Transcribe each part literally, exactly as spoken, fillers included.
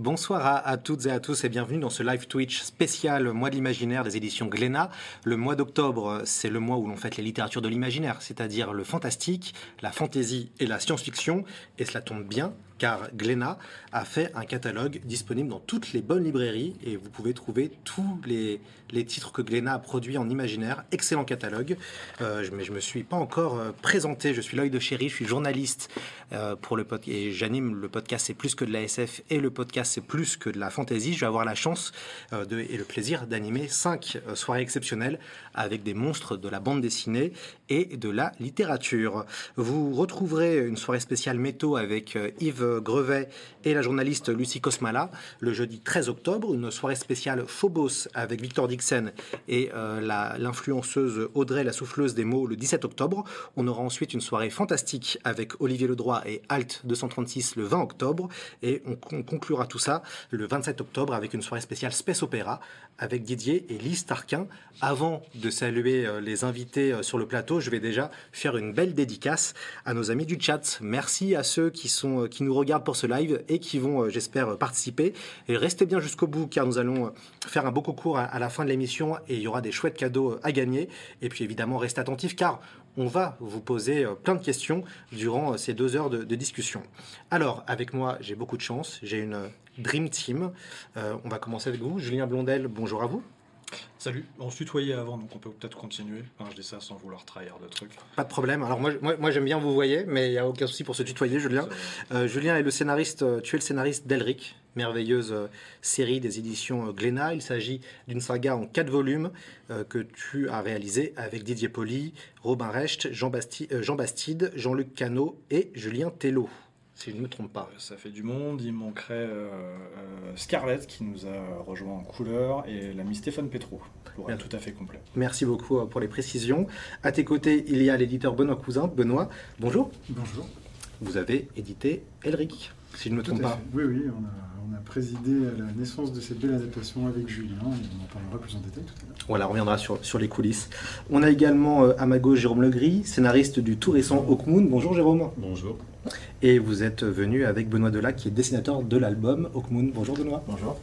Bonsoir à, à toutes et à tous et bienvenue dans ce live Twitch spécial Mois de l'Imaginaire des éditions Glénat. Le mois d'octobre, c'est le mois où l'on fête les littératures de l'imaginaire, c'est-à-dire le fantastique, la fantaisie et la science-fiction. Et cela tombe bien, car Glénat a fait un catalogue disponible dans toutes les bonnes librairies et vous pouvez trouver tous les, les titres que Glénat a produits en imaginaire. Excellent catalogue. Euh, je, mais je ne me suis pas encore euh, présenté. Je suis l'œil de chéri, je suis journaliste euh, pour le podcast et j'anime le podcast C'est plus que de la S F et le podcast C'est plus que de la fantaisie. Je vais avoir la chance euh, de, et le plaisir d'animer cinq euh, soirées exceptionnelles avec des monstres de la bande dessinée et de la littérature. Vous retrouverez une soirée spéciale métaux avec euh, Yves Grevet et la journaliste Lucie Kosmala le jeudi treize octobre, une soirée spéciale Phobos avec Victor Dixon et euh, la, l'influenceuse Audrey la souffleuse des mots le dix-sept octobre. On aura ensuite une soirée fantastique avec Olivier Ledroit et Alt deux cent trente-six le vingt octobre et on, on conclura tout ça le vingt-sept octobre avec une soirée spéciale Space Opera avec Didier et Lise Tarquin. Avant de saluer euh, les invités euh, sur le plateau, je vais déjà faire une belle dédicace à nos amis du chat. Merci à ceux qui, sont, euh, qui nous regardent pour ce live et qui vont, euh, j'espère, euh, participer. Et restez bien jusqu'au bout car nous allons euh, faire un beau concours à, à la fin de l'émission et il y aura des chouettes cadeaux euh, à gagner. Et puis évidemment, restez attentifs car on va vous poser euh, plein de questions durant euh, ces deux heures de, de discussion. Alors, avec moi, j'ai beaucoup de chance. J'ai une euh, Dream Team. Euh, on va commencer avec vous. Julien Blondel, bonjour à vous. Salut, on se tutoyait avant, donc on peut peut-être continuer. Enfin, je dis ça sans vouloir trahir de trucs. Pas de problème. Alors moi, moi, moi j'aime bien vous voyez, mais il n'y a aucun souci pour se tutoyer, Julien. Euh, Julien est le scénariste, euh, tu es le scénariste d'Elric, merveilleuse euh, série des éditions euh, Glénat. Il s'agit d'une saga en quatre volumes euh, que tu as réalisée avec Didier Poli, Robin Recht, Jean, Basti- euh, Jean Bastide, Jean-Luc Cano et Julien Tello. Si je ne me trompe pas. Ça fait du monde, il manquerait euh, euh, Scarlett qui nous a rejoint en couleur et l'ami Stéphane Petro pour être tout à fait complet. Merci beaucoup pour les précisions. À tes côtés, il y a l'éditeur Benoît Cousin. Benoît, bonjour. Bonjour. Vous avez édité Elric, si je ne me trompe pas. Oui, oui, on a, on a présidé à la naissance de cette belle adaptation avec Julien et on en parlera plus en détail tout à l'heure. Voilà, on reviendra sur, sur les coulisses. On a également euh, à ma gauche Jérôme Legris, scénariste du tout récent Hawkmoon. Bonjour Jérôme. Bonjour. Et vous êtes venu avec Benoît Delac, qui est dessinateur de l'album Hawkmoon. Bonjour Benoît. Bonjour.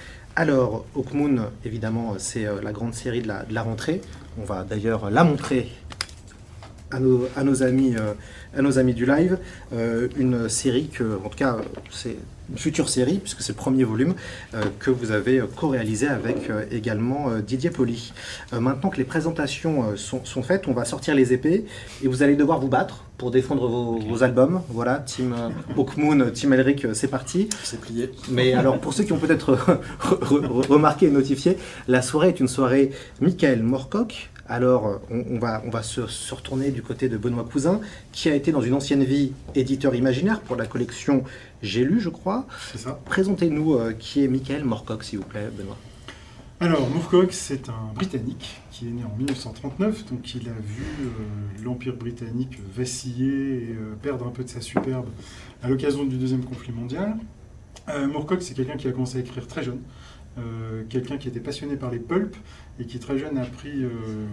Alors, Hawkmoon, évidemment, c'est euh, la grande série de la, de la rentrée. On va d'ailleurs la montrer à nos, à nos, amis, euh, à nos amis du live. Euh, une série que, en tout cas, c'est une future série, puisque c'est le premier volume, euh, que vous avez co-réalisé avec euh, également euh, Didier Poli. Euh, maintenant que les présentations euh, sont, sont faites, on va sortir les épées et vous allez devoir vous battre pour défendre vos, okay. vos albums. Voilà, Team euh, Hawkmoon, Team Elric, euh, c'est parti. C'est plié. Mais alors, pour ceux qui ont peut-être re- re- remarqué et notifié, la soirée est une soirée Michael Moorcock. Alors, on, on, va, on va se, se retourner du côté de Benoît Cousin, qui a été dans une ancienne vie éditeur imaginaire pour la collection J'ai lu, je crois. C'est ça. Présentez-nous euh, qui est Michael Moorcock, s'il vous plaît, Benoît. Alors, Moorcock, c'est un Britannique qui est né en dix-neuf cent trente-neuf, donc il a vu euh, l'Empire britannique vaciller et euh, perdre un peu de sa superbe à l'occasion du Deuxième Conflit mondial. Euh, Moorcock, c'est quelqu'un qui a commencé à écrire très jeune. Euh, quelqu'un qui était passionné par les pulps et qui très jeune a pris, euh,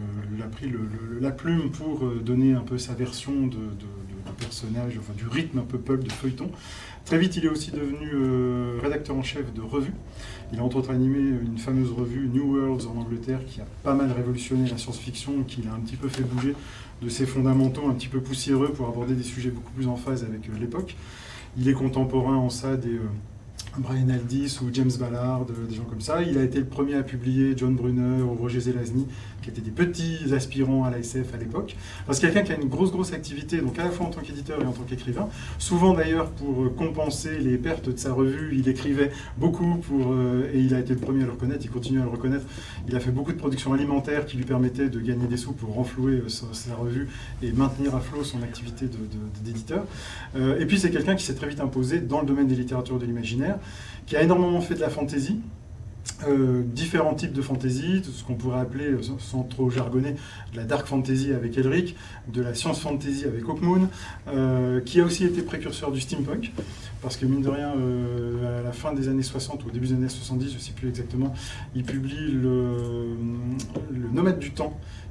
a pris le, le, la plume pour euh, donner un peu sa version de, de, de, de personnage, enfin du rythme un peu pulp de feuilleton. Très vite, il est aussi devenu euh, rédacteur en chef de revue. Il a entre autres animé une fameuse revue New Worlds en Angleterre qui a pas mal révolutionné la science-fiction, qui l'a un petit peu fait bouger de ses fondamentaux un petit peu poussiéreux pour aborder des sujets beaucoup plus en phase avec euh, l'époque. Il est contemporain en ça des... Euh, Brian Aldiss ou James Ballard, des gens comme ça. Il a été le premier à publier John Brunner ou Roger Zelazny, qui étaient des petits aspirants à la S F à l'époque. Parce que quelqu'un qui a une grosse, grosse activité, donc à la fois en tant qu'éditeur et en tant qu'écrivain. Souvent d'ailleurs, pour compenser les pertes de sa revue, il écrivait beaucoup pour, euh, et il a été le premier à le reconnaître, il continue à le reconnaître. Il a fait beaucoup de productions alimentaires qui lui permettaient de gagner des sous pour renflouer euh, sa, sa revue et maintenir à flot son activité de, de, d'éditeur. Euh, et puis c'est quelqu'un qui s'est très vite imposé dans le domaine des littératures de l'imaginaire, qui a énormément fait de la fantaisie, euh, différents types de fantaisie, ce qu'on pourrait appeler, sans trop jargonner, de la dark fantasy avec Elric, de la science fantasy avec Hawkmoon, euh, qui a aussi été précurseur du steampunk, parce que mine de rien, euh, à la fin des années soixante, ou au début des années soixante-dix, je ne sais plus exactement, il publie le, le Nomade du temps,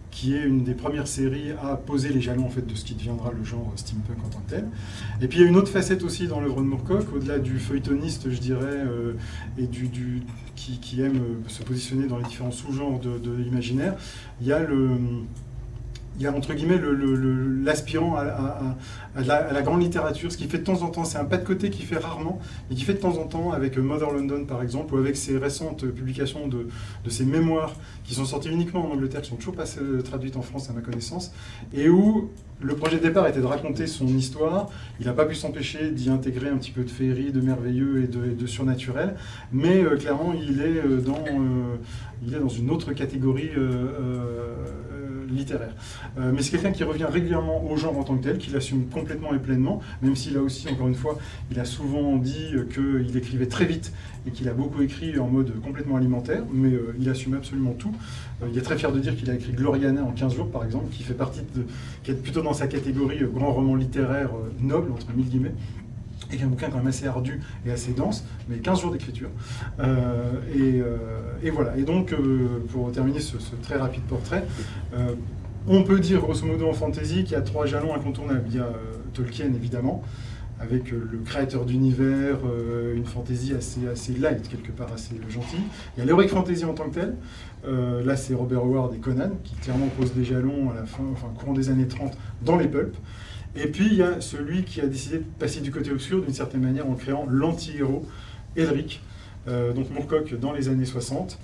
qui est une des premières séries à poser les jalons en fait, de ce qui deviendra le genre steampunk en tant que tel. Et puis il y a une autre facette aussi dans l'œuvre de Moorcock, au-delà du feuilletoniste, je dirais, euh, et du, du, qui, qui aime se positionner dans les différents sous-genres de, de l'imaginaire, il y a le... Il y a entre guillemets le, le, le, l'aspirant à, à, à, la, à la grande littérature, ce qui fait de temps en temps, c'est un pas de côté qu'il fait rarement, mais qui fait de temps en temps avec Mother London par exemple, ou avec ses récentes publications de, de ses mémoires qui sont sorties uniquement en Angleterre, qui sont toujours pas traduites en France à ma connaissance, et où le projet de départ était de raconter son histoire. Il n'a pas pu s'empêcher d'y intégrer un petit peu de féerie, de merveilleux et de, et de surnaturel, mais euh, clairement il est, euh, dans, euh, il est dans une autre catégorie euh, euh, littéraire. Euh, mais c'est quelqu'un qui revient régulièrement au genre en tant que tel, qui l'assume complètement et pleinement, même s'il a aussi, encore une fois, il a souvent dit qu'il écrivait très vite et qu'il a beaucoup écrit en mode complètement alimentaire, mais euh, il assume absolument tout. Euh, il est très fier de dire qu'il a écrit Gloriana en quinze jours, par exemple, qui fait partie de, qui est plutôt dans sa catégorie euh, grand roman littéraire euh, noble, entre mille guillemets, et qui est un bouquin quand même assez ardu et assez dense, mais quinze jours d'écriture. Euh, et, euh, et voilà. Et donc, euh, pour terminer ce, ce très rapide portrait, euh, on peut dire grosso modo en fantasy qu'il y a trois jalons incontournables. Il y a euh, Tolkien, évidemment, avec euh, le créateur d'univers, euh, une fantasy assez, assez light, quelque part assez gentille. Il y a l'heroic fantasy en tant que tel. Euh, là, c'est Robert Howard et Conan, qui clairement posent des jalons à la fin, enfin, courant des années trente, dans les pulps. Et puis, il y a celui qui a décidé de passer du côté obscur, d'une certaine manière, en créant l'anti-héros, Elric, euh, donc Moorcock dans les années soixante.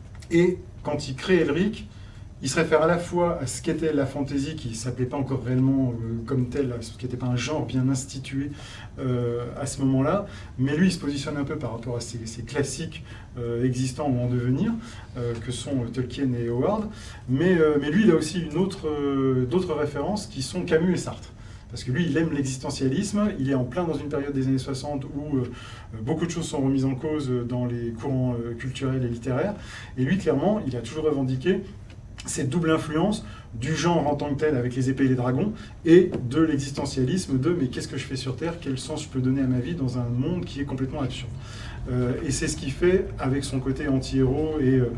Et quand il crée Elric, il se réfère à la fois à ce qu'était la fantasy, qui ne s'appelait pas encore réellement euh, comme tel, ce qui n'était pas un genre bien institué euh, à ce moment-là, mais lui, il se positionne un peu par rapport à ces, ces classiques euh, existants ou en devenir, euh, que sont Tolkien et Howard. Mais, euh, mais lui, il a aussi une autre, euh, d'autres références qui sont Camus et Sartre. Parce que lui, il aime l'existentialisme, il est en plein dans une période des années soixante où euh, beaucoup de choses sont remises en cause dans les courants euh, culturels et littéraires. Et lui, clairement, il a toujours revendiqué cette double influence du genre en tant que tel avec les épées et les dragons et de l'existentialisme de mais qu'est-ce que je fais sur Terre, quel sens je peux donner à ma vie dans un monde qui est complètement absurde. Euh, et c'est ce qu'il fait avec son côté anti-héros et euh,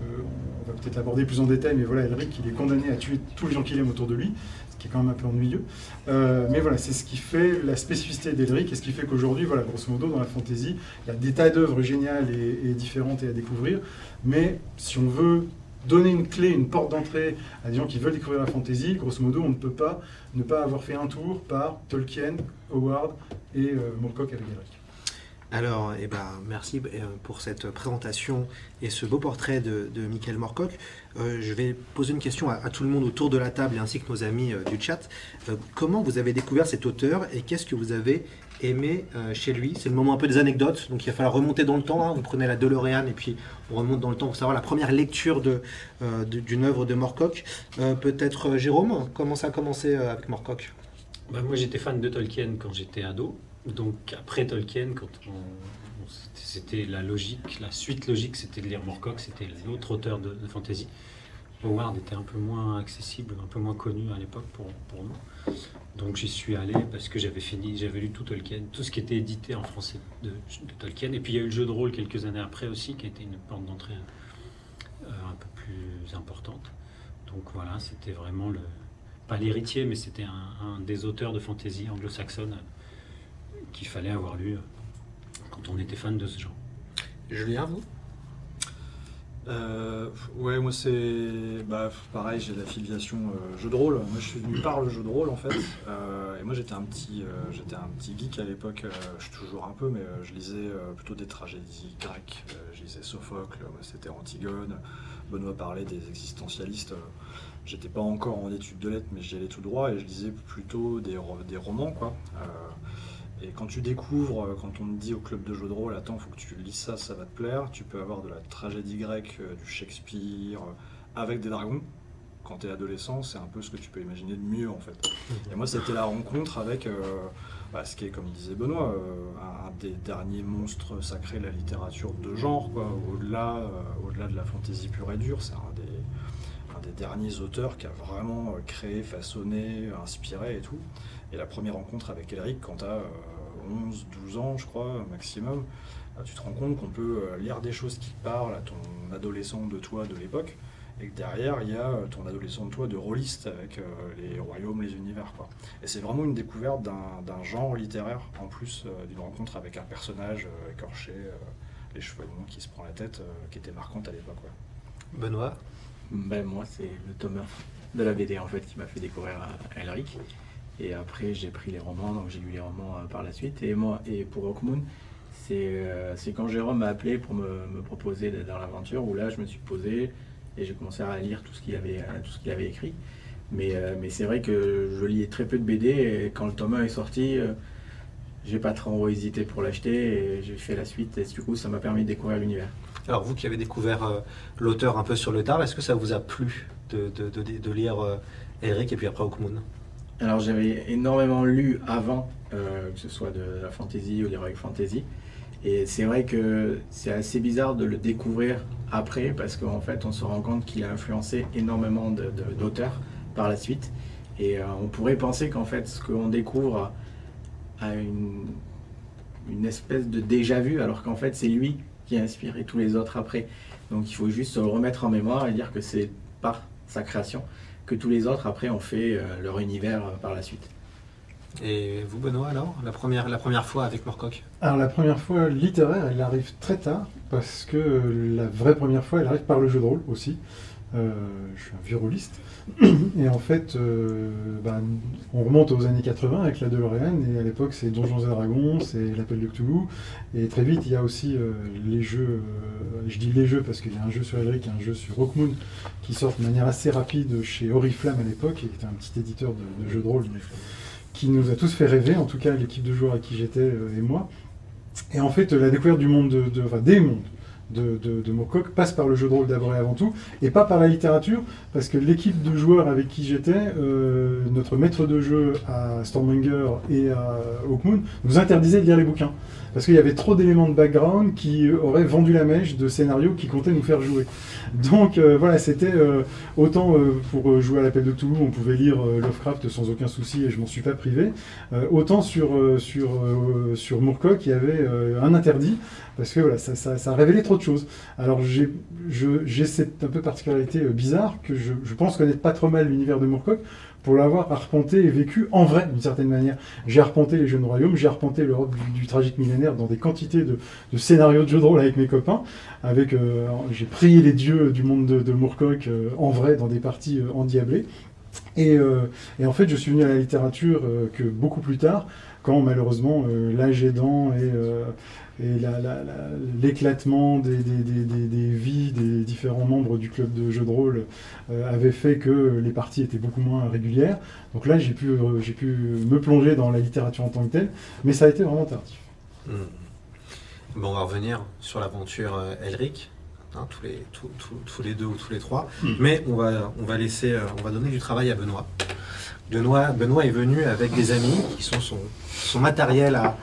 on va peut-être l'aborder plus en détail, mais voilà, Elric, il est condamné à tuer tous les gens qu'il aime autour de lui, ce qui est quand même un peu ennuyeux. Euh, mais voilà, c'est ce qui fait la spécificité d'Elric et ce qui fait qu'aujourd'hui, voilà, grosso modo, dans la fantasy, il y a des tas d'œuvres géniales et, et différentes et à découvrir, mais si on veut donner une clé, une porte d'entrée à des gens qui veulent découvrir la fantasy, grosso modo, on ne peut pas ne pas avoir fait un tour par Tolkien, Howard et euh, Moorcock avec Elric. Alors, eh ben, merci pour cette présentation et ce beau portrait de, de Michael Moorcock. Euh, je vais poser une question à, à tout le monde autour de la table ainsi que nos amis euh, du chat. Euh, comment vous avez découvert cet auteur et qu'est-ce que vous avez aimé euh, chez lui? C'est le moment un peu des anecdotes, donc il va falloir remonter dans le temps. Hein. Vous prenez la DeLorean et puis on remonte dans le temps pour savoir la première lecture de, euh, de, d'une œuvre de Moorcock. Euh, peut-être euh, Jérôme, comment ça a commencé euh, avec Moorcock? Bah, moi j'étais fan de Tolkien quand j'étais ado. Donc après Tolkien, quand on, on, c'était la logique, la suite logique, c'était de lire Moorcock, c'était l'autre auteur de, de fantasy. Howard était un peu moins accessible, un peu moins connu à l'époque pour, pour nous. Donc j'y suis allé parce que j'avais fini, j'avais lu tout Tolkien, tout ce qui était édité en français de, de Tolkien. Et puis il y a eu le jeu de rôle quelques années après aussi, qui a été une porte d'entrée euh, un peu plus importante. Donc voilà, c'était vraiment le, pas l'héritier, mais c'était un, un des auteurs de fantasy anglo-saxonne qu'il fallait avoir lu quand on était fan de ce genre. Julien, vous? Euh, ouais, moi c'est bah, pareil, j'ai la filiation euh, jeu de rôle. Moi je suis venu par le jeu de rôle en fait. Euh, et moi j'étais un petit, euh, j'étais un petit geek à l'époque. Euh, je suis toujours un peu, mais euh, je lisais euh, plutôt des tragédies grecques. Euh, je lisais Sophocle, moi, c'était Antigone. Benoît parlait des existentialistes. Euh, j'étais pas encore en études de lettres, mais j'y allais tout droit et je lisais plutôt des, des romans quoi. Euh, Et quand tu découvres, quand on te dit au club de jeux de rôle, attends, il faut que tu lises ça, ça va te plaire, tu peux avoir de la tragédie grecque, du Shakespeare, avec des dragons. Quand tu es adolescent, c'est un peu ce que tu peux imaginer de mieux en fait. Et moi, c'était la rencontre avec euh, bah, ce qui est, comme disait Benoît, euh, un des derniers monstres sacrés de la littérature de genre, quoi. Au-delà, euh, au-delà de la fantaisie pure et dure, c'est un des, un des derniers auteurs qui a vraiment créé, façonné, inspiré et tout. Et la première rencontre avec Elric, quand tu as euh, onze douze ans, je crois, maximum, euh, tu te rends compte qu'on peut euh, lire des choses qui parlent à ton adolescent de toi de l'époque, et que derrière, il y a euh, ton adolescent de toi de rôliste avec euh, les royaumes, les univers, quoi. Et c'est vraiment une découverte d'un, d'un genre littéraire, en plus euh, d'une rencontre avec un personnage euh, écorché, euh, les cheveux longs qui se prend la tête, euh, qui était marquante à l'époque. Ouais. Benoît? Ben, moi, c'est le tome un de la B D en fait qui m'a fait découvrir Elric. Et après, j'ai pris les romans, donc j'ai lu les romans euh, par la suite. Et moi, et pour Hawkmoon, c'est, euh, c'est quand Jérôme m'a appelé pour me, me proposer d'être dans l'aventure, où là, je me suis posé et j'ai commencé à lire tout ce qu'il avait, euh, tout ce qu'il avait écrit. Mais, euh, mais c'est vrai que je lis très peu de B D, et quand le tome un est sorti, euh, j'ai pas trop hésité pour l'acheter, et j'ai fait la suite, et du coup, ça m'a permis de découvrir l'univers. Alors vous qui avez découvert euh, l'auteur un peu sur le tard, est-ce que ça vous a plu de, de, de, de lire euh, Elric et puis après Hawkmoon? Alors j'avais énormément lu avant, euh, que ce soit de la fantasy ou l'heroic fantasy, et c'est vrai que c'est assez bizarre de le découvrir après, parce qu'en fait on se rend compte qu'il a influencé énormément de, de, d'auteurs par la suite, et euh, on pourrait penser qu'en fait ce qu'on découvre a une, une espèce de déjà-vu, alors qu'en fait c'est lui qui a inspiré tous les autres après. Donc il faut juste se le remettre en mémoire et dire que c'est par sa création que tous les autres après ont fait euh, leur univers euh, par la suite. Et vous Benoît alors, la première, la première fois avec Moorcock? Alors la première fois littéraire, elle arrive très tard, parce que la vraie première fois, elle arrive par le jeu de rôle aussi. Euh, je suis un vieux rôliste. Et en fait, euh, ben, on remonte aux années quatre-vingts avec la DeLorean, et à l'époque c'est Donjons et Dragons, c'est l'Appel de Cthulhu, et très vite il y a aussi euh, les jeux, euh, je dis les jeux parce qu'il y a un jeu sur Elric et un jeu sur Hawkmoon qui sortent de manière assez rapide chez Oriflamme à l'époque, qui était un petit éditeur de, de jeux de rôle, qui nous a tous fait rêver, en tout cas l'équipe de joueurs à qui j'étais euh, et moi. Et en fait, la découverte du monde, de, de, enfin des mondes, de, de, de Moorcock passe par le jeu de rôle d'abord et avant tout, et pas par la littérature, parce que l'équipe de joueurs avec qui j'étais, euh, notre maître de jeu à Stormbringer et à Hawkmoon, nous interdisait de lire les bouquins, parce qu'il y avait trop d'éléments de background qui auraient vendu la mèche de scénarios qui comptaient nous faire jouer. Donc euh, voilà, c'était euh, autant euh, pour jouer à l'Appel de Cthulhu, on pouvait lire euh, Lovecraft sans aucun souci et je m'en suis pas privé, euh, autant sur, euh, sur, euh, sur Moorcock il y avait euh, un interdit, parce que voilà, ça, ça, ça révélait trop de choses. Alors j'ai, je, j'ai cette un peu particularité euh, bizarre, que je, je pense connaître pas trop mal l'univers de Moorcock, pour l'avoir arpenté et vécu en vrai, d'une certaine manière. J'ai arpenté les Jeunes Royaumes, j'ai arpenté l'Europe du, du tragique millénaire dans des quantités de, de scénarios de jeux de rôle avec mes copains. Avec, euh, j'ai prié les dieux du monde de, de Moorcock euh, en vrai dans des parties euh, endiablées. Et, euh, et en fait, je suis venu à la littérature euh, que beaucoup plus tard, quand malheureusement euh, l'âge aidant et, euh, et la, la, la, l'éclatement des, des, des, des, des vies des différents membres du club de jeux de rôle euh, avait fait que les parties étaient beaucoup moins régulières. Donc là, j'ai pu, euh, j'ai pu me plonger dans la littérature en tant que telle, mais ça a été vraiment tardif. Mmh. Bon, on va revenir sur l'aventure euh, Elric. Hein, tous, les, tous, tous, tous les deux ou tous les trois, mmh. mais on va, on va laisser, euh, on va donner du travail à Benoît. Benoît, Benoît est venu avec des amis qui sont son, son matériel à,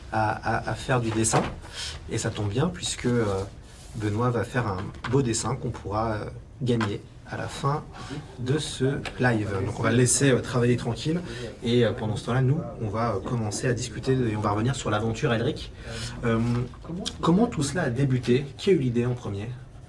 à, à, à faire du dessin, et ça tombe bien puisque euh, Benoît va faire un beau dessin qu'on pourra euh, gagner à la fin de ce live. Donc on va le laisser euh, travailler tranquille, et euh, pendant ce temps-là, nous, on va euh, commencer à discuter et on va revenir sur l'aventure Elric. Euh, comment tout cela a débuté? Qui a eu l'idée en premier?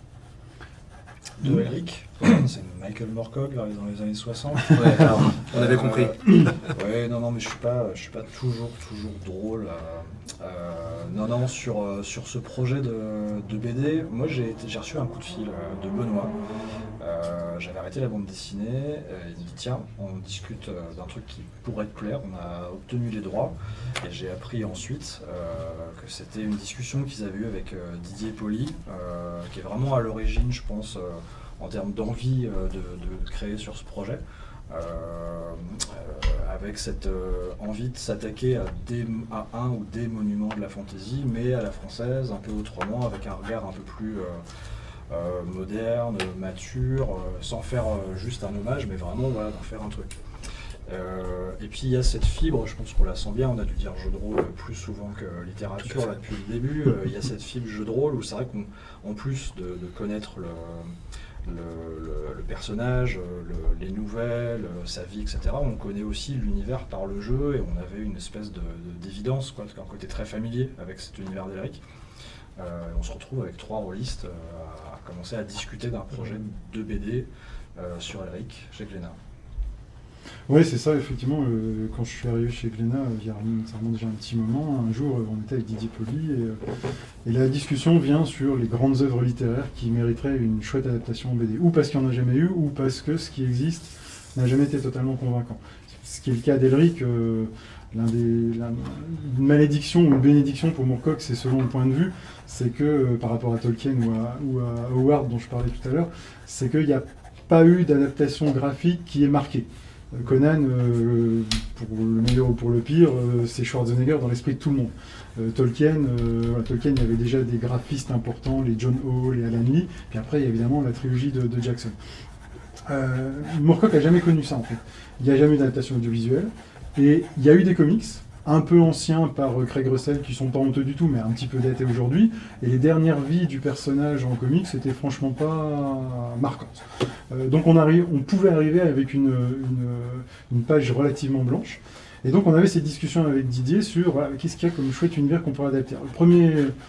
De Elric, c'est Michael Moorcock dans les années soixante. Ouais, alors, on avait compris. Euh, ouais, non, non, mais je suis pas, je suis pas toujours, toujours drôle. Euh, euh, non, non, sur, euh, sur ce projet de, de B D, moi j'ai, j'ai reçu un coup de fil euh, de Benoît. Euh, j'avais arrêté la bande dessinée. Euh, il me dit tiens, on discute euh, d'un truc qui pourrait te plaire. On a obtenu les droits et j'ai appris ensuite euh, que c'était une discussion qu'ils avaient eue avec euh, Didier Poli, euh, qui est vraiment à l'origine, je pense. Euh, en termes d'envie euh, de, de créer sur ce projet, euh, euh, avec cette euh, envie de s'attaquer à, des, à un ou des monuments de la fantasy, mais à la française, un peu autrement, avec un regard un peu plus euh, euh, moderne, mature, euh, sans faire euh, juste un hommage, mais vraiment voilà, d'en faire un truc. Euh, et puis il y a cette fibre, je pense qu'on la sent bien, on a dû dire jeu de rôle plus souvent que littérature là, depuis le début, euh, il y a cette fibre jeu de rôle où c'est vrai qu'en plus de, de connaître le... Le, le, le personnage, le, les nouvelles, sa vie, et cetera. On connaît aussi l'univers par le jeu et on avait une espèce de, de, d'évidence, quoi, un côté très familier avec cet univers d'Elric. Euh, et on se retrouve avec trois rôlistes euh, à commencer à discuter d'un projet de B D euh, sur Elric chez Glénat. Oui, c'est ça, effectivement. Euh, quand je suis arrivé chez Glénat, euh, il y a ça remonte déjà un petit moment, un jour, euh, on était avec Didier Poli, et, euh, et la discussion vient sur les grandes œuvres littéraires qui mériteraient une chouette adaptation en B D. Ou parce qu'il n'y en a jamais eu, ou parce que ce qui existe n'a jamais été totalement convaincant. Ce qui est le cas d'Elric, euh, l'un des, l'un, une malédiction ou une bénédiction pour Moorcock, c'est selon le point de vue, c'est que euh, par rapport à Tolkien ou à, ou à Howard dont je parlais tout à l'heure, c'est qu'il n'y a pas eu d'adaptation graphique qui est marquée. Conan, euh, pour le meilleur ou pour le pire, euh, c'est Schwarzenegger dans l'esprit de tout le monde. Euh, Tolkien, euh, voilà, Tolkien, il y avait déjà des graphistes importants, les John Hall, les Alan Lee, puis après il y a évidemment la trilogie de, de Jackson. Euh, Moorcock n'a jamais connu ça en fait. Il n'y a jamais eu d'adaptation audiovisuelle, et il y a eu des comics, un peu anciens par euh, Craig Russell, qui sont pas honteux du tout, mais un petit peu datés aujourd'hui, et les dernières vies du personnage en comics c'était franchement pas marquantes. Euh, donc on, arrive, on pouvait arriver avec une, une, une page relativement blanche, et donc on avait cette discussion avec Didier sur voilà, qu'est-ce qu'il y a comme chouette univers qu'on pourrait adapter. Le premier,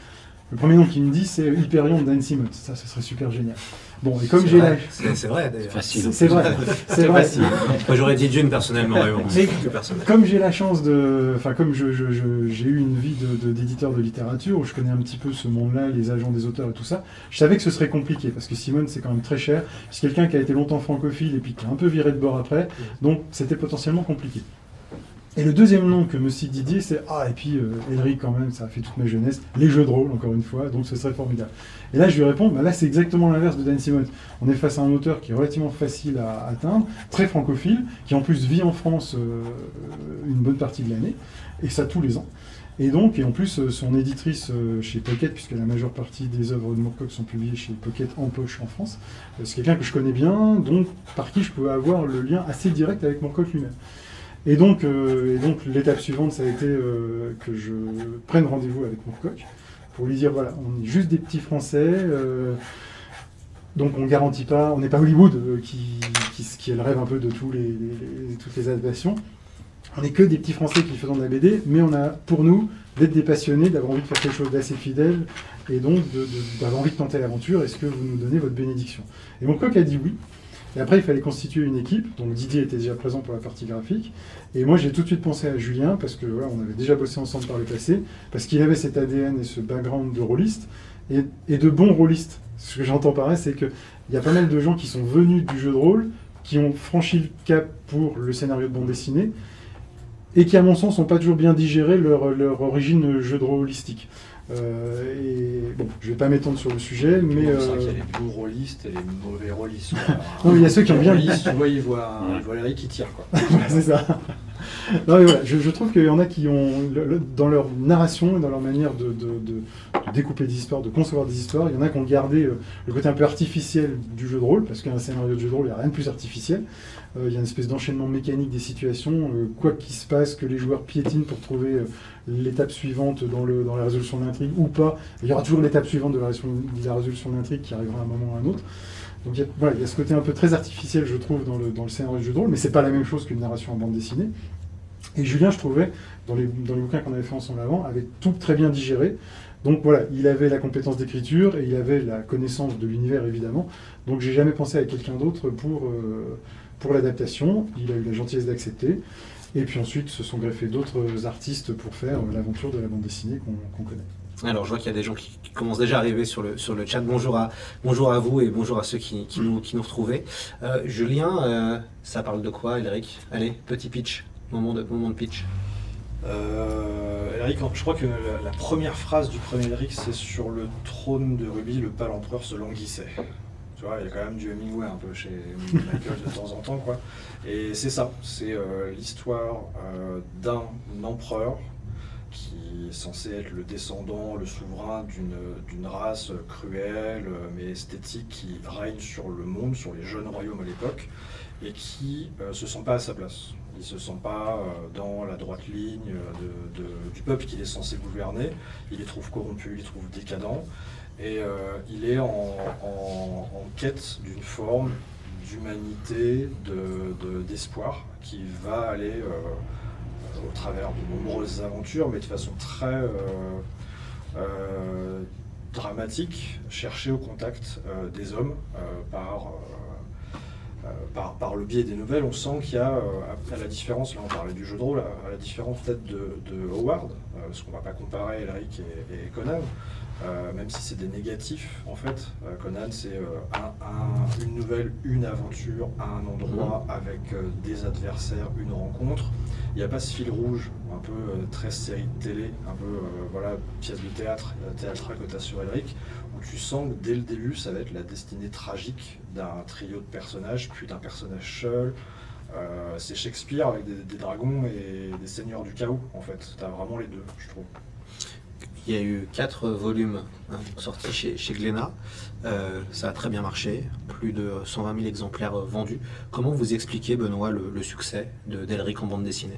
le premier nom qu'il me dit c'est Hyperion de Dan Simmons, ça ce serait super génial. Bon, et comme c'est j'ai vrai, la... c'est, c'est vrai d'ailleurs. Facile. C'est vrai, c'est vrai. Facile. Moi j'aurais dit Dune personnellement, mais bon, Mais que personnel. comme j'ai la chance de, enfin comme je, je, je, j'ai eu une vie de, de, d'éditeur de littérature où je connais un petit peu ce monde-là, les agents des auteurs et tout ça, je savais que ce serait compliqué parce que Simmons c'est quand même très cher. C'est quelqu'un qui a été longtemps francophile et puis qui a un peu viré de bord après, donc c'était potentiellement compliqué. Et le deuxième nom que me cite Didier, c'est ah et puis euh, Elric quand même, ça a fait toute ma jeunesse, les jeux de rôle encore une fois, donc ce serait formidable. Et là je lui réponds, bah là c'est exactement l'inverse de Dan Simmons. On est face à un auteur qui est relativement facile à atteindre, très francophile, qui en plus vit en France euh, une bonne partie de l'année, et ça tous les ans. Et donc, et en plus, euh, son éditrice euh, chez Pocket, puisque la majeure partie des œuvres de Moorcock sont publiées chez Pocket en poche en France, euh, c'est quelqu'un que je connais bien, donc par qui je peux avoir le lien assez direct avec Moorcock lui-même. Et donc, euh, et donc l'étape suivante, ça a été euh, que je prenne rendez-vous avec Moorcock pour lui dire, voilà, on est juste des petits Français, euh, donc on ne garantit pas, on n'est pas Hollywood, euh, qui, qui, qui est le rêve un peu de tous les, les, les, toutes les adaptations. On n'est que des petits Français qui faisons de la B D, mais on a pour nous d'être des passionnés, d'avoir envie de faire quelque chose d'assez fidèle, et donc de, de, d'avoir envie de tenter l'aventure. Est-ce que vous nous donnez votre bénédiction? Et Moorcock a dit oui. Et après, il fallait constituer une équipe. Donc Didier était déjà présent pour la partie graphique. Et moi, j'ai tout de suite pensé à Julien, parce que voilà, on avait déjà bossé ensemble par le passé, parce qu'il avait cet A D N et ce background de rôliste, et, et de bons rôlistes. Ce que j'entends par là, c'est qu'il y a pas mal de gens qui sont venus du jeu de rôle, qui ont franchi le cap pour le scénario de bande dessinée, et qui, à mon sens, n'ont pas toujours bien digéré leur, leur origine jeu de rôlistique. Euh, et bon, je vais pas m'étendre sur le sujet, mais C'est vrai euh, qu'il y a les bons rôlistes et les mauvais rôlistes. non, mais il y a ceux qui ont bien. Les rôlistes, tu vois, ils voient, un, ils voient Elric qui tire, quoi. C'est ça. Non, mais voilà, je, je trouve qu'il y en a qui ont, le, le, dans leur narration et dans leur manière de, de, de, de découper des histoires, de concevoir des histoires, il y en a qui ont gardé euh, le côté un peu artificiel du jeu de rôle, parce qu'un scénario de jeu de rôle, il n'y a rien de plus artificiel. Euh, il y a une espèce d'enchaînement mécanique des situations, euh, quoi qu'il se passe, que les joueurs piétinent pour trouver euh, l'étape suivante dans, le, dans la résolution de l'intrigue ou pas. Il y aura toujours l'étape suivante de la résolution de, la résolution de l'intrigue qui arrivera à un moment ou à un autre. Donc il y, a, voilà, il y a ce côté un peu très artificiel, je trouve, dans le, dans le scénario du jeu de rôle, mais c'est pas la même chose qu'une narration en bande dessinée. Et Julien, je trouvais, dans les, dans les bouquins qu'on avait fait ensemble avant, avait tout très bien digéré. Donc voilà, il avait la compétence d'écriture et il avait la connaissance de l'univers, évidemment. Donc j'ai jamais pensé à quelqu'un d'autre pour, euh, pour l'adaptation. Il a eu la gentillesse d'accepter. Et puis ensuite, se sont greffés d'autres artistes pour faire euh, l'aventure de la bande dessinée qu'on, qu'on connaît. Alors, je vois qu'il y a des gens qui, qui commencent déjà à arriver sur le, sur le chat. Bonjour à, bonjour à vous et bonjour à ceux qui, qui, nous, qui nous retrouvaient. Euh, Julien, euh, ça parle de quoi, Elric? Allez, petit pitch, moment de, moment de pitch. Euh, Elric, je crois que la, la première phrase du premier Elric, c'est sur le trône de Rubis, le pâle empereur se languissait. Tu vois, il y a quand même du Hemingway un peu chez Michael de temps en temps, quoi. Et c'est ça, c'est euh, l'histoire euh, d'un empereur qui est censé être le descendant, le souverain d'une, d'une race cruelle mais esthétique qui règne sur le monde, sur les jeunes royaumes à l'époque, et qui ne euh, se sent pas à sa place. Il ne se sent pas euh, dans la droite ligne de, de, du peuple qu'il est censé gouverner. Il les trouve corrompus, il les trouve décadents, et euh, il est en, en, en quête d'une forme d'humanité, de, de, d'espoir, qui va aller euh, au travers de nombreuses aventures, mais de façon très, euh, euh, dramatique cherché au contact euh, des hommes euh, par, euh, euh, par, par le biais des nouvelles. On sent qu'il y a, euh, à la différence, là on parlait du jeu de rôle, à, à la différence peut-être de, de Howard, euh, parce qu'on ne va pas comparer Elric et, et Conan, euh, même si c'est des négatifs en fait. Euh, Conan c'est euh, un, un, une nouvelle, une aventure à un endroit avec euh, des adversaires, une rencontre. Il n'y a pas ce fil rouge, un peu euh, très série de télé, un peu euh, voilà, pièce de théâtre, théâtre que tu as sur Elric, où tu sens que dès le début, ça va être la destinée tragique d'un trio de personnages, puis d'un personnage seul. Euh, c'est Shakespeare avec des, des dragons et des seigneurs du chaos, en fait. Tu as vraiment les deux, je trouve. Il y a eu quatre volumes hein, sortis chez, chez Glénat. Euh, ça a très bien marché, plus de cent vingt mille exemplaires euh, vendus. Comment vous expliquez, Benoît, le, le succès de, d'Elric en bande dessinée?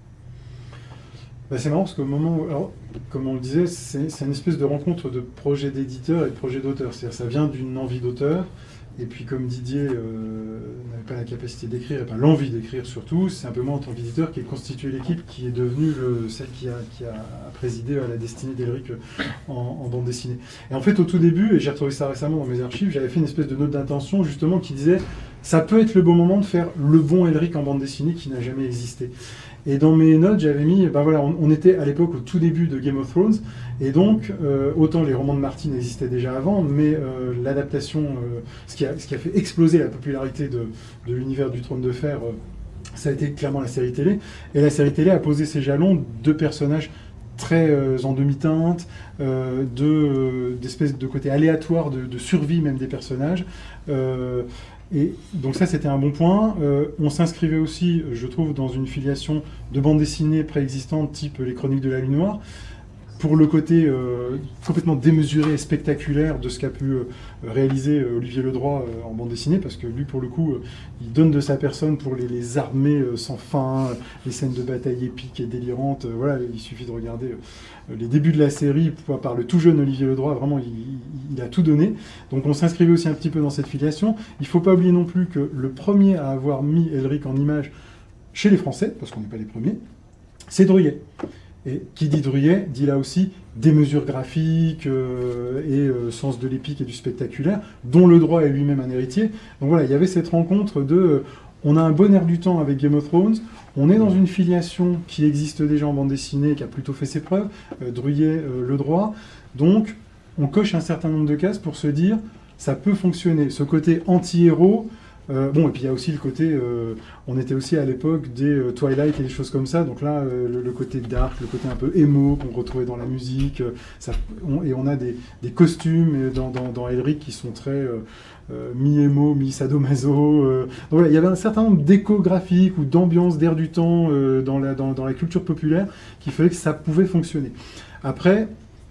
Bah c'est marrant parce qu'au moment où, alors, comme on le disait, c'est, c'est une espèce de rencontre de projet d'éditeur et de projet d'auteur. C'est-à-dire ça vient d'une envie d'auteur. Et puis comme Didier euh, n'avait pas la capacité d'écrire, et pas l'envie d'écrire surtout, c'est un peu moi en tant qu'éditeur qui ai constitué l'équipe qui est devenue le, celle qui a, qui a présidé à la destinée d'Elric en, en bande dessinée. Et en fait au tout début, et j'ai retrouvé ça récemment dans mes archives, j'avais fait une espèce de note d'intention justement qui disait ça peut être le bon moment de faire le bon Elric en bande dessinée qui n'a jamais existé. Et dans mes notes, j'avais mis, ben voilà, on, on était à l'époque au tout début de Game of Thrones, et donc euh, autant les romans de Martin existaient déjà avant, mais euh, l'adaptation, euh, ce, qui a, ce qui a fait exploser la popularité de, de l'univers du Trône de Fer, euh, ça a été clairement la série télé. Et la série télé a posé ses jalons de personnages très euh, en demi-teinte, euh, de, euh, d'espèces de côté aléatoire, de, de survie même des personnages. Euh, Et donc ça, c'était un bon point. Euh, on s'inscrivait aussi, je trouve, dans une filiation de bande dessinée préexistante, type Les Chroniques de la Lune Noire, pour le côté euh, complètement démesuré et spectaculaire de ce qu'a pu euh, réaliser euh, Olivier Ledroit euh, en bande dessinée, parce que lui, pour le coup, euh, il donne de sa personne pour les, les armées euh, sans fin, euh, les scènes de bataille épiques et délirantes. Euh, voilà, il suffit de regarder euh, les débuts de la série, par le tout jeune Olivier Ledroit, vraiment, il, il, il a tout donné. Donc on s'inscrivait aussi un petit peu dans cette filiation. Il ne faut pas oublier non plus que le premier à avoir mis Elric en image chez les Français, parce qu'on n'est pas les premiers, c'est Druillet. Et qui dit Druillet, dit là aussi des mesures graphiques euh, et euh, sens de l'épique et du spectaculaire, dont Ledroit est lui-même un héritier. Donc voilà, il y avait cette rencontre de... Euh, on a un bon air du temps avec Game of Thrones, on est dans une filiation qui existe déjà en bande dessinée, qui a plutôt fait ses preuves, euh, Druillet, euh, Ledroit. Donc on coche un certain nombre de cases pour se dire, ça peut fonctionner. Ce côté anti-héros... Euh, bon, et puis il y a aussi le côté, euh, on était aussi à l'époque des euh, Twilight et des choses comme ça, donc là, euh, le, le côté dark, le côté un peu émo qu'on retrouvait dans la musique, euh, ça, on, et on a des, des costumes dans, dans, dans Elric qui sont très euh, euh, mi-émo, mi-sadomaso. Euh, donc voilà, il y avait un certain nombre d'échos graphiques ou d'ambiance, d'air du temps euh, dans, la, dans, dans la culture populaire qui faisait que ça pouvait fonctionner. Après...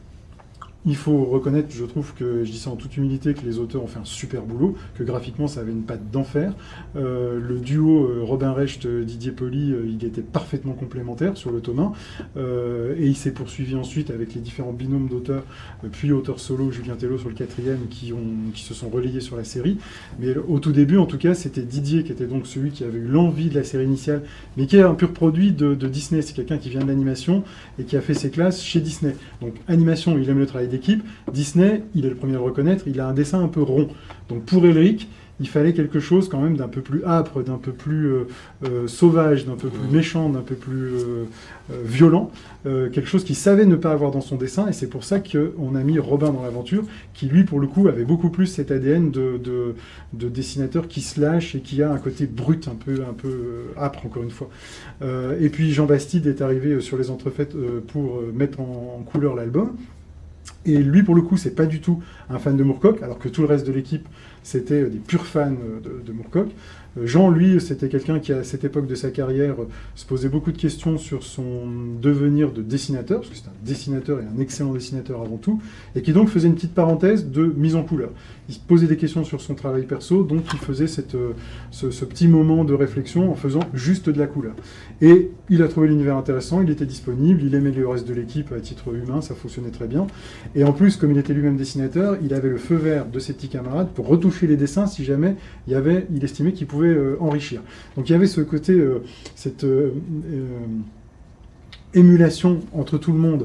Il faut reconnaître, je trouve que, je dis ça en toute humilité, que les auteurs ont fait un super boulot, que graphiquement ça avait une patte d'enfer. Euh, le duo euh, Robin Recht, Didier Poli, euh, il était parfaitement complémentaire sur le tome un, euh, et il s'est poursuivi ensuite avec les différents binômes d'auteurs, euh, puis auteur solo, Julien Tello sur le quatrième, qui, ont, qui se sont relayés sur la série. Mais au tout début, en tout cas, c'était Didier qui était donc celui qui avait eu l'envie de la série initiale, mais qui est un pur produit de, de Disney. C'est quelqu'un qui vient de l'animation et qui a fait ses classes chez Disney. Donc animation, il aime le travail d'équipe. Disney, il est le premier à le reconnaître, il a un dessin un peu rond. Donc pour Elric, il fallait quelque chose quand même d'un peu plus âpre, d'un peu plus euh, euh, sauvage, d'un peu plus méchant, d'un peu plus euh, euh, violent, euh, quelque chose qu'il savait ne pas avoir dans son dessin, et c'est pour ça qu'on a mis Robin dans l'aventure, qui lui pour le coup avait beaucoup plus cet A D N de, de, de dessinateur qui se lâche et qui a un côté brut, un peu, un peu euh, âpre encore une fois. Euh, et puis Jean Bastide est arrivé sur les entrefaites euh, pour euh, mettre en, en couleur l'album. Et lui, pour le coup, c'est pas du tout un fan de Moorcock, alors que tout le reste de l'équipe, c'était des purs fans de, de Moorcock. Jean, lui, c'était quelqu'un qui, à cette époque de sa carrière, se posait beaucoup de questions sur son devenir de dessinateur, parce que c'est un dessinateur et un excellent dessinateur avant tout, et qui donc faisait une petite parenthèse de mise en couleur. Il se posait des questions sur son travail perso, donc il faisait cette, ce, ce petit moment de réflexion en faisant juste de la couleur. Et il a trouvé l'univers intéressant, il était disponible, il aimait le reste de l'équipe à titre humain, ça fonctionnait très bien. Et en plus, comme il était lui-même dessinateur, il avait le feu vert de ses petits camarades pour retoucher les dessins si jamais il, y avait, il estimait qu'il pouvait euh, enrichir. Donc il y avait ce côté, euh, cette euh, euh, émulation entre tout le monde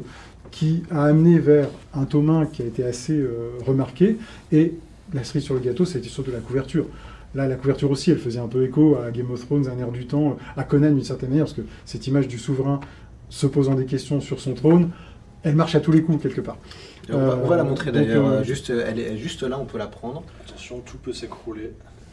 qui a amené vers un tome un qui a été assez euh, remarqué, et la cerise sur le gâteau, c'était surtout la couverture. Là, la couverture aussi, elle faisait un peu écho à Game of Thrones, un air du temps, à Conan d'une certaine manière, parce que cette image du souverain se posant des questions sur son trône, elle marche à tous les coups, quelque part. On va, on va la montrer donc, d'ailleurs, euh, juste, elle est juste là, on peut la prendre. Attention, tout peut s'écrouler.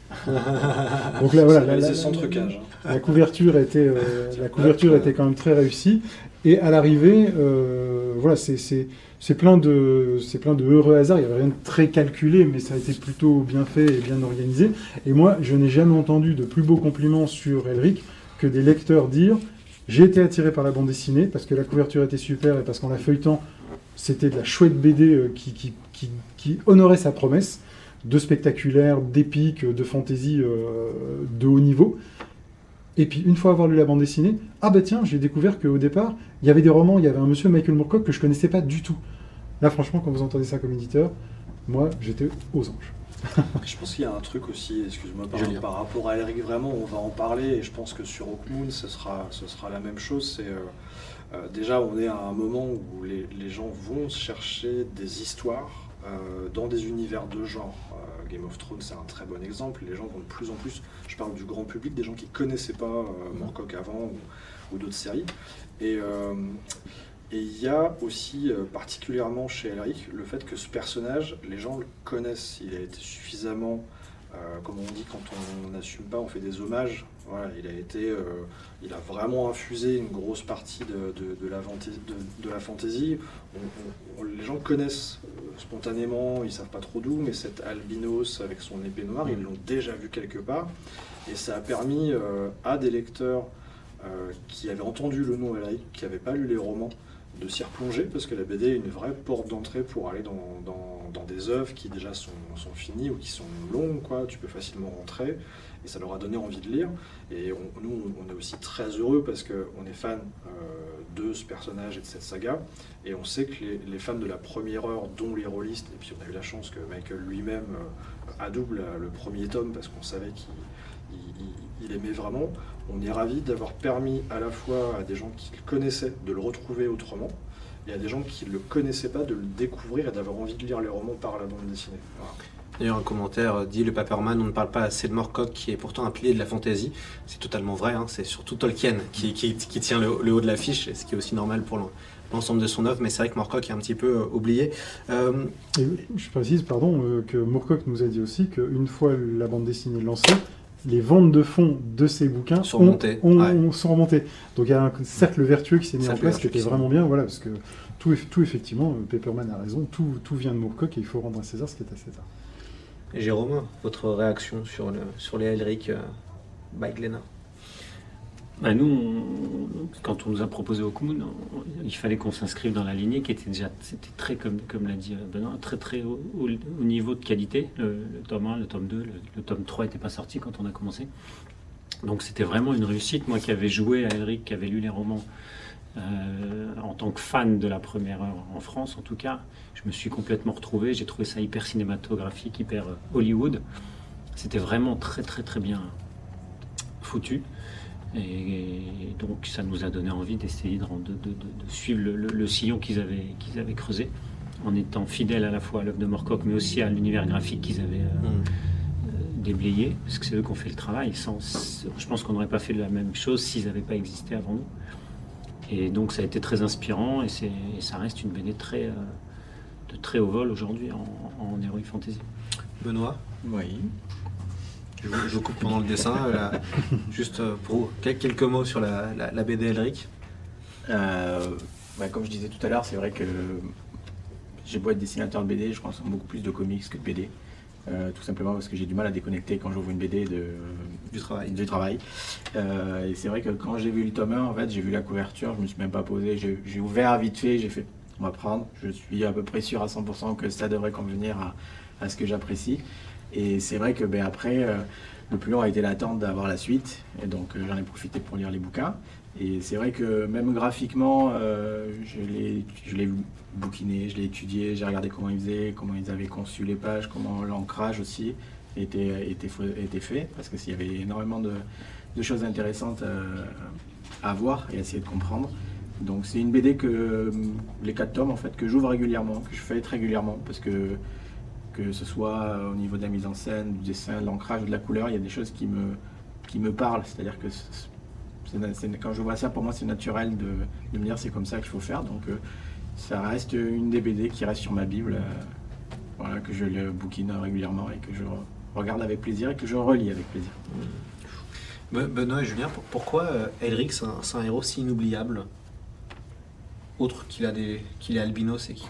Donc là, voilà, la, C'est la- sans la- trucage. hein. la couverture était, euh, la couverture était quand même très réussie. Et à l'arrivée, euh, voilà, c'est, c'est, c'est plein de, c'est plein de heureux hasards. Il n'y avait rien de très calculé, mais ça a été plutôt bien fait et bien organisé. Et moi, je n'ai jamais entendu de plus beaux compliments sur Elric que des lecteurs dire « J'ai été attiré par la bande dessinée parce que la couverture était super et parce qu'en la feuilletant, c'était de la chouette B D euh, qui, qui, qui, qui honorait sa promesse de spectaculaire, d'épique, de fantaisie euh, de haut niveau. » Et puis, une fois avoir lu la bande dessinée, ah bah tiens, j'ai découvert qu'au départ, il y avait des romans, il y avait un monsieur Michael Moorcock que je connaissais pas du tout. Là, franchement, quand vous entendez ça comme éditeur, moi, j'étais aux anges. Je pense qu'il y a un truc aussi, excuse-moi, par, Je lis. par rapport à Elric, vraiment, on va en parler, et je pense que sur Hawkmoon, ce sera, ce sera la même chose. C'est, euh, euh, déjà, on est à un moment où les, les gens vont chercher des histoires euh, dans des univers de genre. Euh, Game of Thrones, c'est un très bon exemple. Les gens vont de plus en plus, je parle du grand public, des gens qui ne connaissaient pas euh, Moorcock avant ou, ou d'autres séries. Et euh, et il y a aussi, euh, particulièrement chez Elric, le fait que ce personnage, les gens le connaissent. Il a été suffisamment, euh, comme on dit, quand on n'assume pas, on fait des hommages. Voilà, il a été, euh, il a vraiment infusé une grosse partie de, de, de la, fantaisie, de, de la fantaisie. On, on, on, les gens connaissent euh, spontanément, ils savent pas trop d'où, mais cet albinos avec son épée noire, ils l'ont déjà vu quelque part. Et ça a permis euh, à des lecteurs euh, qui avaient entendu le nom Elric, qui n'avaient pas lu les romans, de s'y replonger, parce que la B D est une vraie porte d'entrée pour aller dans, dans, dans des œuvres qui déjà sont, sont finies ou qui sont longues, quoi. Tu peux facilement rentrer, et ça leur a donné envie de lire. Et on, nous, on est aussi très heureux parce qu'on est fan euh, de ce personnage et de cette saga, et on sait que les, les fans de la première heure, dont les rôlistes, et puis on a eu la chance que Michael lui-même euh, adouble le premier tome, parce qu'on savait qu'il il, il, il aimait vraiment. On est ravis d'avoir permis à la fois à des gens qui le connaissaient de le retrouver autrement, et à des gens qui ne le connaissaient pas de le découvrir et d'avoir envie de lire les romans par la bande dessinée. Voilà. D'ailleurs, un commentaire dit « Le Paperman, on ne parle pas assez de Moorcock, qui est pourtant un pilier de la fantasy ». C'est totalement vrai, hein. C'est surtout Tolkien qui, qui, qui tient le, le haut de l'affiche, ce qui est aussi normal pour l'ensemble de son œuvre, mais c'est vrai que Moorcock est un petit peu euh, oublié. Euh... Et je précise, pardon, euh, que Moorcock nous a dit aussi qu'une fois la bande dessinée lancée, les ventes de fonds de ces bouquins sont ont, remontées. ont, Ouais. ont- sont remontées. Donc il y a un cercle vertueux qui s'est mis en Cercle place, qui vertueux était qui s'est vraiment mis. bien, voilà, parce que tout, tout effectivement, euh, Paperman a raison, tout, tout vient de Moorcock et il faut rendre à César ce qui est à César. Jérôme, votre réaction sur, le, sur les Elric euh, by Glénat? Bah, nous, on- quand on nous a proposé Hawkmoon, on- il fallait qu'on s'inscrive dans la lignée qui était déjà, c'était très, comme, comme l'a dit Benoît, très très haut, au, au niveau de qualité. Le, le tome un, le tome deux, le, le tome trois n'était pas sorti quand on a commencé. Donc c'était vraiment une réussite. Moi qui avais joué à Elric, qui avait lu les romans euh, en tant que fan de la première heure en France, en tout cas, je me suis complètement retrouvé. J'ai trouvé ça hyper cinématographique, hyper euh, Hollywood. C'était vraiment très très très bien foutu. Et donc ça nous a donné envie d'essayer de, de, de, de suivre le, le, le sillon qu'ils avaient, qu'ils avaient creusé, en étant fidèles à la fois à l'œuvre de Moorcock, mais aussi à l'univers graphique qu'ils avaient euh, Mmh. euh, déblayé, parce que c'est eux qui ont fait le travail. Sans, je pense qu'on n'aurait pas fait la même chose s'ils n'avaient pas existé avant nous. Et donc ça a été très inspirant, et, c'est, et ça reste une B D très, euh, de très haut vol aujourd'hui en, en Heroic Fantasy. Benoît, Oui. je vous, je vous coupe pendant le dessin. euh, là, juste euh, pour vous, quel- quelques mots sur la, la, la B D Elric. Euh, bah, comme je disais tout à l'heure, c'est vrai que j'ai beau être dessinateur de B D, je consomme beaucoup plus de comics que de B D. Euh, tout simplement parce que j'ai du mal à déconnecter quand j'ouvre une B D de, Du travail. Du travail. Euh, et c'est vrai que quand j'ai vu le tome un, en fait, j'ai vu la couverture, je me suis même pas posé, j'ai, j'ai ouvert vite fait, j'ai fait on va prendre. Je suis à peu près sûr à cent pour cent que ça devrait convenir à, à ce que j'apprécie. Et c'est vrai que ben, après, euh, le plus long a été l'attente d'avoir la suite. Et donc euh, j'en ai profité pour lire les bouquins. Et c'est vrai que même graphiquement, euh, je, l'ai, je l'ai bouquiné, je l'ai étudié, j'ai regardé comment ils faisaient, comment ils avaient conçu les pages, comment l'ancrage aussi était, était, était fait. Parce qu'il y avait énormément de, de choses intéressantes euh, à voir et à essayer de comprendre. Donc c'est une B D que les quatre tomes en fait que j'ouvre régulièrement, que je feuillette régulièrement parce que que ce soit au niveau de la mise en scène, du dessin, de l'ancrage, de la couleur, il y a des choses qui me qui me parlent. C'est-à-dire que c'est, c'est, quand je vois ça, pour moi c'est naturel de, de me dire c'est comme ça qu'il faut faire. Donc euh, ça reste une des B D qui reste sur ma Bible, euh, voilà, que je le bouquine régulièrement et que je regarde avec plaisir et que je relis avec plaisir. Benoît et Julien, pourquoi euh, Elric c'est un, c'est un héros si inoubliable, autre qu'il a des, qu'il est albinos et qu'il...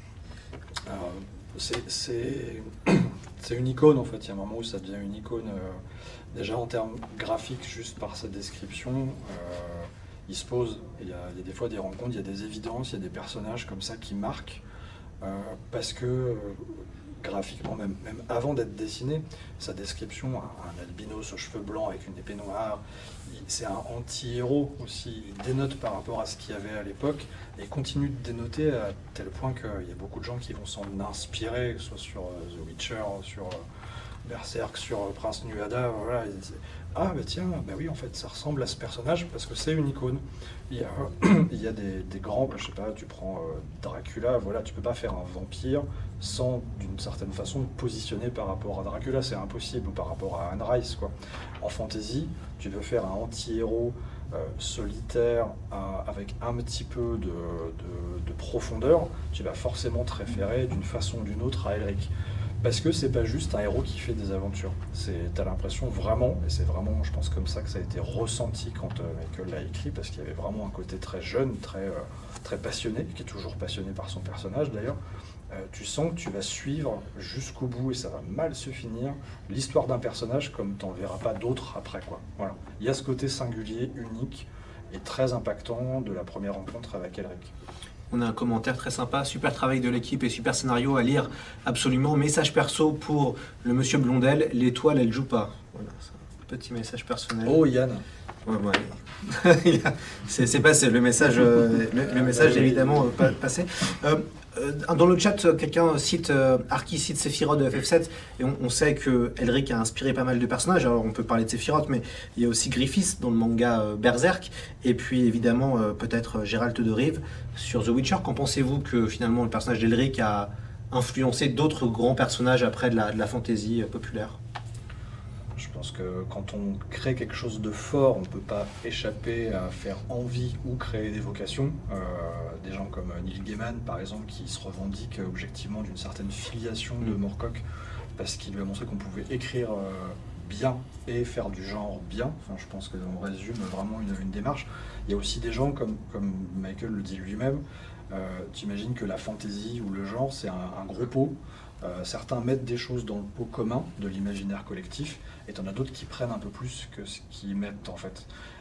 Alors, c'est, c'est, c'est une icône en fait, il y a un moment où ça devient une icône, euh, déjà en termes graphiques, juste par sa description, euh, il se pose, il y, a, il y a des fois des rencontres, il y a des évidences, il y a des personnages comme ça qui marquent, euh, parce que euh, graphiquement, même, même avant d'être dessiné, sa description, un, un albinos aux cheveux blancs avec une épée noire, il, c'est un anti-héros aussi, il dénote par rapport à ce qu'il y avait à l'époque, et continue de dénoter à tel point qu'il y a beaucoup de gens qui vont s'en inspirer, que ce soit sur euh, The Witcher, sur euh, Berserk, sur euh, Prince Nuada, voilà, ils disent, ah bah tiens, bah oui en fait ça ressemble à ce personnage parce que c'est une icône. Il y a, il y a des, des grands, je sais pas, tu prends euh, Dracula, voilà, tu peux pas faire un vampire sans d'une certaine façon te positionner par rapport à Dracula, c'est impossible, ou par rapport à Anne Rice, quoi. En fantasy, tu veux faire un anti-héros euh, solitaire euh, avec un petit peu de, de, de profondeur, tu vas forcément te référer d'une façon ou d'une autre à Elric. Parce que c'est pas juste un héros qui fait des aventures. C'est, t'as l'impression vraiment, et c'est vraiment, je pense, comme ça que ça a été ressenti quand euh, Michael l'a écrit, parce qu'il y avait vraiment un côté très jeune, très, euh, très passionné, qui est toujours passionné par son personnage d'ailleurs. Euh, tu sens que tu vas suivre jusqu'au bout, et ça va mal se finir, l'histoire d'un personnage comme t'en verras pas d'autres après, quoi. Voilà. Il y a ce côté singulier, unique, et très impactant de la première rencontre avec Elric. On a un commentaire très sympa, super travail de l'équipe et super scénario à lire absolument. Message perso pour le monsieur Blondel, l'étoile elle joue pas. Voilà, c'est un petit message personnel. Oh Yann. Ouais, ouais. c'est, c'est passé, le message, euh, le, le message est évidemment euh, pas, passé. Euh, euh, dans le chat, quelqu'un cite, euh, Arki cite Sephiroth de F F sept, et on, on sait que Elric a inspiré pas mal de personnages. Alors on peut parler de Sephiroth, mais il y a aussi Griffiths dans le manga euh, Berserk, et puis évidemment euh, peut-être Geralt de Rive sur The Witcher. Qu'en pensez-vous que finalement le personnage d'Elric a influencé d'autres grands personnages après de la, de la fantasy euh, populaire ? Je pense que quand on crée quelque chose de fort, on ne peut pas échapper à faire envie ou créer des vocations. Euh, des gens comme Neil Gaiman, par exemple, qui se revendique objectivement d'une certaine filiation de Moorcock, parce qu'il lui a montré qu'on pouvait écrire euh, bien et faire du genre bien. Enfin, je pense qu'on résume vraiment une, une démarche. Il y a aussi des gens, comme, comme Michael le dit lui-même, euh, tu imagines que la fantasy ou le genre, c'est un, un gros pot. Euh, certains mettent des choses dans le pot commun de l'imaginaire collectif, et t'en as d'autres qui prennent un peu plus que ce qu'ils mettent en fait.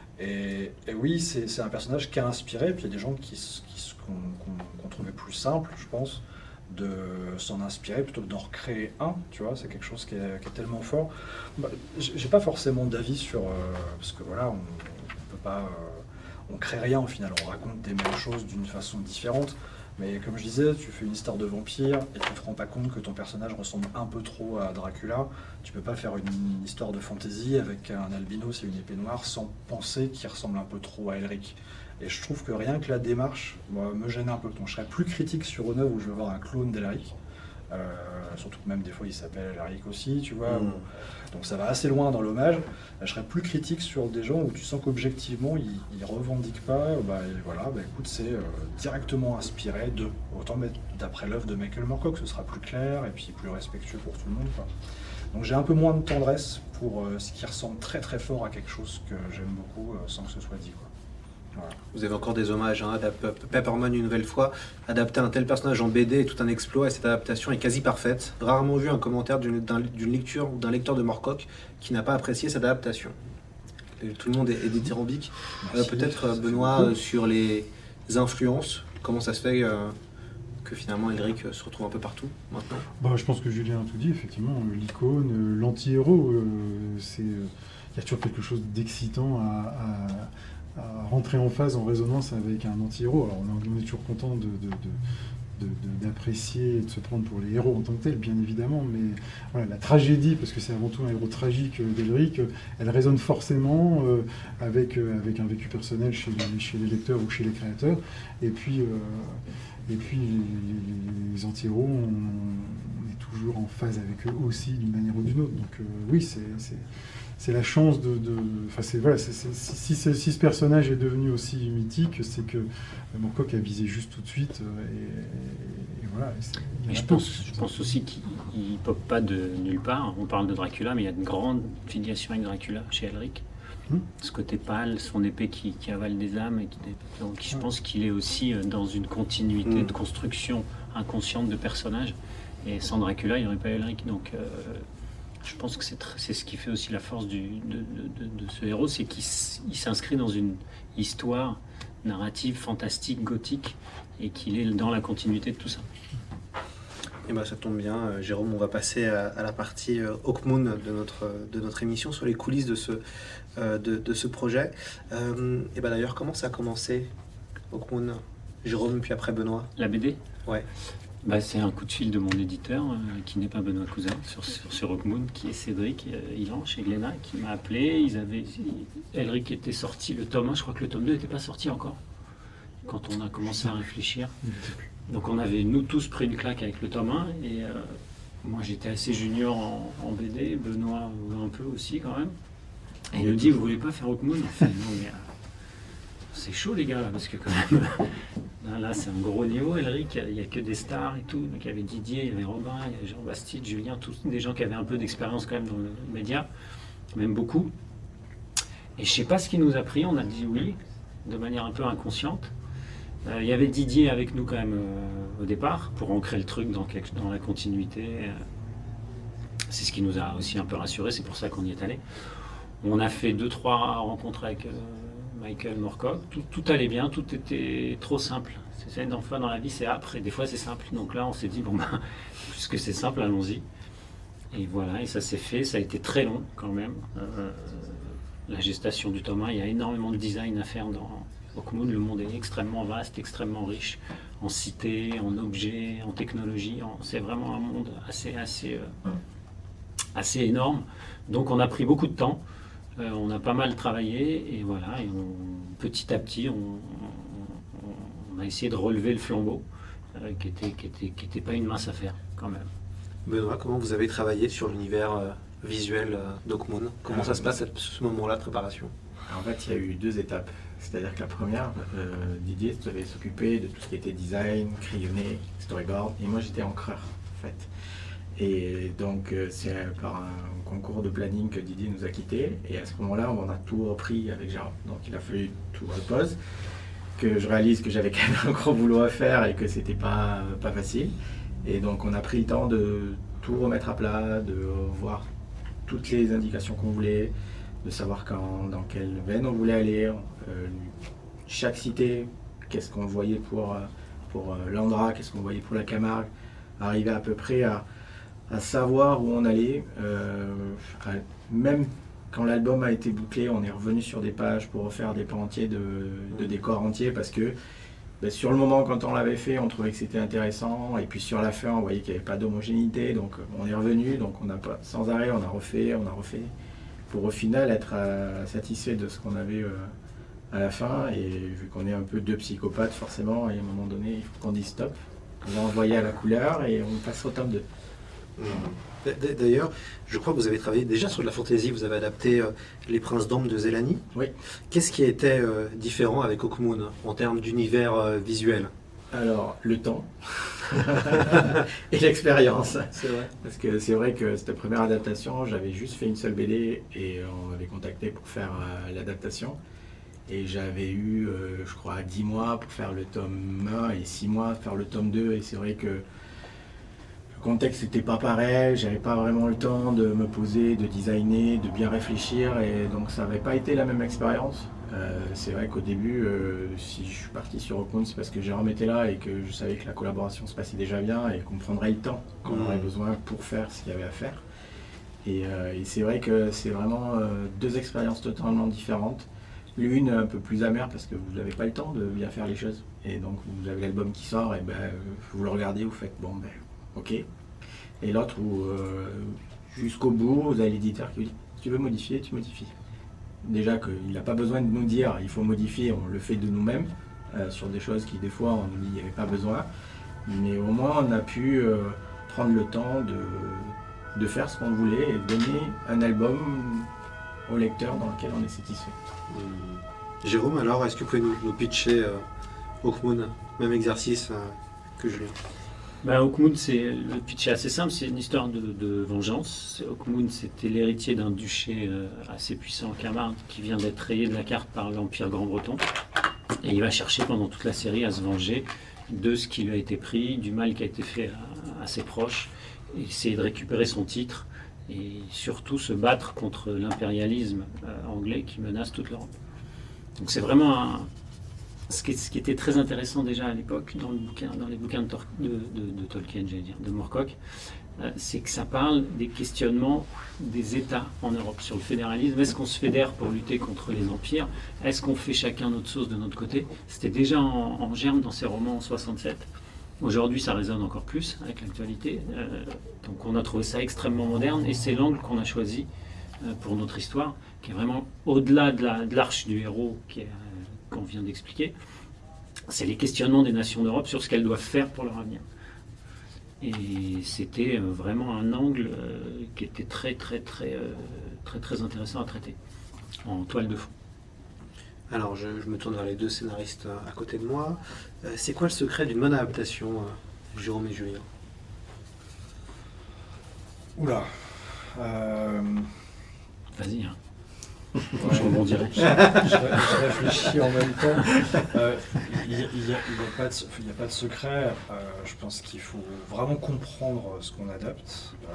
Et, et oui, c'est, c'est un personnage qui a inspiré, puis il y a des gens qui, qui, qu'on, qu'on, qu'on trouvait plus simple, je pense, de s'en inspirer plutôt que d'en recréer un, tu vois, c'est quelque chose qui est, qui est tellement fort. Bah, j'ai pas forcément d'avis sur... Euh, parce que voilà, on, on peut pas... Euh, on crée rien au final, on raconte des mêmes choses d'une façon différente. Mais comme je disais, tu fais une histoire de vampire et tu te rends pas compte que ton personnage ressemble un peu trop à Dracula. Tu peux pas faire une, une histoire de fantasy avec un albinos et une épée noire sans penser qu'il ressemble un peu trop à Elric. Et je trouve que rien que la démarche moi, me gêne un peu. Donc je serais plus critique sur une œuvre où je vais voir un clone d'Elric. Euh, surtout que même des fois il s'appelle Elric aussi, tu vois. Mmh. Où, donc ça va assez loin dans l'hommage. Je serais plus critique sur des gens où tu sens qu'objectivement ils, ils revendiquent pas. Bah, et voilà, bah écoute, c'est euh, directement inspiré de. Autant mettre d'après l'œuvre de Michael Moorcock, ce sera plus clair et puis plus respectueux pour tout le monde, quoi. Donc j'ai un peu moins de tendresse pour euh, ce qui ressemble très très fort à quelque chose que j'aime beaucoup euh, sans que ce soit dit, quoi. Voilà. Vous avez encore des hommages, hein, Pepperman une nouvelle fois, adapter un tel personnage en B D est tout un exploit et cette adaptation est quasi parfaite. Rarement vu un commentaire d'une, d'un, d'une lecture ou d'un lecteur de Moorcock qui n'a pas apprécié cette adaptation. Et tout le monde est, est dithyrambique. Euh, peut-être euh, Benoît euh, sur les influences, comment ça se fait euh, que finalement Elric euh, se retrouve un peu partout maintenant. Bah, je pense que Julien a tout dit, effectivement, l'icône, euh, l'anti-héros, euh, c'est, il euh, y a toujours quelque chose d'excitant à, à à rentrer en phase, en résonance avec un anti-héros. Alors on est toujours content de, de, de, de, de, d'apprécier et de se prendre pour les héros en tant que tels, bien évidemment, mais voilà, la tragédie, parce que c'est avant tout un héros tragique d'Elric, elle résonne forcément euh, avec, euh, avec un vécu personnel chez les, chez les lecteurs ou chez les créateurs, et puis, euh, et puis les, les, les anti-héros, on, on est toujours en phase avec eux aussi, d'une manière ou d'une autre, donc euh, oui, c'est... c'est c'est la chance de... de enfin, c'est, voilà, c'est, c'est, si, si, si ce personnage est devenu aussi mythique, c'est que Moorcock a visé juste tout de suite, et, et voilà. Et c'est, Mais je pense, je pense aussi qu'il ne pop pas de nulle part. On parle de Dracula, mais il y a une grande filiation avec Dracula chez Elric. Hum. Ce côté pâle, son épée qui, qui avale des âmes. Et qui, donc je pense qu'il est aussi dans une continuité hum. de construction inconsciente de personnages. Et sans Dracula, il n'y aurait pas Elric. Donc... Euh, je pense que c'est, tr- c'est ce qui fait aussi la force du, de, de, de, de ce héros, c'est qu'il s- il s'inscrit dans une histoire narrative, fantastique, gothique, et qu'il est dans la continuité de tout ça. Et ben ça tombe bien, euh, Jérôme, on va passer à, à la partie euh, Hawkmoon de notre, de notre émission, sur les coulisses de ce, euh, de, de ce projet. Euh, et ben d'ailleurs, comment ça a commencé, Hawkmoon? Jérôme, puis après Benoît. La B D? Ouais. Bah, c'est un coup de fil de mon éditeur, euh, qui n'est pas Benoît Cousin, sur, sur, sur Hawkmoon, qui est Cédric euh, Ilan, chez Glénat, qui m'a appelé. Ils avaient, Elric était sorti, le tome un, je crois que le tome deux n'était pas sorti encore, quand on a commencé à réfléchir. Donc on avait, nous tous, pris une claque avec le tome un, et euh, moi j'étais assez junior en, en B D, Benoît un peu aussi quand même. Et il nous dit, vous voulez pas faire Hawkmoon? En fait, non, mais, euh, c'est chaud les gars, là, parce que quand même... Là, là, c'est un gros niveau, Elric, il n'y a, a que des stars et tout. Donc, il y avait Didier, il y avait Robin, il y avait Jean Bastide, Julien, tous des gens qui avaient un peu d'expérience quand même dans le média, même beaucoup. Et je ne sais pas ce qui nous a pris, on a dit oui, de manière un peu inconsciente. Euh, il y avait Didier avec nous quand même euh, au départ, pour ancrer le truc dans, quelque, dans la continuité. C'est ce qui nous a aussi un peu rassurés, c'est pour ça qu'on y est allé. On a fait deux, trois rencontres avec... Euh, Michael Moorcock, tout, tout allait bien, tout était trop simple. C'est une fois dans la vie, c'est âpre et des fois c'est simple. Donc là, on s'est dit, bon ben, puisque c'est simple, allons-y. Et voilà, et ça s'est fait, ça a été très long quand même. Euh, la gestation du tome un, il y a énormément de design à faire dans Hawkmoon. Le monde est extrêmement vaste, extrêmement riche, en cités, en objets, en technologie. En, c'est vraiment un monde assez, assez, euh, assez énorme. Donc on a pris beaucoup de temps. Euh, on a pas mal travaillé et voilà, et on, petit à petit, on, on, on a essayé de relever le flambeau, euh, qui était, qui était, qui était pas une mince affaire quand même. Benoît, comment vous avez travaillé sur l'univers euh, visuel euh, d'Hawkmoon? Comment ah, ça se passe à ce moment-là de préparation? En fait, il y a eu deux étapes. C'est-à-dire que la première, euh, Didier devait s'occuper de tout ce qui était design, crayonné, storyboard, et moi j'étais encreur en fait. Et donc euh, c'est par un concours de planning que Didier nous a quittés. Et à ce moment-là, on a tout repris avec Jérôme. Donc il a fallu tout repose, que je réalise que j'avais quand même un gros boulot à faire et que c'était pas, pas facile. Et donc on a pris le temps de tout remettre à plat, de voir toutes les indications qu'on voulait, de savoir quand, dans quelle veine on voulait aller. Euh, chaque cité, qu'est-ce qu'on voyait pour, pour l'Andra, qu'est-ce qu'on voyait pour la Camargue, arriver à peu près à à savoir où on allait. Euh, même quand l'album a été bouclé, on est revenu sur des pages pour refaire des pans entiers de, de décors entiers, parce que ben, sur le moment, quand on l'avait fait, on trouvait que c'était intéressant, et puis sur la fin, on voyait qu'il n'y avait pas d'homogénéité, donc on est revenu, donc on a pas, sans arrêt, on a refait, on a refait, pour au final être euh, satisfait de ce qu'on avait euh, à la fin, et vu qu'on est un peu deux psychopathes, forcément, et à un moment donné, il faut qu'on dise stop, on va envoyer à la couleur, et on passe au tome deux. D'ailleurs, je crois que vous avez travaillé déjà sur de la fantaisie, vous avez adapté euh, Les Princes d'Ambre de Zelani. Oui. Qu'est-ce qui était euh, différent avec Hawkmoon en termes d'univers euh, visuel? Alors, le temps et l'expérience. C'est vrai. Parce que c'est vrai que cette première adaptation, j'avais juste fait une seule B D et on m'avait contacté pour faire euh, l'adaptation. Et j'avais eu, euh, je crois, dix mois pour faire le tome un et six mois pour faire le tome deux. Et c'est vrai que le contexte n'était pas pareil, j'avais pas vraiment le temps de me poser, de designer, de bien réfléchir. Et donc ça n'avait pas été la même expérience. Euh, c'est vrai qu'au début, euh, si je suis parti sur Hawkmoon, c'est parce que Jérôme était là et que je savais que la collaboration se passait déjà bien et qu'on prendrait le temps qu'on aurait besoin pour faire ce qu'il y avait à faire. Et, euh, et c'est vrai que c'est vraiment euh, deux expériences totalement différentes. L'une un peu plus amère parce que vous n'avez pas le temps de bien faire les choses. Et donc vous avez l'album qui sort et ben, euh, vous le regardez, vous faites bon ben ok. Et l'autre où euh, jusqu'au bout, vous avez l'éditeur qui vous dit si tu veux modifier, tu modifies. Déjà qu'il n'a pas besoin de nous dire il faut modifier, on le fait de nous-mêmes euh, sur des choses qui des fois on nous dit il n'y avait pas besoin. Mais au moins on a pu euh, prendre le temps de, de faire ce qu'on voulait et donner un album au lecteur dans lequel on est satisfait. Mmh. Jérôme, alors, est-ce que vous pouvez nous, nous pitcher euh, Hawkmoon, même exercice euh, que Julien? Bah, Hawkmoon, c'est, le pitch est assez simple, c'est une histoire de, de vengeance. Hawkmoon, c'était l'héritier d'un duché euh, assez puissant en Camargue qui vient d'être rayé de la carte par l'Empire Grand-Breton. Et il va chercher pendant toute la série à se venger de ce qui lui a été pris, du mal qui a été fait à, à ses proches, et essayer de récupérer son titre et surtout se battre contre l'impérialisme euh, anglais qui menace toute l'Europe. Donc c'est vraiment un, ce, qui, ce qui était très intéressant déjà à l'époque dans, le bouquin, dans les bouquins de, Tor, de, de, de Tolkien, j'allais dire, de Moorcock, euh, c'est que ça parle des questionnements des États en Europe sur le fédéralisme. Est-ce qu'on se fédère pour lutter contre les empires? Est-ce qu'on fait chacun notre sauce de notre côté? C'était déjà en, en germe dans ses romans en soixante-sept. Aujourd'hui, ça résonne encore plus avec l'actualité. Euh, donc on a trouvé ça extrêmement moderne et c'est l'angle qu'on a choisi euh, pour notre histoire, qui est vraiment au-delà de, la, de l'arche du héros qui est, euh, qu'on vient d'expliquer. C'est les questionnements des nations d'Europe sur ce qu'elles doivent faire pour leur avenir. Et c'était euh, vraiment un angle euh, qui était très très très, euh, très très intéressant à traiter en toile de fond. Alors, je, je me tourne vers les deux scénaristes à côté de moi. Euh, c'est quoi le secret d'une bonne adaptation, euh, Jérôme et Julien? Oula. Euh... Vas-y. Hein. Ouais. Je rebondirai. Je, je, je réfléchis en même temps. Euh, il n'y a, a, a, a pas de secret. Euh, je pense qu'il faut vraiment comprendre ce qu'on adapte, euh,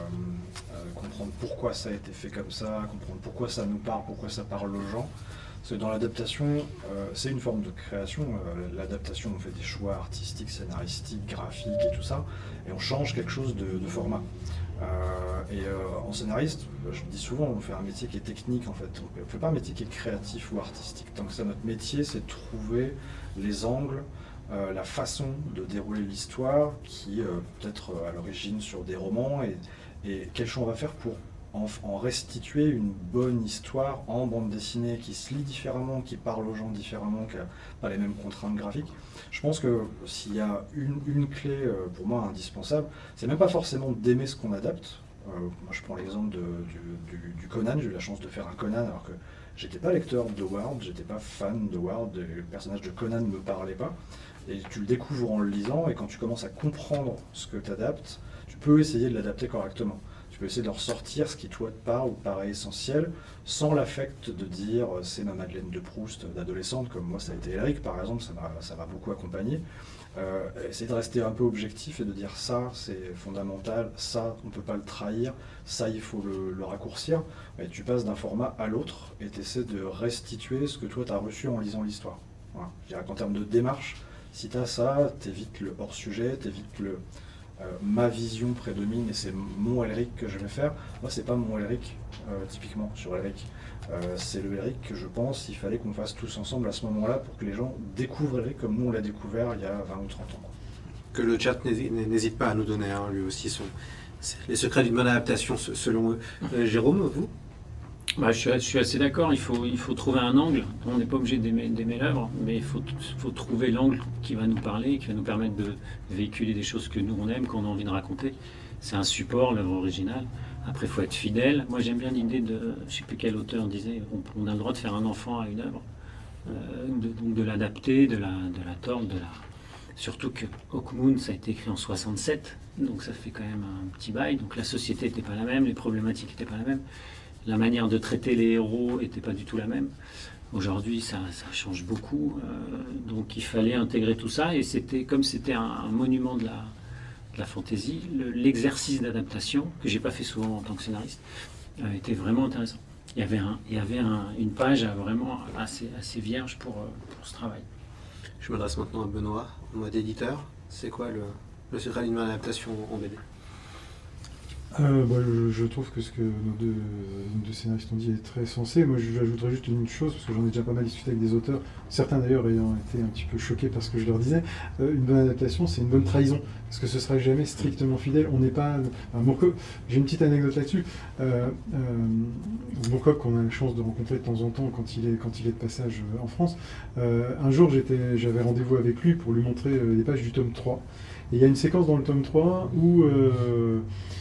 euh, comprendre pourquoi ça a été fait comme ça, comprendre pourquoi ça nous parle, pourquoi ça parle aux gens. Parce que dans l'adaptation, euh, c'est une forme de création. Euh, l'adaptation, on fait des choix artistiques, scénaristiques, graphiques et tout ça, et on change quelque chose de, de format. Euh, et euh, en scénariste, je le dis souvent, on fait un métier qui est technique en fait. On ne fait pas un métier qui est créatif ou artistique. Tant que ça, notre métier, c'est de trouver les angles, euh, la façon de dérouler l'histoire qui euh, peut-être euh, à l'origine sur des romans et, et quel choix on va faire pour En, en restituer une bonne histoire en bande dessinée qui se lit différemment, qui parle aux gens différemment, qui n'a pas les mêmes contraintes graphiques. Je pense que s'il y a une, une clé euh, pour moi indispensable, c'est même pas forcément d'aimer ce qu'on adapte. Euh, moi je prends l'exemple de, du, du, du Conan, j'ai eu la chance de faire un Conan alors que j'étais pas lecteur de Howard, j'étais pas fan de Howard, le personnage de Conan ne me parlait pas. Et tu le découvres en le lisant et quand tu commences à comprendre ce que tu adaptes, tu peux essayer de l'adapter correctement. Tu peux essayer de ressortir ce qui toi te parle ou te paraît essentiel, sans l'affect de dire euh, c'est ma Madeleine de Proust d'adolescente, comme moi ça a été Eric par exemple, ça m'a, ça m'a beaucoup accompagné. Euh, essayer de rester un peu objectif et de dire ça c'est fondamental, ça on ne peut pas le trahir, ça il faut le, le raccourcir. Et tu passes d'un format à l'autre et tu essaies de restituer ce que toi tu as reçu en lisant l'histoire. Voilà. Je dirais qu'en termes de démarche, si tu as ça, tu évites le hors-sujet, tu évites le... Euh, ma vision prédomine et c'est mon Elric que je vais faire. Moi, c'est pas mon Elric, euh, typiquement, sur Elric. Euh, c'est le Elric que je pense qu'il fallait qu'on fasse tous ensemble à ce moment-là pour que les gens découvrent Elric comme nous on l'a découvert il y a vingt ou trente ans. Quoi. Que le chat n'hésite pas à nous donner, hein, lui aussi, son, les secrets d'une bonne adaptation selon eux. Euh, Jérôme, vous? Bah, je, suis, je suis assez d'accord, il faut, il faut trouver un angle. On n'est pas obligé d'aimer, d'aimer l'œuvre, mais il faut, faut trouver l'angle qui va nous parler, qui va nous permettre de véhiculer des choses que nous on aime, qu'on a envie de raconter. C'est un support, l'œuvre originale. Après, il faut être fidèle. Moi, j'aime bien l'idée de, je ne sais plus quel auteur disait, on, on a le droit de faire un enfant à une œuvre, euh, de, donc de l'adapter, de la, de la tordre, de la... Surtout que Hawkmoon, ça a été écrit en soixante-sept, donc ça fait quand même un petit bail. Donc la société n'était pas la même, les problématiques n'étaient pas la même. La manière de traiter les héros n'était pas du tout la même. Aujourd'hui, ça, ça change beaucoup. Euh, donc, il fallait intégrer tout ça. Et c'était comme c'était un, un monument de la, de la fantaisie, le, l'exercice d'adaptation, que j'ai pas fait souvent en tant que scénariste, euh, était vraiment intéressant. Il y avait, un, il y avait un, une page vraiment assez, assez vierge pour, pour ce travail. Je m'adresse maintenant à Benoît, en mode éditeur. C'est quoi le, le secret d'une bonne adaptation en B D? Euh, bah, je, je trouve que ce que nos deux, nos deux scénaristes ont dit est très sensé. Moi, j'ajouterais juste une chose, parce que j'en ai déjà pas mal discuté avec des auteurs, certains d'ailleurs ayant été un petit peu choqués par ce que je leur disais. Euh, une bonne adaptation, c'est une bonne trahison, parce que ce sera jamais strictement fidèle. On n'est pas... Enfin, Moorcock, j'ai une petite anecdote là-dessus. Euh, euh, Moorcock, qu'on a la chance de rencontrer de temps en temps quand il est, quand il est de passage en France, euh, un jour, j'étais, j'avais rendez-vous avec lui pour lui montrer euh, les pages du tome trois. Et il y a une séquence dans le tome trois où... Euh,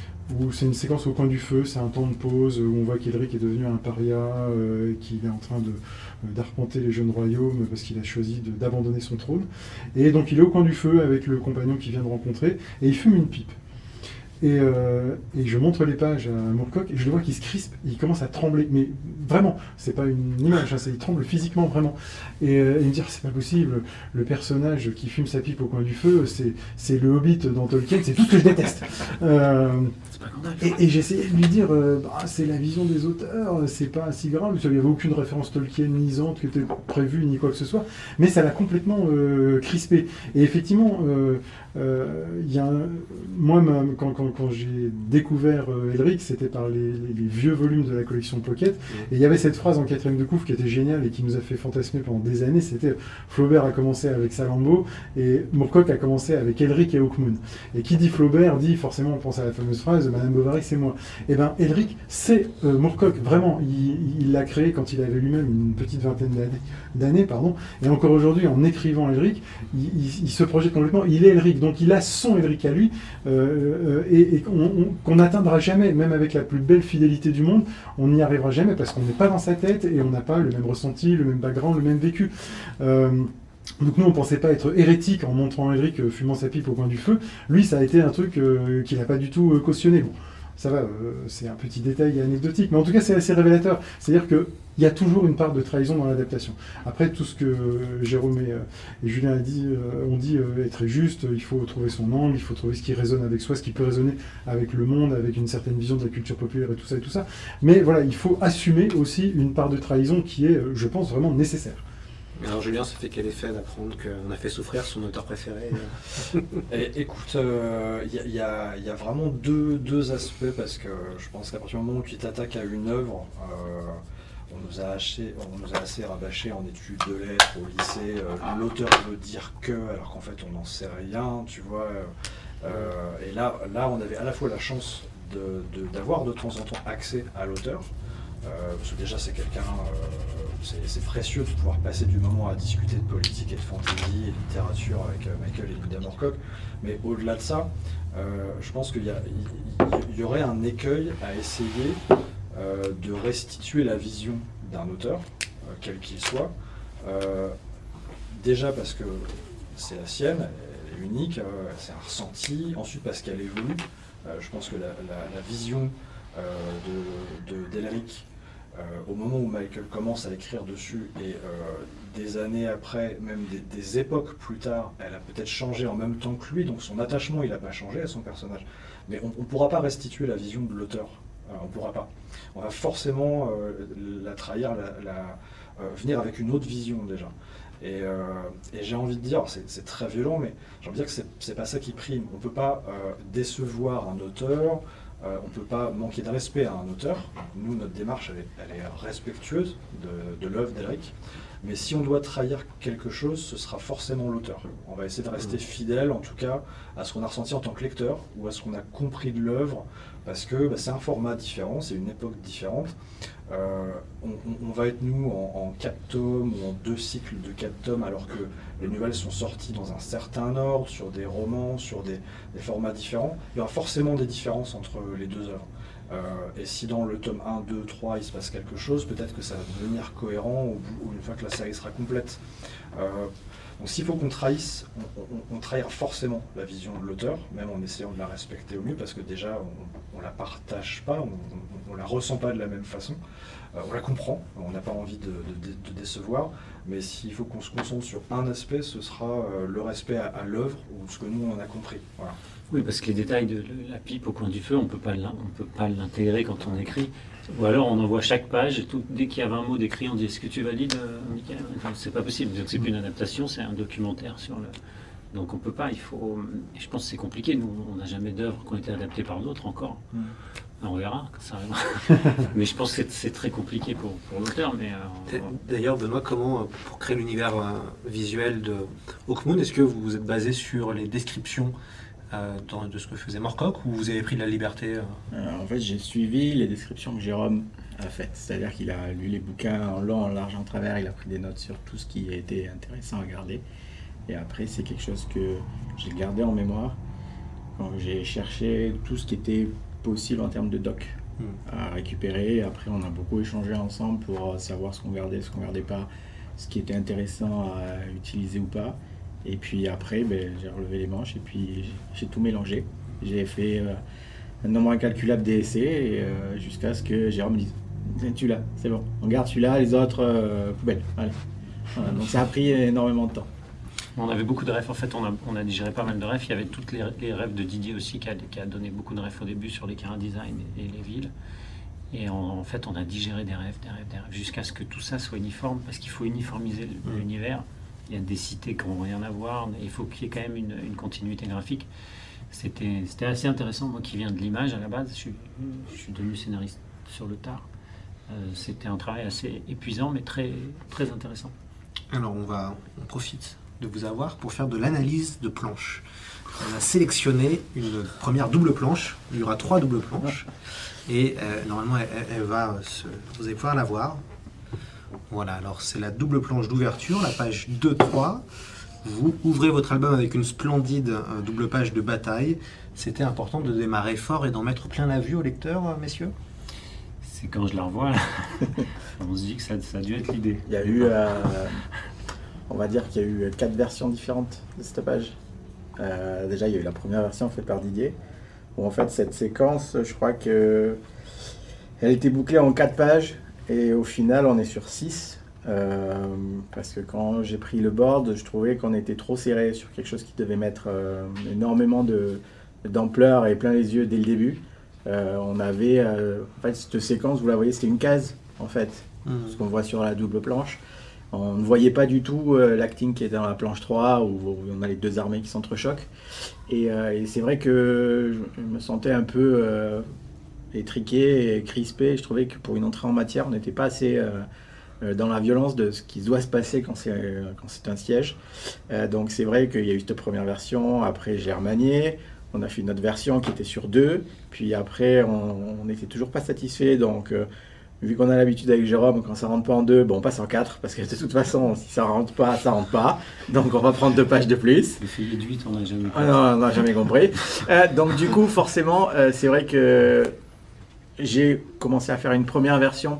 où c'est une séquence au coin du feu, c'est un temps de pause où on voit qu'Elric est devenu un paria, euh, qu'il est en train de, d'arpenter les jeunes royaumes parce qu'il a choisi de, d'abandonner son trône. Et donc il est au coin du feu avec le compagnon qu'il vient de rencontrer, et il fume une pipe. Et, euh, et je montre les pages à Moorcock et je le vois qu'il se crispe, il commence à trembler, mais vraiment, c'est pas une image, hein, c'est, il tremble physiquement vraiment. Et, euh, et il me dit, c'est pas possible, le personnage qui fume sa pipe au coin du feu, c'est, c'est le Hobbit dans Tolkien, c'est tout ce que je déteste. Euh, et, et j'essayais de lui dire, euh, bah, c'est la vision des auteurs, c'est pas si grave, parce qu'il n'y avait aucune référence tolkienisante qui était prévue ni quoi que ce soit, mais ça l'a complètement euh, crispé. Et effectivement, euh, euh, y a un, moi, ma, quand, quand quand j'ai découvert euh, Elric, c'était par les, les, les vieux volumes de la collection Pocket, et il y avait cette phrase en quatrième de couve qui était géniale et qui nous a fait fantasmer pendant des années, c'était Flaubert a commencé avec Salammbô, et Moorcock a commencé avec Elric et Hawkmoon. Et qui dit Flaubert, dit forcément, on pense à la fameuse phrase, Madame Bovary, c'est moi. Et bien, Elric, c'est euh, Moorcock, vraiment, il, il l'a créé quand il avait lui-même une petite vingtaine d'années, d'années pardon, et encore aujourd'hui, en écrivant Elric, il, il, il se projette complètement, il est Elric, donc il a son Elric à lui, euh, et et qu'on n'atteindra jamais, même avec la plus belle fidélité du monde, on n'y arrivera jamais parce qu'on n'est pas dans sa tête et on n'a pas le même ressenti, le même background, le même vécu. Euh, donc nous, on ne pensait pas être hérétique en montrant Elric euh, fumant sa pipe au coin du feu. Lui, ça a été un truc euh, qu'il n'a pas du tout euh, cautionné. Bon, ça va, euh, c'est un petit détail anecdotique, mais en tout cas, c'est assez révélateur. C'est-à-dire que il y a toujours une part de trahison dans l'adaptation. Après, tout ce que euh, Jérôme et, euh, et Julien a dit, euh, ont dit euh, est très juste. Il faut trouver son angle, il faut trouver ce qui résonne avec soi, ce qui peut résonner avec le monde, avec une certaine vision de la culture populaire et tout ça et tout ça. Mais voilà, il faut assumer aussi une part de trahison qui est, je pense, vraiment nécessaire. Alors Julien, ça fait quel effet d'apprendre qu'on a fait souffrir son auteur préféré? Et, écoute, il euh, y, y, a, y a vraiment deux, deux aspects, parce que je pense qu'à partir du moment où tu t'attaques à une œuvre, euh, on nous a assez, on nous a assez rabâché en études de lettres au lycée, euh, l'auteur veut dire que, alors qu'en fait on n'en sait rien, tu vois. Euh, et là, là, on avait à la fois la chance de, de, d'avoir de temps en temps accès à l'auteur, euh, parce que déjà c'est quelqu'un, euh, c'est, c'est précieux de pouvoir passer du moment à discuter de politique et de fantasy et de littérature avec euh, Michael et Linda Moorcock, mais au-delà de ça, euh, je pense qu'il y, a, il, il y aurait un écueil à essayer euh, de restituer la vision d'un auteur, euh, quel qu'il soit, euh, déjà parce que c'est la sienne, elle est unique, euh, c'est un ressenti, ensuite parce qu'elle évolue. Euh, je pense que la, la, la vision euh, de, de, d'Elric, euh, au moment où Michael commence à écrire dessus, et euh, des années après, même des, des époques plus tard, elle a peut-être changé en même temps que lui, donc son attachement, il n'a pas changé à son personnage. Mais on ne pourra pas restituer la vision de l'auteur. Euh, on ne pourra pas. On va forcément euh, la trahir, la, la, euh, venir avec une autre vision déjà. Et, euh, et j'ai envie de dire, c'est, c'est très violent, mais j'ai envie de dire que c'est, c'est pas ça qui prime. On ne peut pas euh, décevoir un auteur, euh, on ne peut pas manquer de respect à un auteur. Nous, notre démarche, elle est, elle est respectueuse de, de l'œuvre d'Elric. Mais si on doit trahir quelque chose, ce sera forcément l'auteur. On va essayer de rester fidèle, en tout cas, à ce qu'on a ressenti en tant que lecteur, ou à ce qu'on a compris de l'œuvre, parce que bah, c'est un format différent, c'est une époque différente. Euh, on, on, on va être, nous, en, en quatre tomes, ou en deux cycles de quatre tomes, alors que les nouvelles sont sorties dans un certain ordre, sur des romans, sur des, des formats différents. Il y aura forcément des différences entre les deux œuvres. Euh, et si dans le tome un, deux, trois, il se passe quelque chose, peut-être que ça va devenir cohérent au bout, ou une fois que la série sera complète. Euh, donc s'il faut qu'on trahisse, on, on, on trahira forcément la vision de l'auteur, même en essayant de la respecter au mieux, parce que déjà, on ne la partage pas, on ne la ressent pas de la même façon. Euh, on la comprend, on n'a pas envie de, de, de décevoir, mais s'il faut qu'on se concentre sur un aspect, ce sera euh, le respect à, à l'œuvre, ou ce que nous, on a compris. Voilà. Oui, parce que les détails de la pipe au coin du feu, on ne peut pas l'intégrer quand on écrit. Ou alors on envoie chaque page, et tout, dès qu'il y a vingt mots d'écrit, on dit « Est-ce que tu valides, euh, Michael ?» C'est pas possible. Donc c'est plus une adaptation, c'est un documentaire sur le, Donc on peut pas, il faut. Je pense que c'est compliqué. Nous, on n'a jamais d'œuvres qui ont été adaptées par d'autres encore. Mmh. On verra quand ça arrivera. Mais je pense que c'est, c'est très compliqué pour, pour l'auteur. Mais euh, d'ailleurs, Benoît, comment pour créer l'univers euh, visuel de Hawkmoon, est-ce que vous vous êtes basé sur les descriptions euh, dans, de ce que faisait Moorcock ou vous avez pris de la liberté euh... Euh, En fait, j'ai suivi les descriptions que Jérôme a faites. C'est-à-dire qu'il a lu les bouquins en long, en large, en travers. Il a pris des notes sur tout ce qui a été intéressant à garder. Et après, c'est quelque chose que j'ai gardé en mémoire quand j'ai cherché tout ce qui était possible en termes de doc mmh. à récupérer. Après, on a beaucoup échangé ensemble pour savoir ce qu'on gardait, ce qu'on gardait pas, ce qui était intéressant à utiliser ou pas. Et puis après, ben, j'ai relevé les manches et puis j'ai, j'ai tout mélangé. J'ai fait euh, un nombre incalculable d'essais et, euh, jusqu'à ce que Jérôme me dise « Tu l'as, c'est bon, on garde celui-là, les autres, euh, poubelle. » Allez. Voilà, donc ça a pris énormément de temps. On avait beaucoup de refs, en fait on a, on a digéré pas mal de refs, il y avait toutes les, les refs de Didier aussi qui a, qui a donné beaucoup de refs au début sur les chara design et, et les villes. Et en, en fait on a digéré des refs, des refs, des refs, jusqu'à ce que tout ça soit uniforme, parce qu'il faut uniformiser l'univers. Il y a des cités qui n'ont rien à voir, il faut qu'il y ait quand même une, une continuité graphique. C'était, c'était assez intéressant, moi qui viens de l'image à la base, je suis, je suis devenu scénariste sur le tard. Euh, c'était un travail assez épuisant mais très, très intéressant. Alors on va, on profite de vous avoir pour faire de l'analyse de planches. On a sélectionné une première double planche, il y aura trois doubles planches, et euh, normalement elle, elle va se, vous allez pouvoir la voir. Voilà, alors c'est la double planche d'ouverture, la page deux trois. Vous ouvrez votre album avec une splendide euh, double page de bataille. C'était important de démarrer fort et d'en mettre plein la vue au lecteur, euh, messieurs. C'est quand je la revois, on se dit que ça, ça a dû être l'idée. Il y a eu... Euh... On va dire qu'il y a eu quatre versions différentes de cette page. Euh, déjà, il y a eu la première version faite par Didier, où en fait, cette séquence, je crois que elle était bouclée en quatre pages, et au final, on est sur six. Euh, parce que quand j'ai pris le board, je trouvais qu'on était trop serré sur quelque chose qui devait mettre euh, énormément de, d'ampleur et plein les yeux dès le début. Euh, on avait, euh, en fait, cette séquence, vous la voyez, c'était une case, en fait, mmh. ce qu'on voit sur la double planche. On ne voyait pas du tout euh, l'acting qui est dans la planche trois, où, où on a les deux armées qui s'entrechoquent. Et, euh, et c'est vrai que je, je me sentais un peu euh, étriqué et crispé. Je trouvais que pour une entrée en matière, on n'était pas assez euh, dans la violence de ce qui doit se passer quand c'est, euh, quand c'est un siège. Euh, donc c'est vrai qu'il y a eu cette première version, après j'ai remanié. On a fait une autre version qui était sur deux. Puis après, on n'était toujours pas satisfait. Donc... Euh, Vu qu'on a l'habitude avec Jérôme, quand ça rentre pas en deux, bon, on passe en quatre, parce que de toute façon, si ça rentre pas, ça rentre pas. Donc on va prendre deux pages de plus. Le filet de huit, on n'a jamais compris. Ah non, on n'a jamais compris. euh, donc du coup, forcément, euh, c'est vrai que j'ai commencé à faire une première version,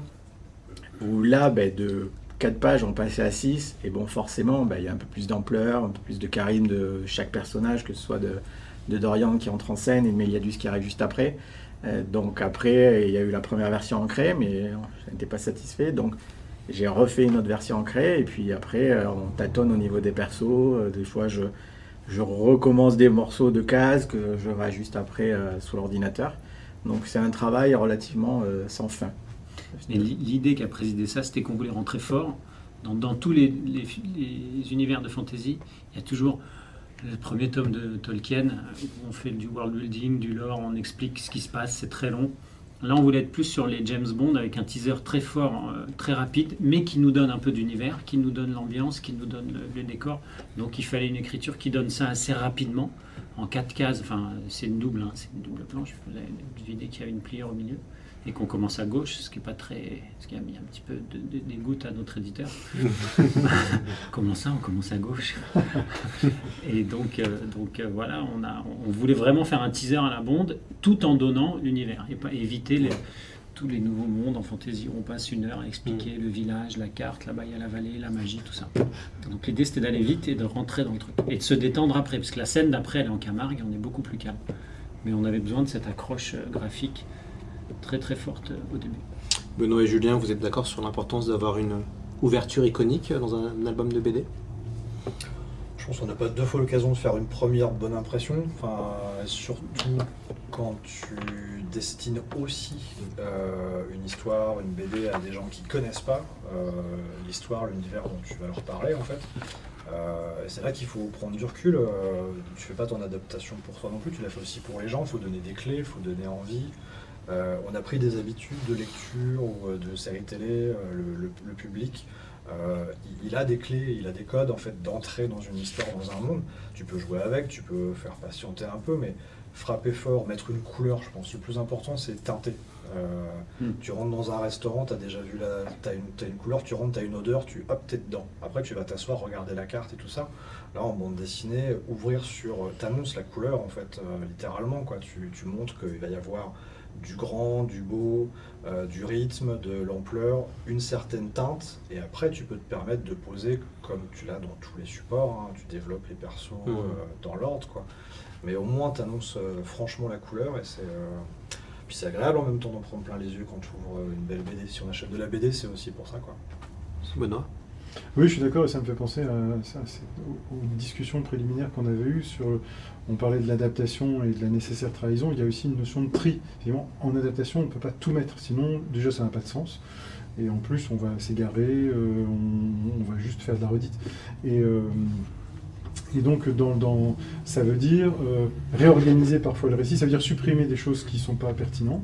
où là, ben, de quatre pages, on passait à six. Et bon, forcément, ben, il y a un peu plus d'ampleur, un peu plus de charisme de chaque personnage, que ce soit de, de Dorian qui entre en scène et de Méliadus qui arrive juste après. Euh, donc après, il y a eu la première version ancrée, mais je n'étais pas satisfait. Donc j'ai refait une autre version ancrée, et puis après, euh, on tâtonne au niveau des persos. Euh, des fois, je, je recommence des morceaux de cases que je rajuste après euh, sous l'ordinateur. Donc c'est un travail relativement euh, sans fin. Et l'idée qui a présidé ça, c'était qu'on voulait rentrer fort. Dans, dans tous les, les, les univers de fantasy, il y a toujours... Le premier tome de Tolkien, on fait du world building, du lore, on explique ce qui se passe, c'est très long. Là, on voulait être plus sur les James Bond avec un teaser très fort, euh, très rapide, mais qui nous donne un peu d'univers, qui nous donne l'ambiance, qui nous donne le, le décor. Donc, il fallait une écriture qui donne ça assez rapidement, en quatre cases. Enfin, c'est une double, hein, c'est une double planche. Vous avez deviné qu'il y a une pliure au milieu. Et qu'on commence à gauche, ce qui est pas très, ce qui a mis un petit peu de, de, des gouttes à notre éditeur. Comment ça, on commence à gauche? Et donc, euh, donc euh, voilà, on a, on voulait vraiment faire un teaser à la Bond, tout en donnant l'univers et pas éviter les, tous les nouveaux mondes en fantasy où on passe une heure à expliquer mmh. le village, la carte, là-bas il y a la vallée, la magie, tout ça. Donc l'idée c'était d'aller vite et de rentrer dans le truc et de se détendre après, parce que la scène d'après elle est en Camargue et on est beaucoup plus calme. Mais on avait besoin de cette accroche graphique très très forte au début. Benoît et Julien, vous êtes d'accord sur l'importance d'avoir une ouverture iconique dans un album de B D? Je pense qu'on n'a pas deux fois l'occasion de faire une première bonne impression, enfin, surtout quand tu destines aussi euh, une histoire, une B D à des gens qui ne connaissent pas euh, l'histoire, l'univers dont tu vas leur parler en fait. Euh, et c'est là qu'il faut prendre du recul. Euh, tu fais pas ton adaptation pour toi non plus, tu la fais aussi pour les gens. Il faut donner des clés, il faut donner envie. Euh, on a pris des habitudes de lecture ou de séries télé, euh, le, le, le public. Euh, il, il a des clés, il a des codes en fait d'entrer dans une histoire, dans un monde. Tu peux jouer avec, tu peux faire patienter un peu, mais frapper fort, mettre une couleur, je pense. Le plus important, c'est teinter. Euh, mm. Tu rentres dans un restaurant, tu as déjà vu la, t'as une, t'as une couleur, tu rentres, tu as une odeur, tu hop, t'es dedans. Après, tu vas t'asseoir, regarder la carte et tout ça. Là, en bande dessinée, ouvrir sur, t'annonces la couleur en fait, euh, littéralement quoi. Tu, tu montres qu'il va y avoir du grand, du beau, euh, du rythme, de l'ampleur, une certaine teinte, et après tu peux te permettre de poser comme tu l'as dans tous les supports, hein, tu développes les persos mmh. euh, dans l'ordre, quoi. Mais au moins tu annonces euh, franchement la couleur, et c'est, euh... puis c'est agréable en même temps d'en prendre plein les yeux quand tu ouvres une belle B D. Si on achète de la B D, c'est aussi pour ça, quoi. Benoît ? Oui, je suis d'accord, et ça me fait penser à ça, c'est aux, aux discussions préliminaires qu'on avait eues sur, on parlait de l'adaptation et de la nécessaire trahison, il y a aussi une notion de tri. Évidemment, en adaptation, on ne peut pas tout mettre, sinon déjà ça n'a pas de sens, et en plus on va s'égarer, euh, on, on va juste faire de la redite. Et, euh, et donc dans, dans, ça veut dire euh, réorganiser parfois le récit, ça veut dire supprimer des choses qui ne sont pas pertinentes,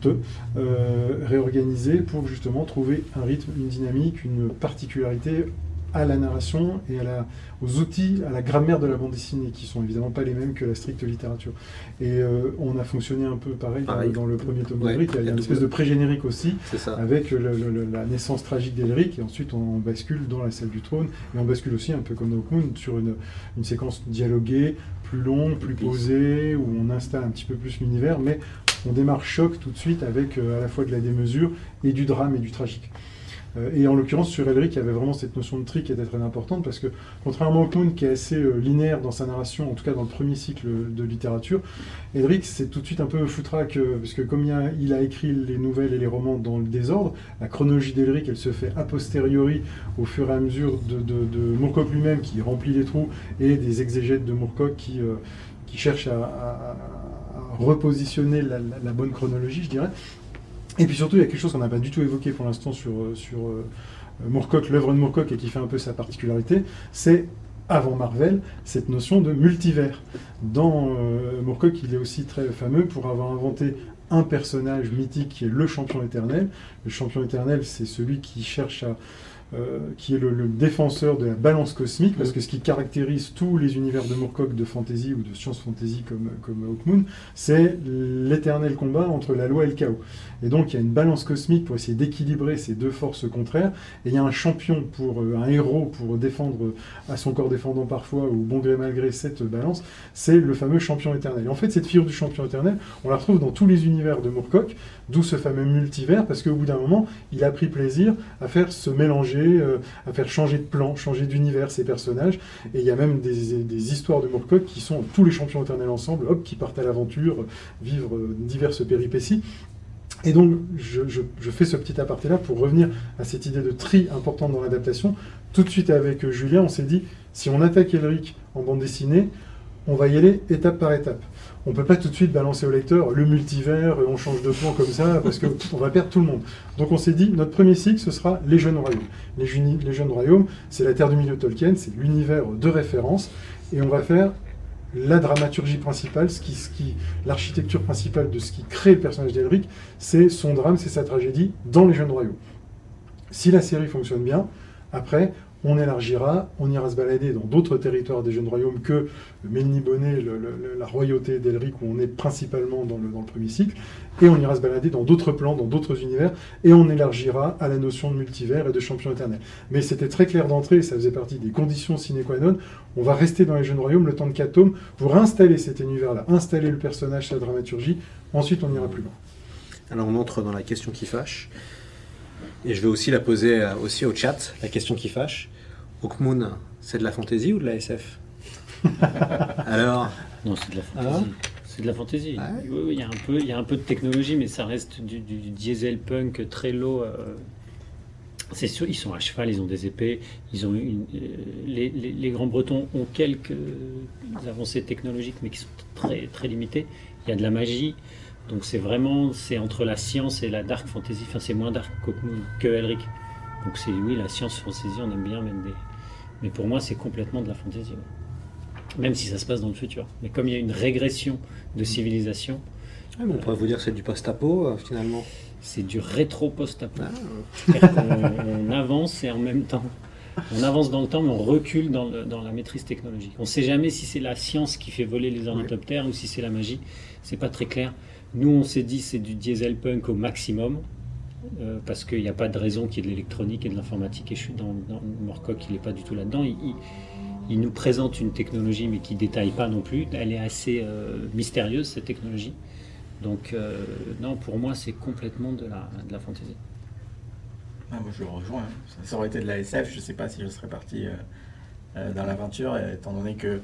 Euh, réorganiser pour justement trouver un rythme, une dynamique, une particularité à la narration et à la, aux outils, à la grammaire de la bande dessinée, qui sont évidemment pas les mêmes que la stricte littérature. Et euh, on a fonctionné un peu pareil, pareil. Dans, dans le premier tome ouais, d'Elric, il y a une espèce de pré-générique aussi, ça. avec le, le, la naissance tragique d'Elric, et ensuite on, on bascule dans la salle du trône, et on bascule aussi, un peu comme dans Hawkmoon, sur une, une séquence dialoguée, plus longue, plus posée, où on installe un petit peu plus l'univers, mais on démarre choc tout de suite avec euh, à la fois de la démesure et du drame et du tragique. Euh, et en l'occurrence, sur Elric, il y avait vraiment cette notion de tri qui était très importante, parce que contrairement à Hawkmoon, qui est assez euh, linéaire dans sa narration, en tout cas dans le premier cycle de littérature, Elric, c'est tout de suite un peu foutraque, euh, parce que comme il a, il a écrit les nouvelles et les romans dans le désordre, la chronologie d'Elric, elle se fait a posteriori, au fur et à mesure de, de, de Moorcock lui-même, qui remplit les trous, et des exégètes de Moorcock qui, euh, qui cherchent à, à, à repositionner la, la, la bonne chronologie, je dirais. Et puis surtout, il y a quelque chose qu'on n'a pas du tout évoqué pour l'instant sur, sur euh, Moorcock, l'œuvre de Moorcock, et qui fait un peu sa particularité, c'est, avant Marvel, cette notion de multivers. Dans euh, Moorcock, il est aussi très fameux pour avoir inventé un personnage mythique qui est le champion éternel. Le champion éternel, c'est celui qui cherche à... Euh, qui est le, le défenseur de la balance cosmique, parce que ce qui caractérise tous les univers de Moorcock de fantasy ou de science fantasy comme, comme Hawkmoon, c'est l'éternel combat entre la loi et le chaos. Et donc il y a une balance cosmique pour essayer d'équilibrer ces deux forces contraires, et il y a un champion, pour euh, un héros pour défendre à son corps défendant parfois, ou bon gré mal gré cette balance, c'est le fameux champion éternel. Et en fait, cette figure du champion éternel, on la retrouve dans tous les univers de Moorcock, d'où ce fameux multivers, parce qu'au bout d'un moment, il a pris plaisir à faire se mélanger, euh, à faire changer de plan, changer d'univers ces personnages. Et il y a même des, des histoires de Moorcock qui sont tous les champions éternels ensemble, hop, qui partent à l'aventure, vivre euh, diverses péripéties. Et donc, je, je, je fais ce petit aparté-là pour revenir à cette idée de tri importante dans l'adaptation. Tout de suite avec euh, Julien, on s'est dit, si on attaque Elric en bande dessinée, on va y aller étape par étape. On ne peut pas tout de suite balancer au lecteur le multivers, on change de plan comme ça, parce qu'on va perdre tout le monde. Donc on s'est dit, notre premier cycle, ce sera les jeunes royaumes. Les, jeunes, les jeunes royaumes, c'est la Terre du Milieu de Tolkien, c'est l'univers de référence, et on va faire la dramaturgie principale, ce qui, ce qui, l'architecture principale de ce qui crée le personnage d'Elric, c'est son drame, c'est sa tragédie dans les jeunes royaumes. Si la série fonctionne bien, après, on élargira, on ira se balader dans d'autres territoires des jeunes royaumes que le Melniboné, le, le, la royauté d'Elric, où on est principalement dans le, dans le premier cycle, et on ira se balader dans d'autres plans, dans d'autres univers, et on élargira à la notion de multivers et de champion éternel. Mais c'était très clair d'entrée, et ça faisait partie des conditions sine qua non, on va rester dans les jeunes royaumes le temps de quatre tomes pour installer cet univers-là, installer le personnage, sa dramaturgie, ensuite on ira plus loin. Alors on entre dans la question qui fâche. Et je vais aussi la poser aussi au chat, la question qui fâche. Hawkmoon, c'est de la fantasy ou de la S F? Alors Non, c'est de la fantasy. Ah, c'est de la fantasy. Ah ouais. Oui, oui, il y a un peu, il y a un peu de technologie, mais ça reste du, du diesel punk très low. Euh, c'est sûr, ils sont à cheval, ils ont des épées, ils ont une, euh, les, les, les grands Bretons ont quelques avancées technologiques, mais qui sont très très limitées. Il y a de la magie. Donc c'est vraiment, c'est entre la science et la dark fantasy, enfin c'est moins dark que Elric. Donc c'est, oui, la science fantasy, on aime bien mettre des, Mais pour moi, c'est complètement de la fantaisie. Ouais. Même si ça se passe dans le futur. Mais comme il y a une régression de civilisation... Ouais, on pourrait vous dire que c'est du post-apo, euh, finalement. C'est du rétro-post-apo. Ah. C'est-à-dire qu'on on avance et en même temps... On avance dans le temps, mais on recule dans, le, dans la maîtrise technologique. On ne sait jamais si c'est la science qui fait voler les ornithoptères oui. ou si c'est la magie. C'est pas très clair. Nous, on s'est dit c'est du diesel punk au maximum, euh, parce qu'il n'y a pas de raison qu'il y ait de l'électronique et de l'informatique. Et je suis dans, dans Moorcock, il n'est pas du tout là-dedans. Il, il, il nous présente une technologie, mais qui ne détaille pas non plus. Elle est assez euh, mystérieuse, cette technologie. Donc, euh, non, pour moi, c'est complètement de la, de la fantaisie. Ah, moi je le rejoins. Hein. Ça aurait été de la S F, je ne sais pas si je serais parti euh, euh, dans l'aventure, étant donné que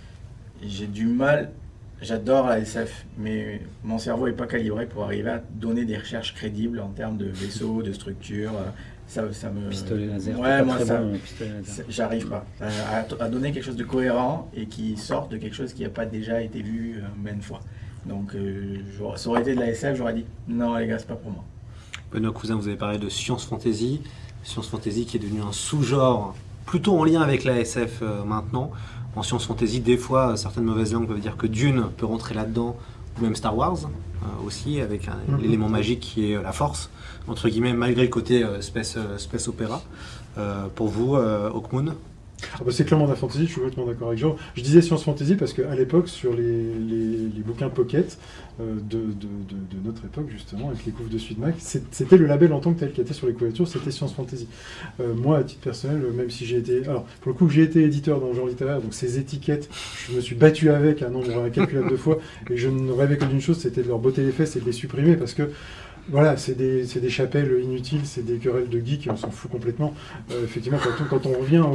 j'ai du mal, j'adore la S F, mais mon cerveau n'est pas calibré pour arriver à donner des recherches crédibles en termes de vaisseaux, de structures. Ça, ça me... Pistolet laser, ouais, moi, très ça, bon, pistolet laser. J'arrive pas à, à donner quelque chose de cohérent et qui sorte de quelque chose qui n'a pas déjà été vu euh, maintes fois. Donc euh, ça aurait été de la S F, j'aurais dit non les gars, c'est pas pour moi. Benoît Cousin, vous avez parlé de science fantasy, science fantasy qui est devenu un sous-genre plutôt en lien avec la S F euh, maintenant. En science fantasy, des fois, certaines mauvaises langues peuvent dire que Dune peut rentrer là-dedans, ou même Star Wars euh, aussi, avec un, mm-hmm. l'élément magique qui est la force, entre guillemets, malgré le côté euh, space, euh, space opéra. Euh, pour vous, euh, Hawkmoon? Ah bah c'est clairement de la fantasy, je suis complètement d'accord avec Jean. Je disais science fantasy parce qu'à l'époque, sur les, les, les bouquins Pocket euh, de, de, de, de notre époque, justement, avec les couves de Sudmac, c'était le label en tant que tel qui était sur les couvertures, c'était science fantasy. Euh, moi, à titre personnel, même si j'ai été... Alors, pour le coup, j'ai été éditeur dans le genre littéraire, donc ces étiquettes, je me suis battu avec un nombre incalculable de fois, et je ne rêvais que d'une chose, c'était de leur botter les fesses et de les supprimer, parce que voilà, c'est des, c'est des chapelles inutiles, c'est des querelles de geeks, on s'en fout complètement. Euh, effectivement, quand on, quand on revient au...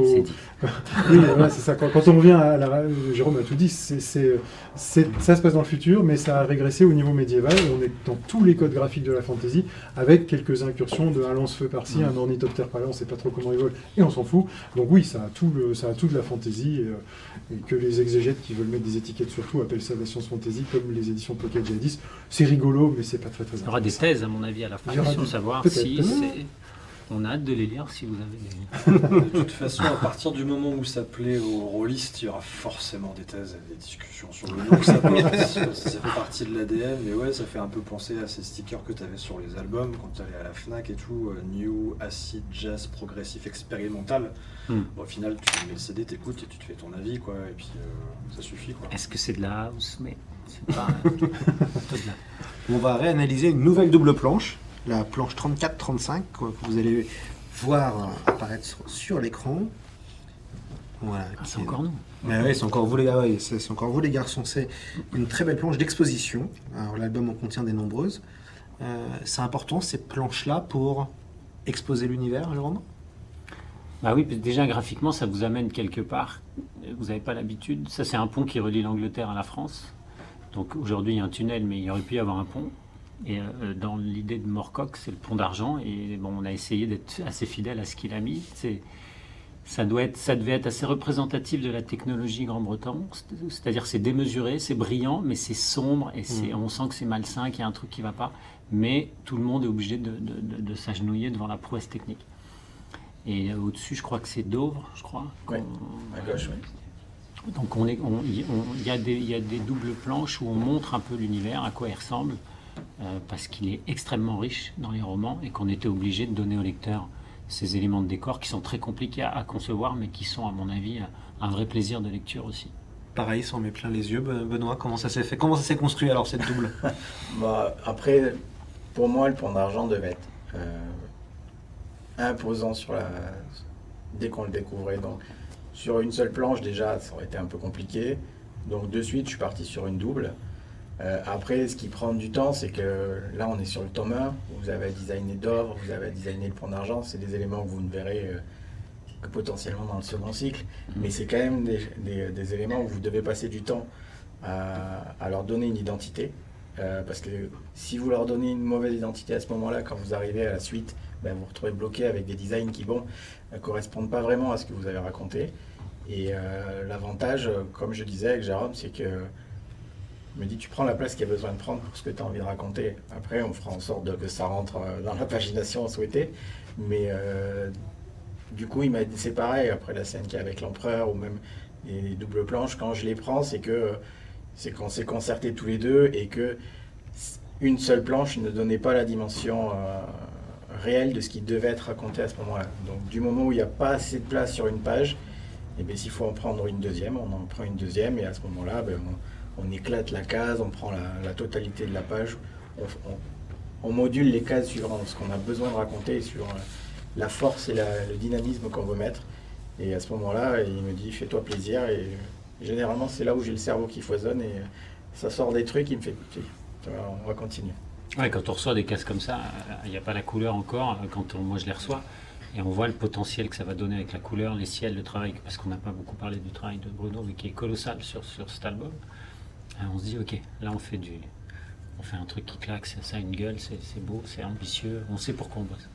oui, voilà, c'est ça. Quand, quand on revient à la... Jérôme a tout dit, c'est, c'est, c'est, ça se passe dans le futur, mais ça a régressé au niveau médiéval. On est dans tous les codes graphiques de la fantasy, avec quelques incursions de un lance-feu par-ci, mmh. un ornithoptère par-là, on ne sait pas trop comment il vole, et on s'en fout. Donc oui, ça a tout, le, ça a tout de la fantasy, et, et que les exégètes qui veulent mettre des étiquettes sur tout appellent ça de la science fantasy, comme les éditions Pocket jadis. C'est rigolo, mais c'est pas très très Il y aura des thèses, à mon avis, à la fin, pour savoir peut-être, si peut-être. c'est... On a hâte de les lire si vous avez des... De toute façon, à partir du moment où ça plaît aux rôlistes, il y aura forcément des thèses et des discussions sur le nom que ça porte. Ça, ça fait partie de l'A D N, mais ouais, ça fait un peu penser à ces stickers que tu avais sur les albums quand tu allais à la Fnac et tout, euh, New, Acid, Jazz, Progressif, Expérimental. Mm. Bon, au final, tu mets le C D, t'écoutes et tu te fais ton avis, quoi, et puis euh, ça suffit, quoi. Est-ce que c'est de la house? Mais c'est pas... On va réanalyser une nouvelle double planche, la planche trente-quatre trente-cinq, que vous allez voir apparaître sur, sur l'écran. Voilà, ah, c'est encore nous. Mais oui, c'est encore vous les gars, ouais, c'est, c'est encore vous les garçons. C'est une très belle planche d'exposition. Alors l'album en contient des nombreuses. Euh, c'est important ces planches-là pour exposer l'univers, Jérôme? Bah oui, déjà graphiquement, ça vous amène quelque part. Vous n'avez pas l'habitude. Ça, c'est un pont qui relie l'Angleterre à la France. Donc aujourd'hui, il y a un tunnel, mais il aurait pu y avoir un pont. Et euh, dans l'idée de Moorcock, c'est le pont d'argent. Et bon, on a essayé d'être assez fidèle à ce qu'il a mis. C'est, ça, doit être, ça devait être assez représentatif de la technologie Grand-Breton. C'est-à-dire c'est démesuré, c'est brillant, mais c'est sombre. Et c'est, mmh. on sent que c'est malsain, qu'il y a un truc qui ne va pas. Mais tout le monde est obligé de, de, de, de s'agenouiller devant la prouesse technique. Et euh, au-dessus, je crois que c'est Douvres, je crois. Oui, à gauche, oui. Donc il on, on, on, y, a des, y a des doubles planches où on montre un peu l'univers, à quoi il ressemble, euh, parce qu'il est extrêmement riche dans les romans et qu'on était obligé de donner au lecteur ces éléments de décor qui sont très compliqués à, à concevoir, mais qui sont, à mon avis, un vrai plaisir de lecture aussi. Pareil, ça en met plein les yeux. Benoît, comment ça s'est fait? Comment ça s'est construit alors cette double? Bah, après, pour moi, le pont d'argent devait être euh, imposant sur la... dès qu'on le découvrait. Donc, sur une seule planche, déjà, ça aurait été un peu compliqué. Donc, de suite, je suis parti sur une double. Euh, après, ce qui prend du temps, c'est que là, on est sur le tome un. Vous avez designé Douvres, vous avez designé le pont d'argent. C'est des éléments que vous ne verrez euh, que potentiellement dans le second cycle. Mais c'est quand même des, des, des éléments où vous devez passer du temps à, à leur donner une identité. Euh, parce que si vous leur donnez une mauvaise identité à ce moment-là, quand vous arrivez à la suite, ben, vous vous retrouvez bloqué avec des designs qui, bon, ne correspondent pas vraiment à ce que vous avez raconté. Et euh, l'avantage, comme je disais avec Jérôme, c'est que je me dis, tu prends la place qu'il y a besoin de prendre pour ce que tu as envie de raconter. Après, on fera en sorte de, que ça rentre dans la pagination souhaitée. Mais euh, du coup, il m'a dit, c'est pareil, après la scène qu'il y a avec l'empereur, ou même les doubles planches, quand je les prends, c'est que c'est qu'on s'est concertés tous les deux, et que une seule planche ne donnait pas la dimension euh, réelle de ce qui devait être raconté à ce moment-là. Donc du moment où il n'y a pas assez de place sur une page, et bien s'il faut en prendre une deuxième, on en prend une deuxième, et à ce moment-là, ben, on, on éclate la case, on prend la, la totalité de la page, on, on, on module les cases suivant ce qu'on a besoin de raconter sur la force et la, le dynamisme qu'on veut mettre. Et à ce moment-là, il me dit, fais-toi plaisir, et généralement c'est là où j'ai le cerveau qui foisonne, et ça sort des trucs, il me fait, on va continuer. Ouais, quand on reçoit des cases comme ça, il n'y a pas la couleur encore, quand on, moi je les reçois, et on voit le potentiel que ça va donner avec la couleur, les ciels, le travail, parce qu'on n'a pas beaucoup parlé du travail de Bruno, mais qui est colossal sur, sur cet album. Et on se dit, ok, là on fait, du, on fait un truc qui claque, ça, ça a une gueule, c'est, c'est beau, c'est ambitieux, on sait pourquoi on bosse.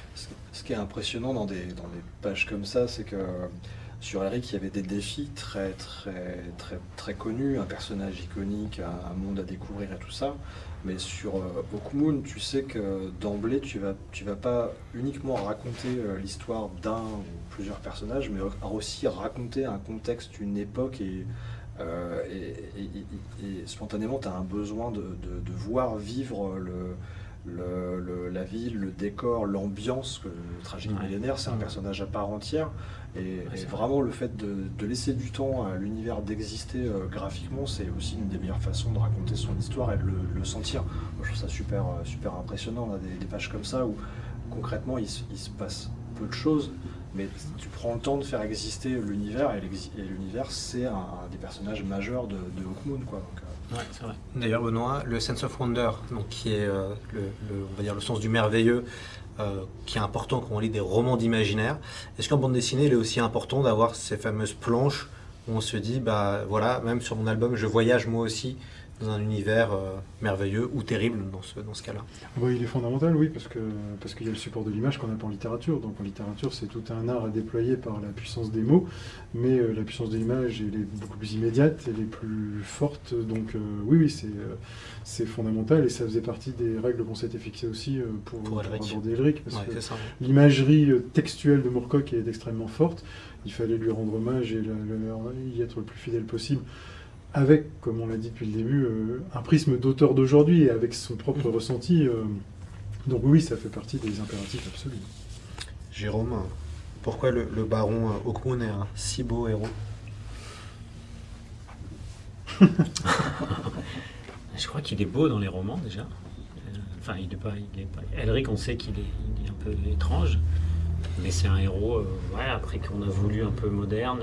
Ce qui est impressionnant dans des, dans des pages comme ça, c'est que sur Elric, il y avait des défis très, très, très, très connus, un personnage iconique, un, un monde à découvrir et tout ça. Mais sur euh, Hawkmoon, tu sais que d'emblée, tu vas, tu vas pas uniquement raconter euh, l'histoire d'un ou plusieurs personnages, mais aussi raconter un contexte, une époque, et, euh, et, et, et, et spontanément, tu as un besoin de, de, de voir vivre le, le, le, la ville, le décor, l'ambiance, que le tragique ouais. millénaire, c'est un personnage à part entière. Et, ouais, et vraiment, le fait de, de laisser du temps à l'univers d'exister euh, graphiquement, c'est aussi une des meilleures façons de raconter son histoire et de le, le sentir. Moi, je trouve ça super, super impressionnant, là, des, des pages comme ça où concrètement il, il se passe peu de choses, mais tu prends le temps de faire exister l'univers, et, et l'univers, c'est un, un des personnages majeurs de, de Hawkmoon, quoi. Donc, euh... ouais, c'est vrai. D'ailleurs, Benoît, le sense of wonder, donc, qui est euh, le, le, on va dire le sens du merveilleux, Euh, qui est important quand on lit des romans d'imaginaire. Est-ce qu'en bande dessinée, il est aussi important d'avoir ces fameuses planches où on se dit, bah voilà, même sur mon album, je voyage moi aussi dans un univers euh, merveilleux ou terrible dans ce, dans ce cas-là. Bah, il est fondamental, oui, parce que parce qu'il y a le support de l'image qu'on n'a pas en littérature. Donc en littérature, c'est tout un art à déployer par la puissance des mots, mais euh, la puissance de l'image, elle est beaucoup plus immédiate, elle est plus forte. Donc euh, oui, oui, c'est euh, c'est fondamental, et ça faisait partie des règles qu'on s'était fixées aussi euh, pour, Pour pour Elric. aborder Elric, parce Ouais, que c'est ça. l'imagerie textuelle de Moorcock est extrêmement forte. Il fallait lui rendre hommage et le, le, y être le plus fidèle possible, avec, comme on l'a dit depuis le début, euh, un prisme d'auteur d'aujourd'hui et avec son propre mmh. ressenti. Euh, donc oui, ça fait partie des impératifs absolus. Jérôme, pourquoi le, le baron Hawkmoon est un si beau héros? Je crois qu'il est beau dans les romans déjà. Enfin, il est pas, il est pas... Elric, on sait qu'il est, il est un peu étrange, mais c'est un héros. Euh, ouais, après qu'on a voulu un peu moderne.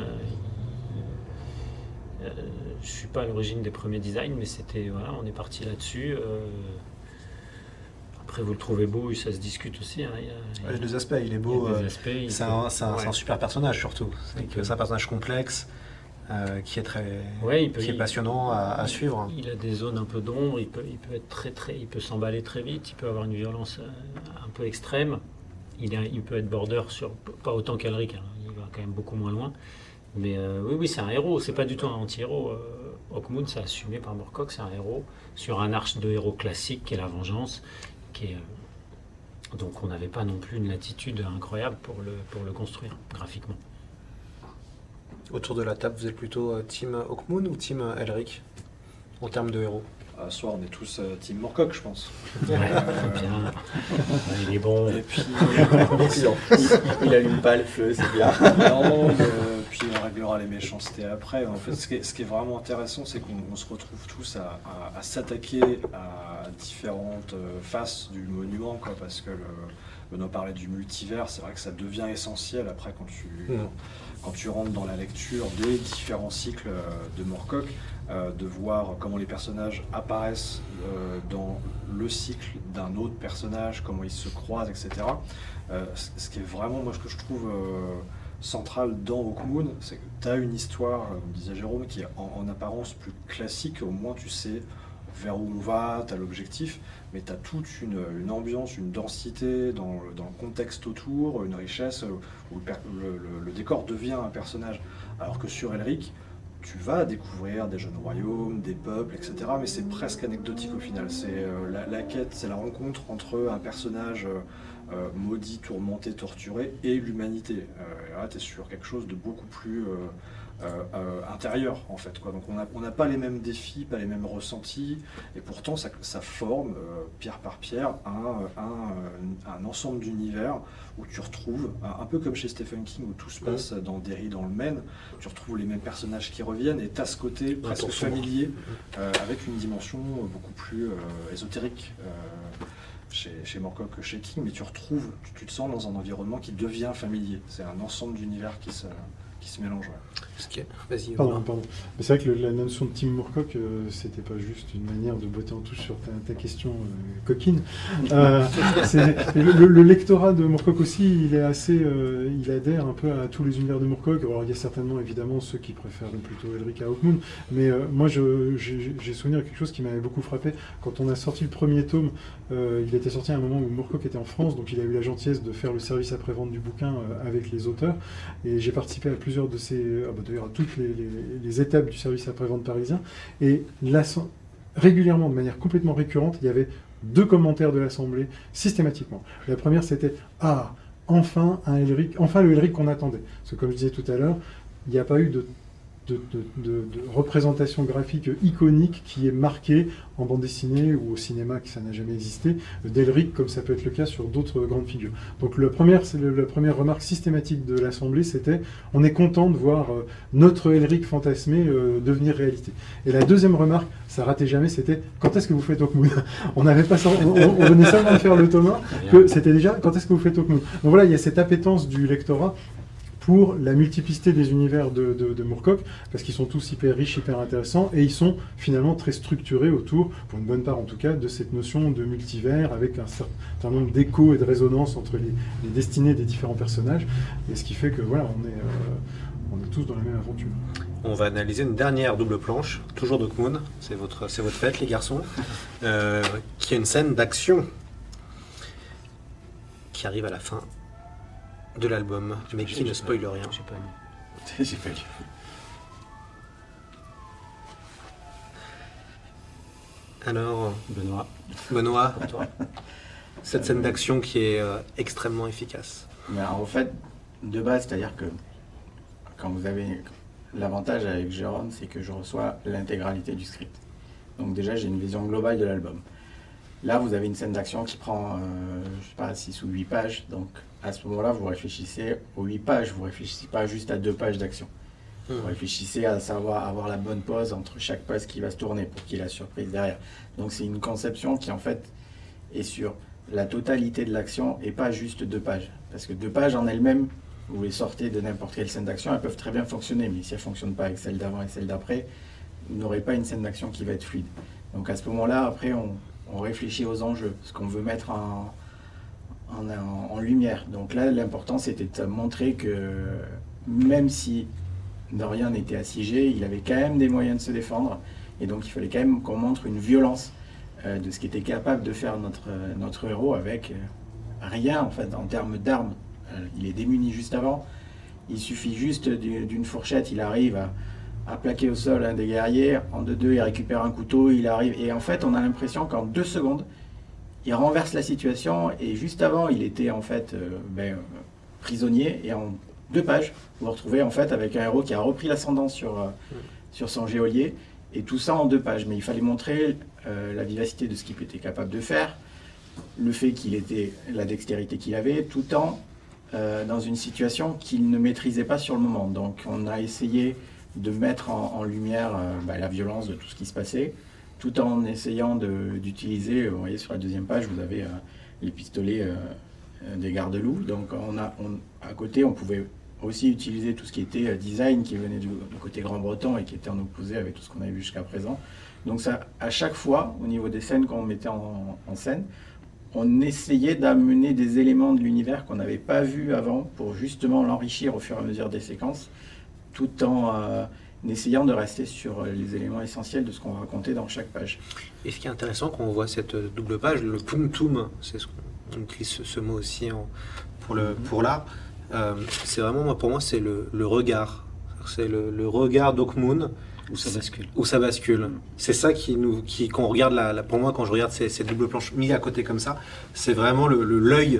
Euh, euh, je suis pas à l'origine des premiers designs, mais c'était voilà, on est parti là-dessus. Euh, après, vous le trouvez beau, ça se discute aussi. Hein. Il y a, il y a les deux aspects. Il est beau. Il y a des euh, aspects, c'est, peut... un, c'est, un, ouais. c'est un super personnage surtout. C'est, que... c'est un personnage complexe. Euh, qui est très, ouais, il peut, qui est passionnant il, à, à suivre. Il a des zones un peu d'ombre, il peut, il peut être très très, il peut s'emballer très vite, il peut avoir une violence un peu extrême. Il, est, il peut être border sur pas autant qu'Elric, hein, il va quand même beaucoup moins loin. Mais euh, oui, oui, c'est un héros, c'est pas du tout un anti-héros. Euh, Hawkmoon, c'est assumé par Moorcock, c'est un héros sur un arche de héros classique qui est la vengeance, qui est euh, donc on n'avait pas non plus une latitude incroyable pour le pour le construire graphiquement. Autour de la table, vous êtes plutôt euh, team Hawkmoon ou team euh, Elric en termes de héros? À ce soir, on est tous euh, team Moorcock, je pense. Ouais, euh, bien. Ouais, il est bon. Et puis, il, il allume pas le feu, c'est bien. Non, mais, euh, puis on réglera les méchancetés après. En fait, ce qui est, ce qui est vraiment intéressant, c'est qu'on on se retrouve tous à, à, à s'attaquer à différentes euh, faces du monument, quoi, parce que le, Benoît parlait du multivers, c'est vrai que ça devient essentiel après quand tu, mmh. quand tu rentres dans la lecture des différents cycles de Moorcock, euh, de voir comment les personnages apparaissent euh, dans le cycle d'un autre personnage, comment ils se croisent, et cetera. Euh, ce qui est vraiment, moi, ce que je trouve euh, central dans Hawkmoon, c'est que tu as une histoire, comme disait Jérôme, qui est en, en apparence plus classique, au moins tu sais vers où on va, tu as l'objectif, mais tu as toute une, une ambiance, une densité dans le, dans le contexte autour, une richesse où le, le, le, le décor devient un personnage. Alors que sur Elric, tu vas découvrir des jeunes royaumes, des peuples, et cetera. Mais c'est presque anecdotique au final. C'est euh, la, la quête, c'est la rencontre entre un personnage euh, maudit, tourmenté, torturé, et l'humanité. Euh, et là, tu es sur quelque chose de beaucoup plus euh, euh, euh, intérieur, en fait, quoi. Donc on n'a on n'a pas les mêmes défis, pas les mêmes ressentis, et pourtant ça, ça forme, euh, pierre par pierre, un, un, un ensemble d'univers où tu retrouves, un, un peu comme chez Stephen King, où tout se passe dans Derry, dans le Maine, tu retrouves les mêmes personnages qui reviennent, et tu as ce côté presque familier, euh, avec une dimension beaucoup plus euh, ésotérique. Euh, Chez, chez Moorcock que chez King, mais tu retrouves, tu, tu te sens dans un environnement qui devient familier. C'est un ensemble d'univers qui se, qui se mélange. Ouais. Okay. Vas-y. Pardon, pardon. Mais c'est vrai que le, la notion de Tim Moorcock, euh, c'était pas juste une manière de botter en touche sur ta, ta question euh, coquine. Euh, c'est, le, le, le lectorat de Moorcock aussi, il est assez, euh, il adhère un peu à tous les univers de Moorcock. Alors il y a certainement évidemment ceux qui préfèrent plutôt Elric à Hawkmoon, mais euh, moi je, j'ai, j'ai souvenir quelque chose qui m'avait beaucoup frappé quand on a sorti le premier tome. Euh, il était sorti à un moment où Moorcock était en France, donc il a eu la gentillesse de faire le service après-vente du bouquin euh, avec les auteurs, et j'ai participé à plusieurs de ces, ah bah d'ailleurs à toutes les, les, les étapes du service après-vente parisien, et là, régulièrement, de manière complètement récurrente, il y avait deux commentaires de l'Assemblée systématiquement. La première, c'était « Ah, enfin, un Elric, enfin le Elric qu'on attendait ». Parce que comme je disais tout à l'heure, il n'y a pas eu de De, de, de, de représentation graphique iconique qui est marquée en bande dessinée ou au cinéma, que ça n'a jamais existé, d'Elric, comme ça peut être le cas sur d'autres grandes figures. Donc le premier, c'est le, la première remarque systématique de l'Assemblée, c'était « on est content de voir euh, notre Elric fantasmé euh, devenir réalité ». Et la deuxième remarque, ça ratait jamais, c'était « quand est-ce que vous faites Hawkmoon ?» On n'avait pas on, on venait seulement de faire le tome un, que c'était déjà « quand est-ce que vous faites Hawkmoon ?» Donc voilà, il y a cette appétence du lectorat pour la multiplicité des univers de, de, de Moorcock, parce qu'ils sont tous hyper riches, hyper intéressants, et ils sont finalement très structurés autour, pour une bonne part en tout cas, de cette notion de multivers, avec un certain nombre d'échos et de résonances entre les, les destinées des différents personnages, et ce qui fait que voilà, on est, euh, on est tous dans la même aventure. On va analyser une dernière double planche, toujours d'Hawkmoon, c'est votre, c'est votre fête les garçons, euh, qui est une scène d'action qui arrive à la fin de l'album, mais qui ne spoile rien. J'ai pas lu. J'ai pas lu. Alors, Benoît, Benoît, toi, cette scène d'action qui est euh, extrêmement efficace. Mais alors, en fait, de base, c'est-à-dire que quand vous avez l'avantage avec Jérôme, c'est que je reçois l'intégralité du script. Donc déjà, j'ai une vision globale de l'album. Là, vous avez une scène d'action qui prend, euh, je sais pas, six ou huit pages. Donc, à ce moment-là, vous réfléchissez aux huit pages. Vous ne réfléchissez pas juste à deux pages d'action. Mmh. Vous réfléchissez à savoir avoir la bonne pause entre chaque page qui va se tourner pour qu'il y ait la surprise derrière. Donc, c'est une conception qui, en fait, est sur la totalité de l'action et pas juste deux pages. Parce que deux pages en elles-mêmes, vous les sortez de n'importe quelle scène d'action, elles peuvent très bien fonctionner. Mais si elles ne fonctionnent pas avec celle d'avant et celle d'après, vous n'aurez pas une scène d'action qui va être fluide. Donc, à ce moment-là, après, on... on réfléchit aux enjeux, ce qu'on veut mettre en, en, en, en lumière. Donc là, l'important, c'était de montrer que même si Dorian était assiégé, il avait quand même des moyens de se défendre. Et donc, il fallait quand même qu'on montre une violence euh, de ce qu'était capable de faire notre, notre héros avec euh, rien, en fait, en termes d'armes. Euh, il est démuni juste avant. Il suffit juste d'une fourchette, il arrive à... à plaquer au sol un des guerriers, en deux deux il récupère un couteau, il arrive, et en fait on a l'impression qu'en deux secondes, il renverse la situation, et juste avant il était en fait euh, ben, euh, prisonnier, et en deux pages, vous vous retrouvez en fait avec un héros qui a repris l'ascendant sur, euh, sur son geôlier, et tout ça en deux pages, mais il fallait montrer euh, la vivacité de ce qu'il était capable de faire, le fait qu'il était, la dextérité qu'il avait, tout en euh, dans une situation qu'il ne maîtrisait pas sur le moment. Donc on a essayé de mettre en, en lumière euh, bah, la violence de tout ce qui se passait, tout en essayant de, d'utiliser, vous voyez sur la deuxième page, vous avez euh, les pistolets euh, euh, des garde-loups. Donc on a, on, à côté, on pouvait aussi utiliser tout ce qui était euh, design, qui venait du, du côté grand-breton et qui était en opposé avec tout ce qu'on avait vu jusqu'à présent. Donc ça, à chaque fois, au niveau des scènes qu'on mettait en, en scène, on essayait d'amener des éléments de l'univers qu'on n'avait pas vus avant pour justement l'enrichir au fur et à mesure des séquences, tout en euh, essayant de rester sur les éléments essentiels de ce qu'on racontait dans chaque page. Et ce qui est intéressant quand on voit cette double page, le punctum, c'est ce qu'on utilise ce, ce mot aussi en, pour, le, pour l'art, euh, c'est vraiment, pour moi, c'est le, le regard. C'est le, le regard d'Hawkmoon. Où ça bascule. Où ça bascule. C'est ça qui nous, qui, quand on regarde la, la, pour moi, quand je regarde ces, ces doubles planches mises à côté comme ça, c'est vraiment le, le, l'œil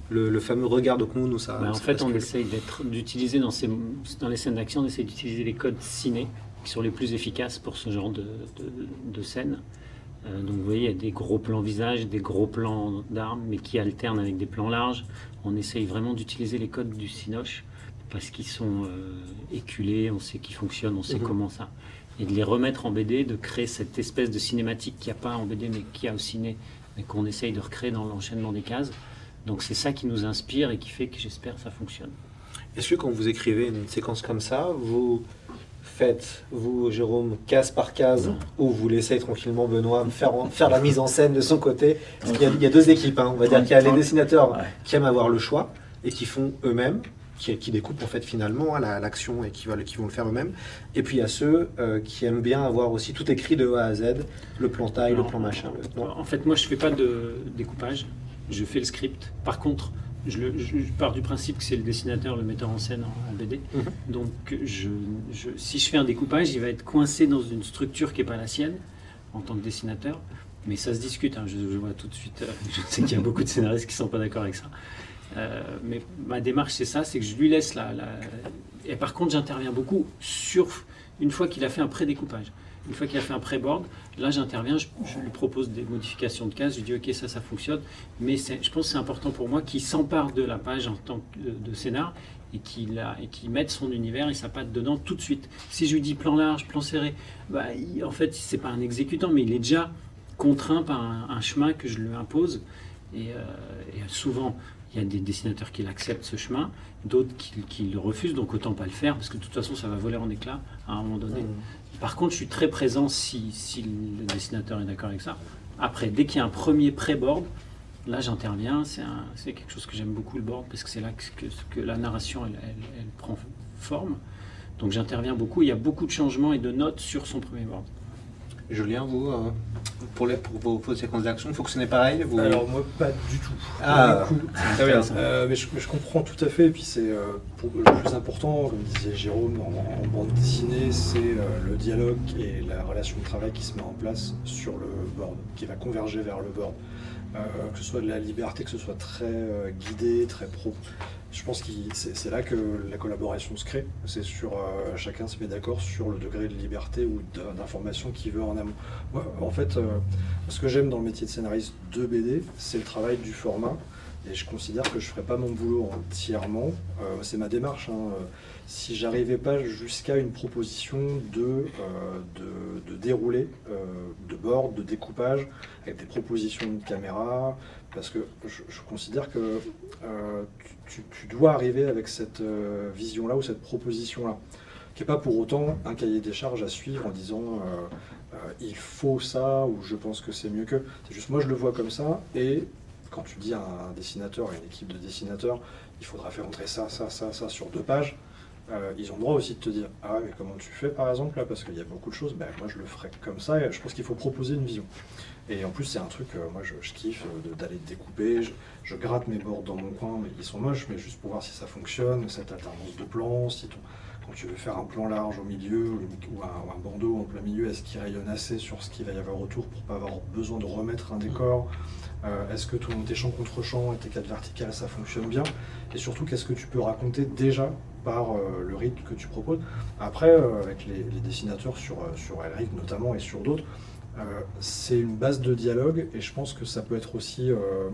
le, le fameux regard d'Hawkmoon où ça... Bah, en ça fait, bascule. on essaye d'être, d'utiliser dans, ces, dans les scènes d'action, on essaye d'utiliser les codes ciné qui sont les plus efficaces pour ce genre de, de, de scène. Euh, donc vous voyez, il y a des gros plans visage, des gros plans d'armes, mais qui alternent avec des plans larges. On essaye vraiment d'utiliser les codes du Cinoche parce qu'ils sont euh, éculés, on sait qu'ils fonctionnent, on sait Mhm. comment ça. Et de les remettre en B D, de créer cette espèce de cinématique qu'il n'y a pas en B D, mais qu'il y a au ciné, mais qu'on essaye de recréer dans l'enchaînement des cases. Donc c'est ça qui nous inspire et qui fait que j'espère que ça fonctionne. Est-ce que quand vous écrivez une séquence comme ça, vous faites, vous, Jérôme, case par case, ou vous laissez tranquillement Benoît faire, faire la mise en scène de son côté? Parce qu'il y a, il y a deux équipes, hein. On va dire qu'il y a les dessinateurs Ouais. qui aiment avoir le choix et qui font eux-mêmes, qui, qui découpent en fait finalement hein, la- l'action et qui, va- qui vont le faire eux-mêmes. Et puis il y a ceux euh, qui aiment bien avoir aussi tout écrit de A à Z, le plan taille, le Alors, plan machin. le- non. En fait, moi, je fais pas de découpage, je fais le script. Par contre, je, le- je- je pars du principe que c'est le dessinateur, le metteur en scène en, en B D. Mhm. Donc, je, je- si je fais un découpage, il va être coincé dans une structure qui n'est pas la sienne en tant que dessinateur. Mais ça se discute, hein, je, je vois tout de suite. euh, je sais qu'il y a beaucoup de scénaristes qui ne sont pas d'accord avec ça. Euh, mais ma démarche, c'est ça, c'est que je lui laisse la... la- Et par contre, j'interviens beaucoup sur une fois qu'il a fait un pré-découpage. Une fois qu'il a fait un pré-board, là j'interviens, je, je lui propose des modifications de cases, je lui dis ok ça ça fonctionne, mais c'est- je pense que c'est important pour moi qu'il s'empare de la page en tant que de, de scénar et qu'il a- et qu'il mette son univers et sa patte dedans tout de suite. Si je lui dis plan large, plan serré, bah, il- en fait c'est pas un exécutant mais il est déjà contraint par un, un chemin que je lui impose et, euh, et souvent il y a des dessinateurs qui acceptent ce chemin, d'autres qui, qui le refusent, donc autant pas le faire parce que de toute façon ça va voler en éclats à un moment donné. Par contre, je suis très présent si, si le dessinateur est d'accord avec ça. Après, dès qu'il y a un premier pré-board, là j'interviens. C'est, un- c'est quelque chose que j'aime beaucoup, le board, parce que c'est là que, que, que la narration elle, elle- elle prend forme. Donc j'interviens beaucoup. Il y a beaucoup de changements et de notes sur son premier board. Julien, vous, euh, pour, les, pour vos, vos séquences d'action, fonctionnez pareil vous... Alors moi pas du tout. Ah. Pour le coup. Très bien. Euh, mais je, je comprends tout à fait. Et puis c'est euh, pour- le plus important, comme disait Jérôme, en, en bande dessinée, c'est euh, le dialogue et la relation de travail qui se met en place sur le board, qui va converger vers le board. Euh, que ce soit de la liberté, que ce soit très euh, guidé, très pro. Je pense que c'est c'est là que la collaboration se crée. C'est sur euh, chacun se met d'accord sur le degré de liberté ou de- d'information qu'il veut en amont. Moi, en fait, euh, ce que j'aime dans le métier de scénariste de B D, c'est le travail du format. Et je considère que je ne ferais pas mon boulot entièrement. Euh, c'est ma démarche. Hein. Si j'arrivais pas jusqu'à une proposition de, euh, de, de déroulé, euh, de board, de découpage, avec des propositions de caméra, parce que je, je considère que euh, tu, tu- tu dois arriver avec cette euh, vision-là ou cette proposition-là, qui n'est pas pour autant un cahier des charges à suivre en disant euh, euh, il faut ça ou je pense que c'est mieux que. C'est juste moi je le vois comme ça et quand tu dis à un dessinateur, à une équipe de dessinateurs, il faudra faire entrer ça, ça, ça, ça sur deux pages, euh, ils ont le droit aussi de te dire « Ah, mais comment tu fais par exemple là ?» Parce qu'il y a beaucoup de choses, ben, moi je le ferai comme ça et je pense qu'il faut proposer une vision. Et en plus c'est un truc, euh, moi je, je kiffe euh, de- d'aller découper, je, je gratte mes bords dans mon coin, mais ils sont moches, mais juste pour voir si ça fonctionne, cette alternance de plans, si ton, quand tu veux faire un plan large au milieu ou un, ou un bandeau en plein milieu, est-ce qu'il rayonne assez sur ce qu'il va y avoir autour pour pas avoir besoin de remettre un décor? Euh, est-ce que tout tes champs contre champs et tes cadres verticales ça fonctionne bien? Et surtout, qu'est-ce que tu peux raconter déjà par euh, le rythme que tu proposes? Après, euh, avec les, les dessinateurs sur, euh, sur Elric notamment et sur d'autres, euh, c'est une base de dialogue et je pense que ça peut être aussi euh,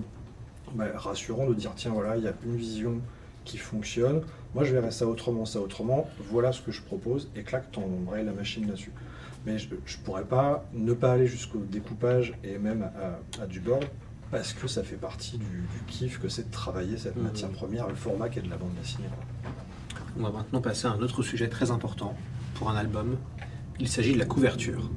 bah, rassurant de dire tiens voilà, il y a une vision qui fonctionne, moi je verrais ça autrement, ça autrement, voilà ce que je propose et clac, t'embrayes la machine là-dessus. Mais je ne pourrais pas ne pas aller jusqu'au découpage et même à, à du board parce que ça fait partie du, du kiff que c'est de travailler cette Mhm. matière première, le format qui est de la bande dessinée. On va maintenant passer à un autre sujet très important pour un album. Il s'agit de la couverture.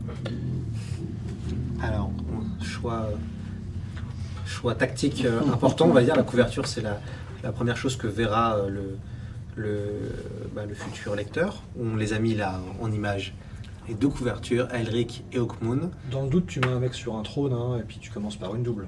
Alors, choix, choix tactique euh, important, on va dire. La couverture, c'est la, la première chose que verra euh, le, le, bah, le futur lecteur. On les a mis là en image. Les deux couvertures, Elric et Hawkmoon. Dans le doute, tu mets un mec sur un trône hein, et puis tu commences par une double.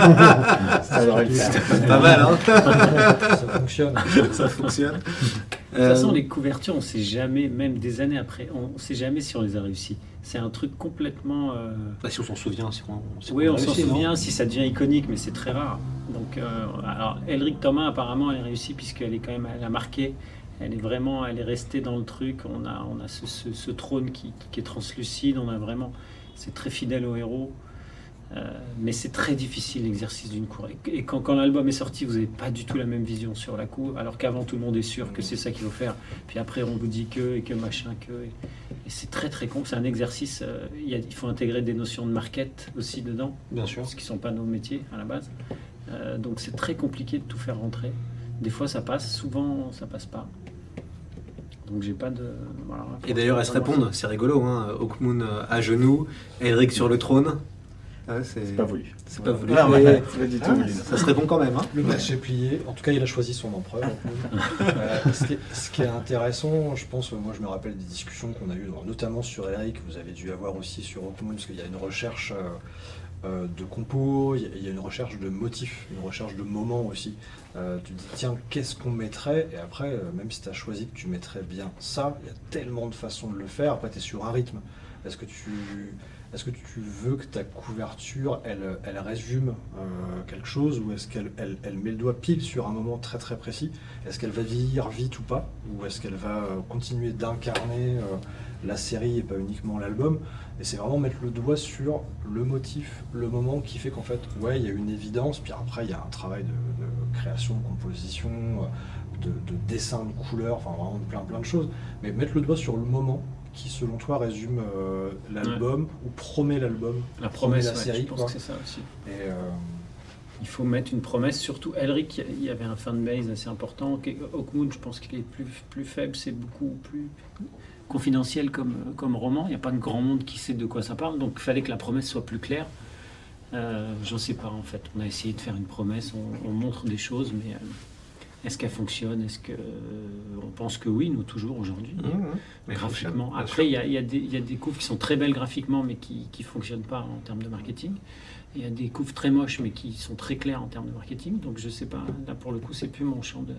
Ça devrait le faire. C'est pas mal, hein? Ça fonctionne. Ça fonctionne. De toute façon, les couvertures, on ne sait jamais, même des années après, on ne sait jamais si on les a réussi. C'est un truc complètement... Euh... Bah, si on s'en souvient, si on, si oui, on, on s'en réussi, souvient, non si ça devient iconique, mais c'est très rare. Donc, euh, alors, Elric Thomas, apparemment, elle a réussi puisqu'elle est quand même, elle a marqué. Elle est vraiment, elle est restée dans le truc. On a, on a ce, ce, ce trône qui, qui est translucide. On a vraiment, c'est très fidèle au héros. Euh, mais c'est très difficile l'exercice d'une cour. Et quand, quand l'album est sorti, vous n'avez pas du tout la même vision sur la cour, alors qu'avant tout le monde est sûr que c'est ça qu'il faut faire. Puis après on vous dit que et que machin que. Et, et c'est très très con. C'est un exercice. Euh, il, y a, il faut intégrer des notions de market aussi dedans. Bien sûr. Ce qui ne sont pas nos métiers à la base. Euh, donc c'est très compliqué de tout faire rentrer. Des fois ça passe, souvent ça passe pas. Donc j'ai pas de. Voilà, et d'ailleurs elles se répondent. C'est rigolo. Hein. Hawkmoon à genoux, Elric sur le trône. Ah, c'est... c'est pas voulu. C'est pas voulu. Ah, ouais, c'est pas du tout ah, voulu. Ça serait bon quand même. Hein. Le match est plié. En tout cas, il a choisi son empereur. euh, ce, qui est, ce qui est intéressant, je pense, moi je me rappelle des discussions qu'on a eues, notamment sur Elric, vous avez dû avoir aussi sur Hawkmoon, parce qu'il y a une recherche euh, euh, de compos, il y, a, il y a une recherche de motifs, une recherche de moments aussi. Euh, tu te dis, tiens, qu'est-ce qu'on mettrait? Et après, euh, même si tu as choisi que tu mettrais bien ça, il y a tellement de façons de le faire. Après, tu es sur un rythme. Est-ce que tu... Est-ce que tu veux que ta couverture, elle, elle résume euh, quelque chose, ou est-ce qu'elle elle, elle met le doigt pile sur un moment très très précis? Est-ce qu'elle va vieillir vite ou pas? Ou est-ce qu'elle va euh, continuer d'incarner euh, la série et pas uniquement l'album? Et c'est vraiment mettre le doigt sur le motif, le moment qui fait qu'en fait, ouais, il y a une évidence, puis après il y a un travail de, de création, de composition, de, de dessin, de couleur, enfin vraiment plein plein de choses. Mais mettre le doigt sur le moment qui, selon toi, résume euh, l'album ouais. ou promet l'album, la promesse, la ouais, série. Je pense quoi. que c'est ça aussi. Et, euh... Il faut mettre une promesse, surtout Elric, il y avait un fanbase assez important. Hawkmoon, je pense qu'il est plus, plus faible, c'est beaucoup plus confidentiel comme, comme roman. Il n'y a pas de grand monde qui sait de quoi ça parle, donc il fallait que la promesse soit plus claire. Euh, J'en sais pas en fait. On a essayé de faire une promesse, on, on montre des choses, mais euh, est-ce qu'elle fonctionne? Est-ce que euh, on pense que oui, nous toujours aujourd'hui, mmh, graphiquement. Après, il y, y, y a des couves qui sont très belles graphiquement, mais qui ne fonctionnent pas en termes de marketing. Il y a des couves très moches, mais qui sont très claires en termes de marketing. Donc je sais pas. Là, pour le coup, c'est plus mon champ de.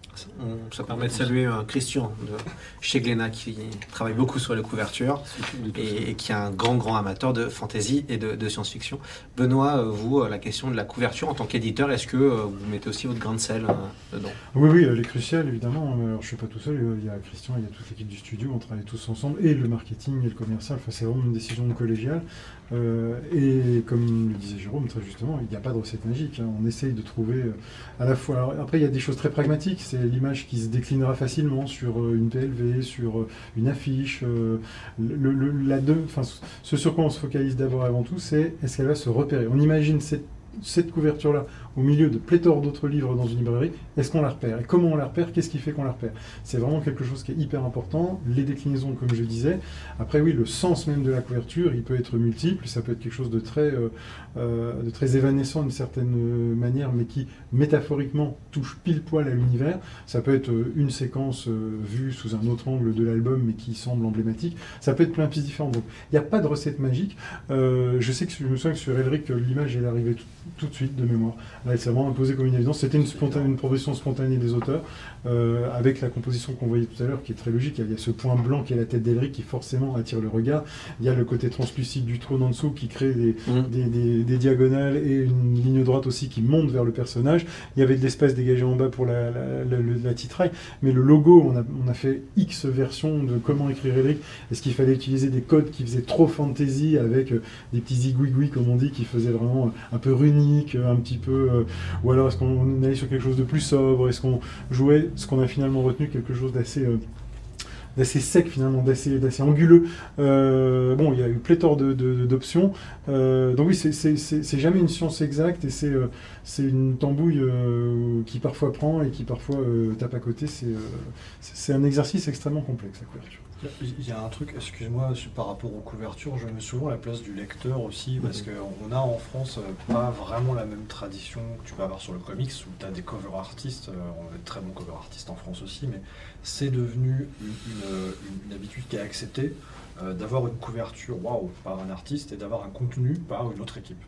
On, ça permet de saluer euh, Christian de chez Glénat qui travaille beaucoup sur les couvertures et, et qui est un grand grand amateur de fantasy et de, de science-fiction. Benoît, euh, vous, euh, la question de la couverture en tant qu'éditeur, est-ce que euh, vous mettez aussi votre grain de sel euh, dedans? Oui, oui, elle est cruciale évidemment. Alors, je ne suis pas tout seul, il y a Christian, il y a toute l'équipe du studio, on travaille tous ensemble, et le marketing et le commercial, enfin, c'est vraiment une décision collégiale. Euh, et comme le disait Jérôme très justement, il n'y a pas de recette magique. Hein. On essaye de trouver euh, à la fois. Alors, après, il y a des choses très pragmatiques. C'est l'image qui se déclinera facilement sur euh, une P L V, sur euh, une affiche. Euh, le, le, la de, enfin, ce sur quoi on se focalise d'abord et avant tout, c'est est-ce qu'elle va se repérer. On imagine cette, cette couverture-là au milieu de pléthore d'autres livres dans une librairie, est-ce qu'on la repère? Et comment on la repère? Qu'est-ce qui fait qu'on la repère? C'est vraiment quelque chose qui est hyper important. Les déclinaisons, comme je disais. Après, oui, le sens même de la couverture, il peut être multiple. Ça peut être quelque chose de très, euh, euh, de très évanescent d'une certaine manière, mais qui, métaphoriquement, touche pile poil à l'univers. Ça peut être une séquence euh, vue sous un autre angle de l'album, mais qui semble emblématique. Ça peut être plein de pistes différentes. Donc, il n'y a pas de recette magique. Euh, je sais que je me souviens que sur Elric, l'image, elle arrivait tout, tout de suite, de mémoire. Là, elle s'est vraiment imposée comme une évidence. C'était une, spontanée, une proposition spontanée des auteurs, euh, avec la composition qu'on voyait tout à l'heure, qui est très logique. Il y a ce point blanc qui est la tête d'Elric, qui forcément attire le regard. Il y a le côté translucide du trône en dessous, qui crée des, mmh. des, des, des diagonales, et une ligne droite aussi qui monte vers le personnage. Il y avait de l'espace dégagé en bas pour la, la, la, la, la titraille. Mais le logo, on a, on a fait X versions de comment écrire Elric. Est-ce qu'il fallait utiliser des codes qui faisaient trop fantasy, avec euh, des petits zigouigouis, comme on dit, qui faisaient vraiment un peu runique, un petit peu... Euh, ou alors est-ce qu'on allait sur quelque chose de plus sobre? Est-ce qu'on jouait ce qu'on a finalement retenu, quelque chose d'assez euh, d'assez sec finalement, d'assez d'assez anguleux? euh, Bon, il y a eu pléthore de, de, d'options. Euh, donc oui, c'est, c'est, c'est, c'est jamais une science exacte, et c'est, euh, c'est une tambouille euh, qui parfois prend et qui parfois euh, tape à côté. C'est, euh, c'est, c'est un exercice extrêmement complexe, la couverture. Il y a un truc, excuse-moi, par rapport aux couvertures, je mets souvent la place du lecteur aussi, parce qu'on a en France pas vraiment la même tradition que tu peux avoir sur le comics, où tu as des cover artistes, on a de très bons cover artistes en France aussi, mais c'est devenu une, une, une habitude qui est acceptée, euh, d'avoir une couverture, waouh, par un artiste, et d'avoir un contenu par une autre équipe.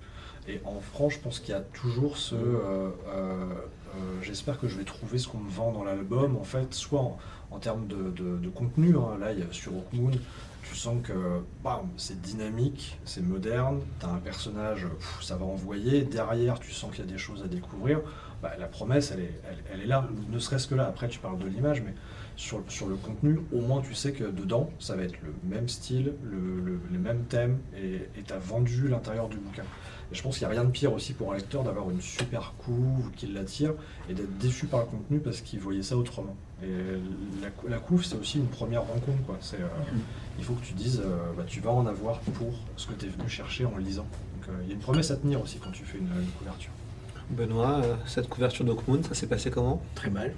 Et en France, je pense qu'il y a toujours ce... Euh, euh, euh, j'espère que je vais trouver ce qu'on me vend dans l'album, en fait, soit en, en termes de, de, de contenu. Hein. Là, il y a, sur Hawkmoon, tu sens que bam, c'est dynamique, c'est moderne, tu as un personnage, pff, ça va envoyer. Derrière, tu sens qu'il y a des choses à découvrir. Bah, la promesse, elle est, elle, elle est là, ne serait-ce que là. Après, tu parles de l'image, mais sur, sur le contenu, au moins, tu sais que dedans, ça va être le même style, le, le, les mêmes thèmes, et tu as vendu l'intérieur du bouquin. Et je pense qu'il n'y a rien de pire aussi pour un lecteur d'avoir une super couve qui l'attire et d'être déçu par le contenu parce qu'il voyait ça autrement. Et la, la couve, c'est aussi une première rencontre, quoi. C'est, euh, il faut que tu dises, euh, bah, tu vas en avoir pour ce que tu es venu chercher en le lisant. Donc il euh, y a une promesse à tenir aussi quand tu fais une, une couverture. Benoît, euh, cette couverture d'Hawkmoon, ça s'est passé comment? Très mal.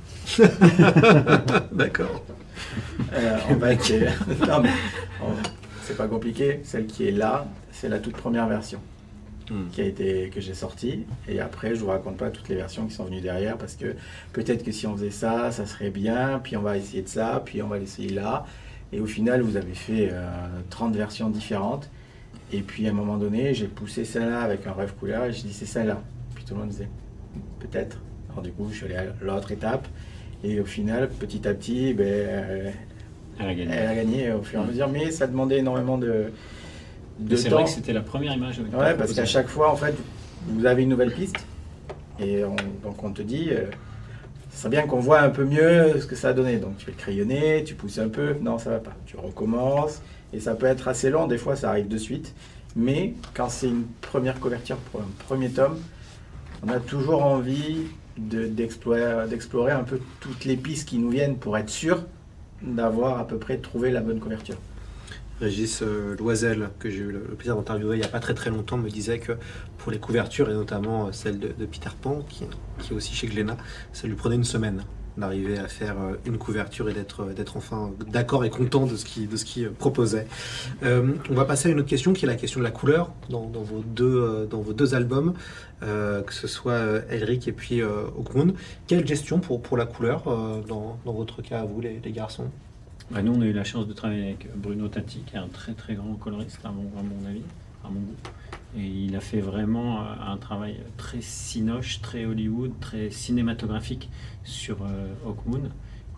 D'accord. Euh, en fait, c'est... non, mais, en... c'est pas compliqué. Celle qui est là, c'est la toute première version. Qui a été, que j'ai sorti, et après je vous raconte pas toutes les versions qui sont venues derrière, parce que peut-être que si on faisait ça, ça serait bien, puis on va essayer de ça, puis on va l'essayer là, et au final vous avez fait euh, trente versions différentes, et puis à un moment donné j'ai poussé celle-là avec un rêve couleur, et je dis c'est celle-là, puis tout le monde disait peut-être, alors du coup je suis allé à l'autre étape, et au final petit à petit ben, euh, elle a gagné, elle a gagné au fur et à mesure, mais ça demandait énormément de De c'est temps. Vrai que c'était la première image. Avec ouais, parce qu'à chaque fois, en fait, vous avez une nouvelle piste, et on, donc on te dit, euh, ce serait bien qu'on voit un peu mieux ce que ça a donné. Donc tu fais le crayonner, tu pousses un peu, non, ça va pas. Tu recommences, et ça peut être assez long, des fois ça arrive de suite. Mais quand c'est une première couverture pour un premier tome, on a toujours envie de, d'explorer, d'explorer un peu toutes les pistes qui nous viennent pour être sûr d'avoir à peu près trouvé la bonne couverture. Régis euh, Loisel, que j'ai eu le, le plaisir d'interviewer il n'y a pas très très longtemps, me disait que pour les couvertures, et notamment celle de, de Peter Pan, qui, qui est aussi chez Glénat, ça lui prenait une semaine d'arriver à faire euh, une couverture et d'être, d'être enfin d'accord et content de ce qu'il, de ce qu'il proposait. Euh, on va passer à une autre question, qui est la question de la couleur dans, dans, vos, deux, euh, dans vos deux albums, euh, que ce soit euh, Elric et puis euh, Hawkmoon. Quelle gestion pour, pour la couleur euh, dans, dans votre cas, à vous les, les garçons? Bah nous, on a eu la chance de travailler avec Bruno Tatti, qui est un très très grand coloriste, à mon, à mon avis, à mon goût. Et il a fait vraiment un travail très cinoche, très Hollywood, très cinématographique sur euh, Hawkmoon.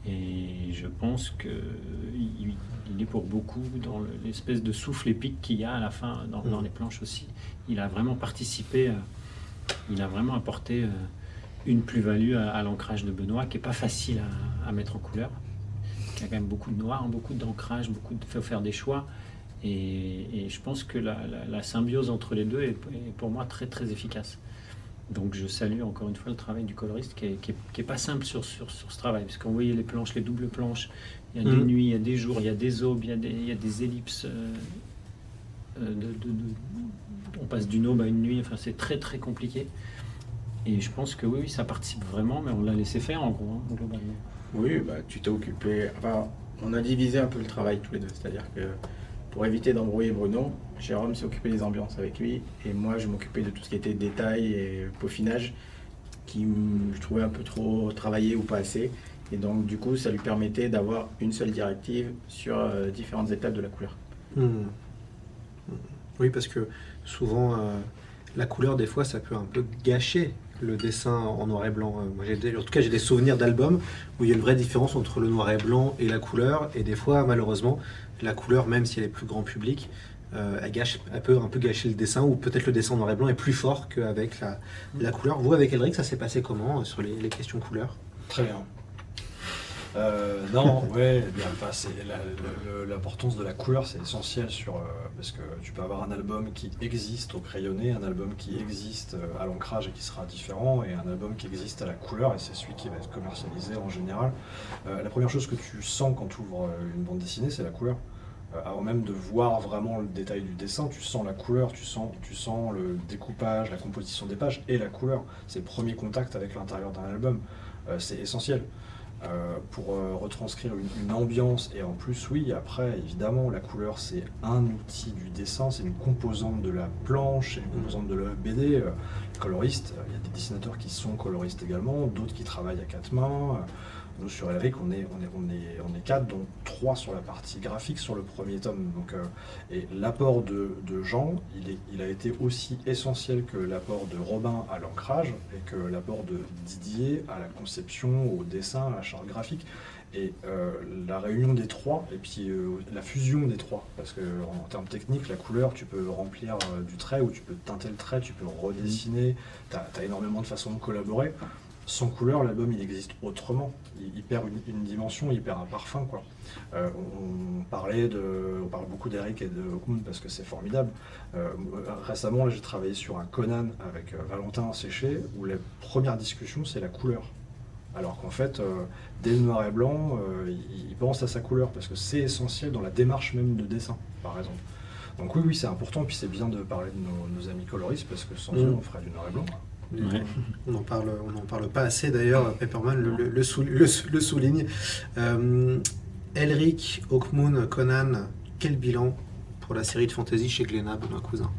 Et je pense qu'il il est pour beaucoup dans l'espèce de souffle épique qu'il y a à la fin dans, dans les planches aussi. Il a vraiment participé, euh, il a vraiment apporté euh, une plus-value à, à l'ancrage de Benoît, qui n'est pas facile à, à mettre en couleur. Il y a quand même beaucoup de noir, beaucoup d'ancrage, beaucoup de faut faire des choix. Et, et je pense que la, la, la symbiose entre les deux est, est pour moi très très efficace. Donc je salue encore une fois le travail du coloriste qui est, qui est, qui est pas simple sur, sur, sur ce travail. Parce qu'on voyait les planches, les doubles planches, il y a mmh. des nuits, il y a des jours, il y a des aubes, il y a des, il y a des ellipses. Euh, de, de, de, on passe d'une aube à une nuit, enfin c'est très très compliqué. Et je pense que oui, oui, ça participe vraiment, mais on l'a laissé faire en gros, hein, globalement. Oui, bah, tu t'es occupé. Enfin, on a divisé un peu le travail tous les deux. C'est-à-dire que pour éviter d'embrouiller Bruno, Jérôme s'est occupé des ambiances avec lui. Et moi, je m'occupais de tout ce qui était détail et peaufinage, qui je trouvais un peu trop travaillé ou pas assez. Et donc, du coup, ça lui permettait d'avoir une seule directive sur euh, différentes étapes de la couleur. Mmh. Oui, parce que souvent, euh, la couleur, des fois, ça peut un peu gâcher le dessin en noir et blanc. Moi, j'ai des, en tout cas, j'ai des souvenirs d'albums où il y a une vraie différence entre le noir et blanc et la couleur. Et des fois, malheureusement, la couleur, même si elle est plus grand public, euh, elle, gâche, elle peut un peu gâcher le dessin, ou peut-être le dessin en noir et blanc est plus fort qu'avec la, la couleur. Vous, avec Elric, ça s'est passé comment sur les, les questions couleur? Très bien. Euh, non, ouais, bien, enfin, c'est la, le, l'importance de la couleur, c'est essentiel sur, euh, parce que tu peux avoir un album qui existe au crayonné, un album qui existe à l'ancrage et qui sera différent, et un album qui existe à la couleur, et c'est celui qui va être commercialisé en général. Euh, la première chose que tu sens quand tu ouvres une bande dessinée, c'est la couleur. Euh, avant même de voir vraiment le détail du dessin, tu sens la couleur, tu sens, tu sens le découpage, la composition des pages et la couleur. C'est le premier contact avec l'intérieur d'un album. Euh, c'est essentiel. Euh, pour euh, retranscrire une, une ambiance, et en plus oui, après évidemment la couleur c'est un outil du dessin, c'est une composante de la planche, c'est une composante de la B D. Euh, coloriste, il euh, y a des dessinateurs qui sont coloristes également, d'autres qui travaillent à quatre mains, Nous, sur Elric, on est, on est, on est, on est quatre, dont trois sur la partie graphique sur le premier tome. Donc, euh, et l'apport de, de Jean, il, est, il a été aussi essentiel que l'apport de Robin à l'ancrage et que l'apport de Didier à la conception, au dessin, à la charte graphique. Et euh, la réunion des trois, et puis euh, la fusion des trois, parce que en, en termes techniques, la couleur, tu peux remplir euh, du trait, ou tu peux teinter le trait, tu peux redessiner, tu as énormément de façons de collaborer. Sans couleur, l'album il existe autrement, il, il perd une, une dimension, il perd un parfum, quoi. Euh, on, on parlait de, on parle beaucoup d'Eric et de Hawkmoon parce que c'est formidable. Euh, récemment, j'ai travaillé sur un Conan avec euh, Valentin Séché, où la première discussion c'est la couleur. Alors qu'en fait, euh, dès le noir et blanc, euh, il, il pense à sa couleur, parce que c'est essentiel dans la démarche même de dessin, par exemple. Donc oui, oui, c'est important, puis c'est bien de parler de nos, nos amis coloristes, parce que sans mmh. eux, on ferait du noir et blanc. Ouais. On n'en parle, on n'en parle pas assez d'ailleurs, Pepperman le, le, le, sou, le, le souligne. Euh, Elric, Hawkmoon, Conan, quel bilan pour la série de fantasy chez Glénat, Benoît Cousin?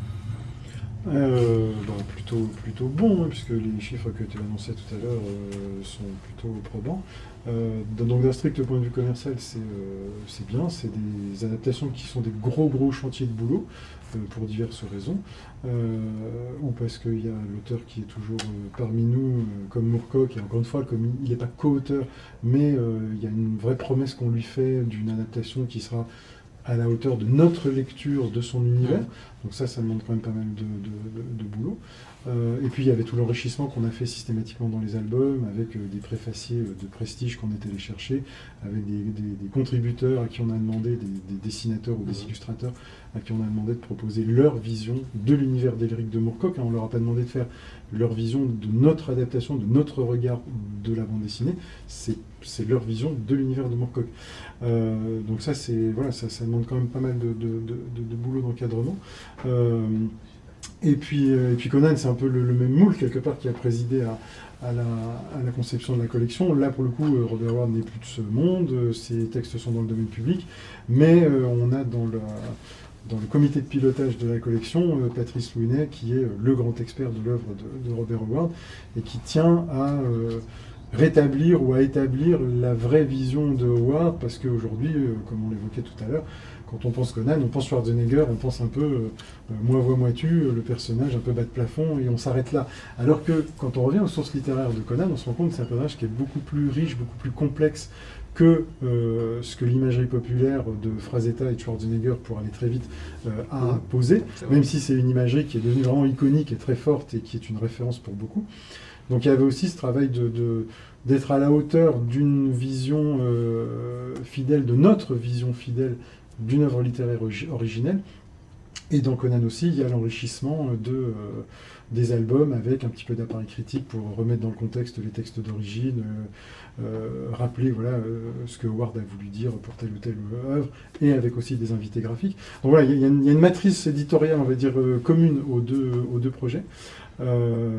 Euh, bah, plutôt, plutôt bon, hein, puisque les chiffres que tu annonçais tout à l'heure euh, sont plutôt probants. Euh, donc d'un strict point de vue commercial, c'est euh, c'est bien, c'est des adaptations qui sont des gros gros chantiers de boulot, euh, pour diverses raisons, euh, ou parce qu'il y a l'auteur qui est toujours euh, parmi nous, euh, comme Moorcock, et encore une fois, comme il n'est pas co-auteur, mais euh, il y a une vraie promesse qu'on lui fait d'une adaptation qui sera à la hauteur de notre lecture de son univers. Donc ça, ça demande quand même pas mal de, de, de, de boulot. Euh, et puis il y avait tout l'enrichissement qu'on a fait systématiquement dans les albums, avec euh, des préfaciers euh, de prestige qu'on est allé chercher, avec des, des, des contributeurs à qui on a demandé, des, des dessinateurs ou des illustrateurs à qui on a demandé de proposer leur vision de l'univers d'Elric de Moorcock. Hein, on leur a pas demandé de faire leur vision de notre adaptation, de notre regard de la bande dessinée. C'est, c'est leur vision de l'univers de Moorcock. Euh, donc ça, c'est, voilà, ça, ça demande quand même pas mal de, de, de, de, de boulot d'encadrement. Euh, et, puis, euh, et puis Conan, c'est un peu le, le même moule, quelque part, qui a présidé à, à, la, à la conception de la collection. Là, pour le coup, Robert Howard n'est plus de ce monde, ses textes sont dans le domaine public, mais euh, on a dans le... Dans le comité de pilotage de la collection, euh, Patrice Louinet, qui est euh, le grand expert de l'œuvre de, de Robert Howard, et qui tient à euh, rétablir ou à établir la vraie vision de Howard, parce qu'aujourd'hui, euh, comme on l'évoquait tout à l'heure, quand on pense Conan, on pense Schwarzenegger, on pense un peu euh, moi vois moi tu, le personnage un peu bas de plafond, et on s'arrête là. Alors que quand on revient aux sources littéraires de Conan, on se rend compte que c'est un personnage qui est beaucoup plus riche, beaucoup plus complexe que euh, ce que l'imagerie populaire de Frazetta et de Schwarzenegger, pour aller très vite, euh, a posé, même si c'est une imagerie qui est devenue vraiment iconique et très forte et qui est une référence pour beaucoup. Donc il y avait aussi ce travail de, de, d'être à la hauteur d'une vision euh, fidèle, de notre vision fidèle d'une œuvre littéraire originelle. Et dans Conan aussi, il y a l'enrichissement de, euh, des albums avec un petit peu d'appareil critique pour remettre dans le contexte les textes d'origine, euh, euh, rappeler voilà, euh, ce que Howard a voulu dire pour telle ou telle œuvre, et avec aussi des invités graphiques. Donc voilà, il y, y a une, il y a une matrice éditoriale, on va dire, euh, commune aux deux, aux deux projets. Euh,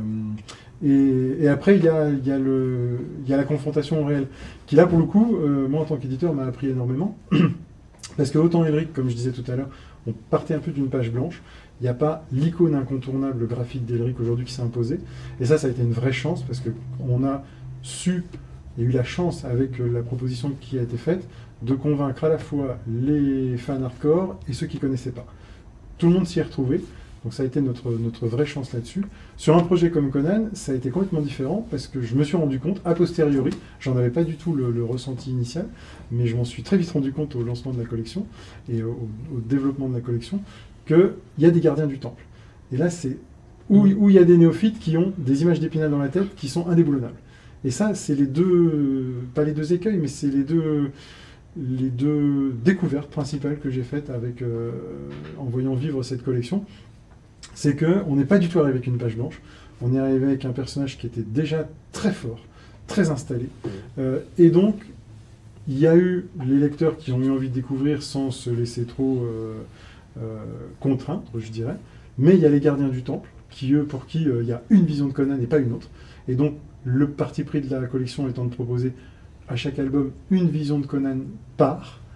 et, et après, il y, a, il, y a le, il y a la confrontation réelle, qui là, pour le coup, euh, moi en tant qu'éditeur, m'a appris énormément. Parce que autant Elric, comme je disais tout à l'heure, on partait un peu d'une page blanche. Il n'y a pas l'icône incontournable graphique d'Elric aujourd'hui qui s'est imposée. Et ça, ça a été une vraie chance, parce qu'on a su, et eu la chance avec la proposition qui a été faite, de convaincre à la fois les fans hardcore et ceux qui ne connaissaient pas. Tout le monde s'y est retrouvé. Donc ça a été notre, notre vraie chance là-dessus. Sur un projet comme Conan, ça a été complètement différent, parce que je me suis rendu compte, a posteriori, j'en avais pas du tout le, le ressenti initial, mais je m'en suis très vite rendu compte au lancement de la collection et au, au développement de la collection, qu'il y a des gardiens du temple. Et là, c'est où il où y a des néophytes qui ont des images d'Épinal dans la tête qui sont indéboulonnables. Et ça, c'est les deux, pas les deux écueils, mais c'est les deux... les deux découvertes principales que j'ai faites avec, euh, en voyant vivre cette collection. C'est qu'on n'est pas du tout arrivé avec une page blanche, on est arrivé avec un personnage qui était déjà très fort, très installé, euh, et donc il y a eu les lecteurs qui ont eu envie de découvrir sans se laisser trop euh, euh, contraindre, je dirais, mais il y a les gardiens du temple, qui, eux, pour qui euh, il y a une vision de Conan et pas une autre, et donc le parti pris de la collection étant de proposer à chaque album une vision de Conan par,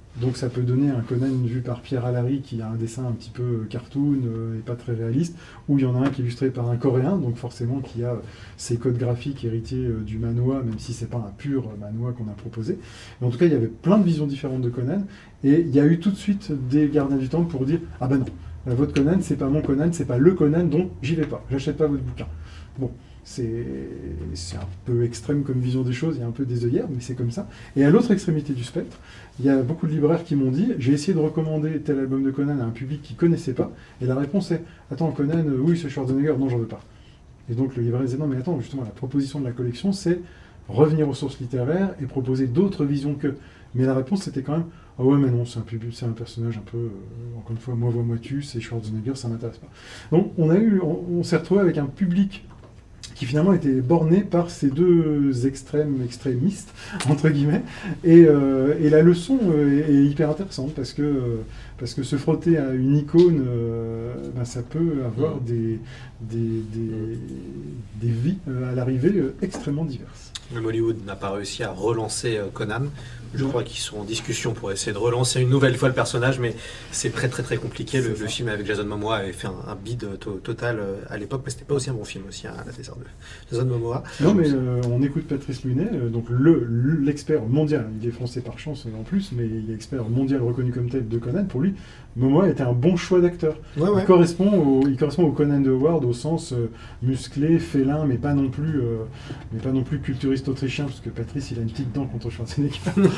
Donc ça peut donner un Conan vu par Pierre Alary qui a un dessin un petit peu cartoon euh, et pas très réaliste, ou il y en a un qui est illustré par un Coréen, donc forcément qui a ses codes graphiques héritiers euh, du manhwa, même si c'est pas un pur manhwa qu'on a proposé. Mais en tout cas, il y avait plein de visions différentes de Conan, et il y a eu tout de suite des gardiens du temple pour dire « Ah ben non, euh, votre Conan, c'est pas mon Conan, c'est pas le Conan, donc j'y vais pas, j'achète pas votre bouquin. » Bon. C'est c'est un peu extrême comme vision des choses, il y a un peu des œillères, mais c'est comme ça. Et à l'autre extrémité du spectre, il y a beaucoup de libraires qui m'ont dit « J'ai essayé de recommander tel album de Conan à un public qui ne connaissait pas, et la réponse est « Attends, Conan, euh, oui, c'est Schwarzenegger, non, j'en veux pas. » Et donc le libraire disait « Non, mais attends, justement, la proposition de la collection, c'est revenir aux sources littéraires et proposer d'autres visions que... » Mais la réponse, c'était quand même « Ah ouais, mais non, c'est un, public, c'est un personnage un peu... Euh, encore une fois, moi, vois, moi, tu, c'est Schwarzenegger, ça m'intéresse pas. » Donc on, a eu, on, on s'est retrouvé avec un public qui finalement était borné par ces deux extrêmes extrémistes, entre guillemets, et, euh, et la leçon euh, est, est hyper intéressante, parce que, euh, parce que se frotter à une icône, euh, ben, ça peut avoir mmh. des, des, des, des vies euh, à l'arrivée euh, extrêmement diverses. Même Hollywood n'a pas réussi à relancer euh, Conan. Je crois qu'ils sont en discussion pour essayer de relancer une nouvelle fois le personnage, mais c'est très très très compliqué. Le, le film avec Jason Momoa avait fait un, un bid to- total euh, à l'époque, mais c'était pas aussi un bon film aussi, hein, la désert de Jason Momoa. Non, mais euh, on écoute Patrice Lunet, euh, donc le, le- l'expert mondial. Il est français par chance en plus, mais il est expert mondial reconnu comme tel de Conan. Pour lui, Momoa était un bon choix d'acteur. Ouais, ouais. Il, correspond au, il correspond au Conan de Howard au sens euh, musclé, félin, mais pas non plus, euh, mais pas non plus culturiste autrichien, parce que Patrice, il a une petite dent contre Schwarzenegger.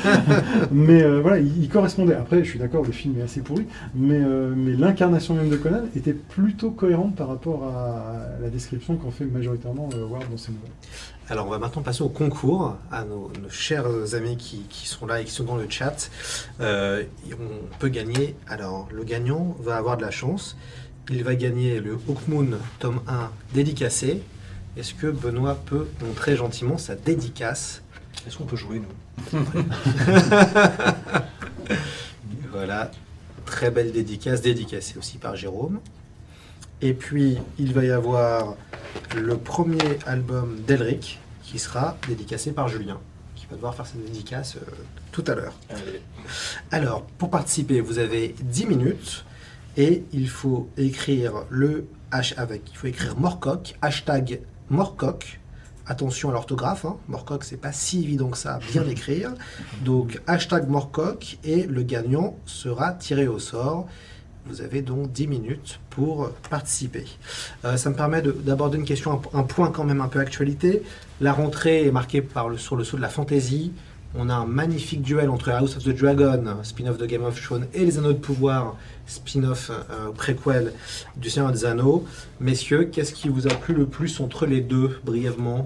Mais euh, voilà, il, il correspondait. Après, je suis d'accord, le film est assez pourri, mais, euh, mais l'incarnation même de Conan était plutôt cohérente par rapport à la description qu'en fait majoritairement euh, Howard dans ses nouvelles. Alors, on va maintenant passer au concours, à nos, nos chers amis qui, qui sont là et qui sont dans le chat. Euh, on peut gagner. Alors, le gagnant va avoir de la chance. Il va gagner le Hawkmoon tome un dédicacé. Est-ce que Benoît peut montrer gentiment sa dédicace? Est-ce qu'on peut jouer, nous? Voilà, très belle dédicace, dédicacée aussi par Jérôme. Et puis, il va y avoir le premier album d'Elric qui sera dédicacé par Julien, qui va devoir faire sa dédicace euh, tout à l'heure. Allez. Alors, pour participer, vous avez dix minutes et il faut écrire le H avec, il faut écrire Morcock, hashtag Morcock. Attention à l'orthographe, hein. Morcock, c'est pas si évident que ça à bien écrire. Donc, hashtag Morcock et le gagnant sera tiré au sort. Vous avez donc dix minutes pour participer. Euh, ça me permet de, d'aborder une question, un, un point quand même un peu actualité. La rentrée est marquée par le, sur le saut de la fantasy. On a un magnifique duel entre House of the Dragon, spin-off de Game of Thrones, et Les Anneaux de Pouvoir, spin-off euh, préquel du Seigneur des Anneaux. Messieurs, qu'est-ce qui vous a plu le plus entre les deux, brièvement?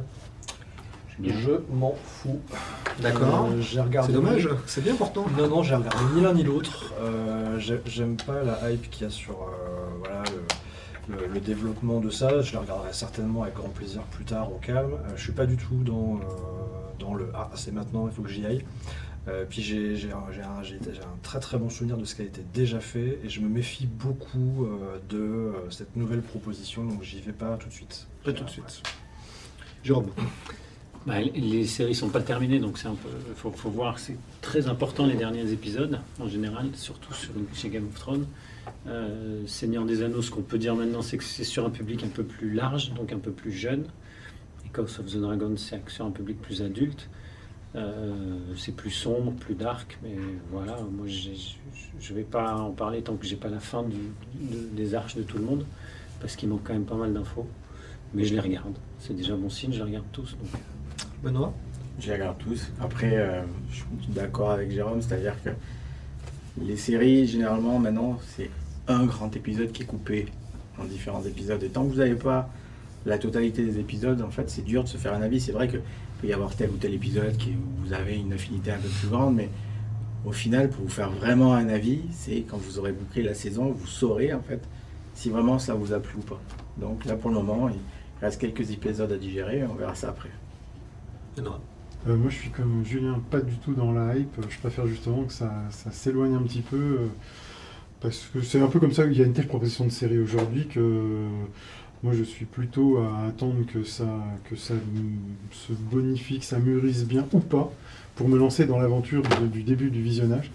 Je m'en fous. D'accord. Euh, j'ai regardé. C'est dommage, c'est bien pourtant. Non, non, j'ai regardé ni l'un ni l'autre. Euh, j'ai- j'aime pas la hype qu'il y a sur euh, voilà, le, le- le développement de ça. Je le regarderai certainement avec grand plaisir plus tard, au calme. Euh, je suis pas du tout dans, euh, dans le ah, c'est maintenant, il faut que j'y aille. Euh, puis j'ai j'ai un, j'ai un- j'ai- j'ai un très très bon souvenir de ce qui a été déjà fait et je me méfie beaucoup euh, de euh, cette nouvelle proposition, donc j'y vais pas tout de suite. Pas tout de suite. Jérôme. Bah, les séries sont pas terminées, donc c'est un peu, faut, faut voir. C'est très important les derniers épisodes en général, surtout sur, chez Game of Thrones. Euh, Seigneur des Anneaux, ce qu'on peut dire maintenant, c'est que c'est sur un public un peu plus large, donc un peu plus jeune. Et House of the Dragon, c'est sur un public plus adulte. Euh, c'est plus sombre, plus dark, mais voilà. Moi, j'ai- je vais pas en parler tant que j'ai pas la fin du, de- des arches de tout le monde, parce qu'il manque quand même pas mal d'infos. Mais je les regarde. C'est déjà bon signe, je les regarde tous. Donc. Benoît. Je les regarde tous. Après, euh, je suis d'accord avec Jérôme, c'est-à-dire que les séries, généralement, maintenant, c'est un grand épisode qui est coupé en différents épisodes. Et tant que vous n'avez pas la totalité des épisodes, en fait, c'est dur de se faire un avis. C'est vrai qu'il peut y avoir tel ou tel épisode qui, où vous avez une affinité un peu plus grande, mais au final, pour vous faire vraiment un avis, c'est quand vous aurez bouclé la saison, vous saurez, en fait, si vraiment ça vous a plu ou pas. Donc là, pour le moment, il reste quelques épisodes à digérer, on verra ça après. Benoît. Euh, moi, je suis comme Julien, pas du tout dans la hype. Je préfère justement que ça, ça s'éloigne un petit peu. euh, parce que c'est un peu comme ça qu'il y a une telle proposition de série aujourd'hui que euh, moi, je suis plutôt à attendre que ça, que ça m- se bonifie, que ça mûrisse bien ou pas, pour me lancer dans l'aventure de- du début du visionnage.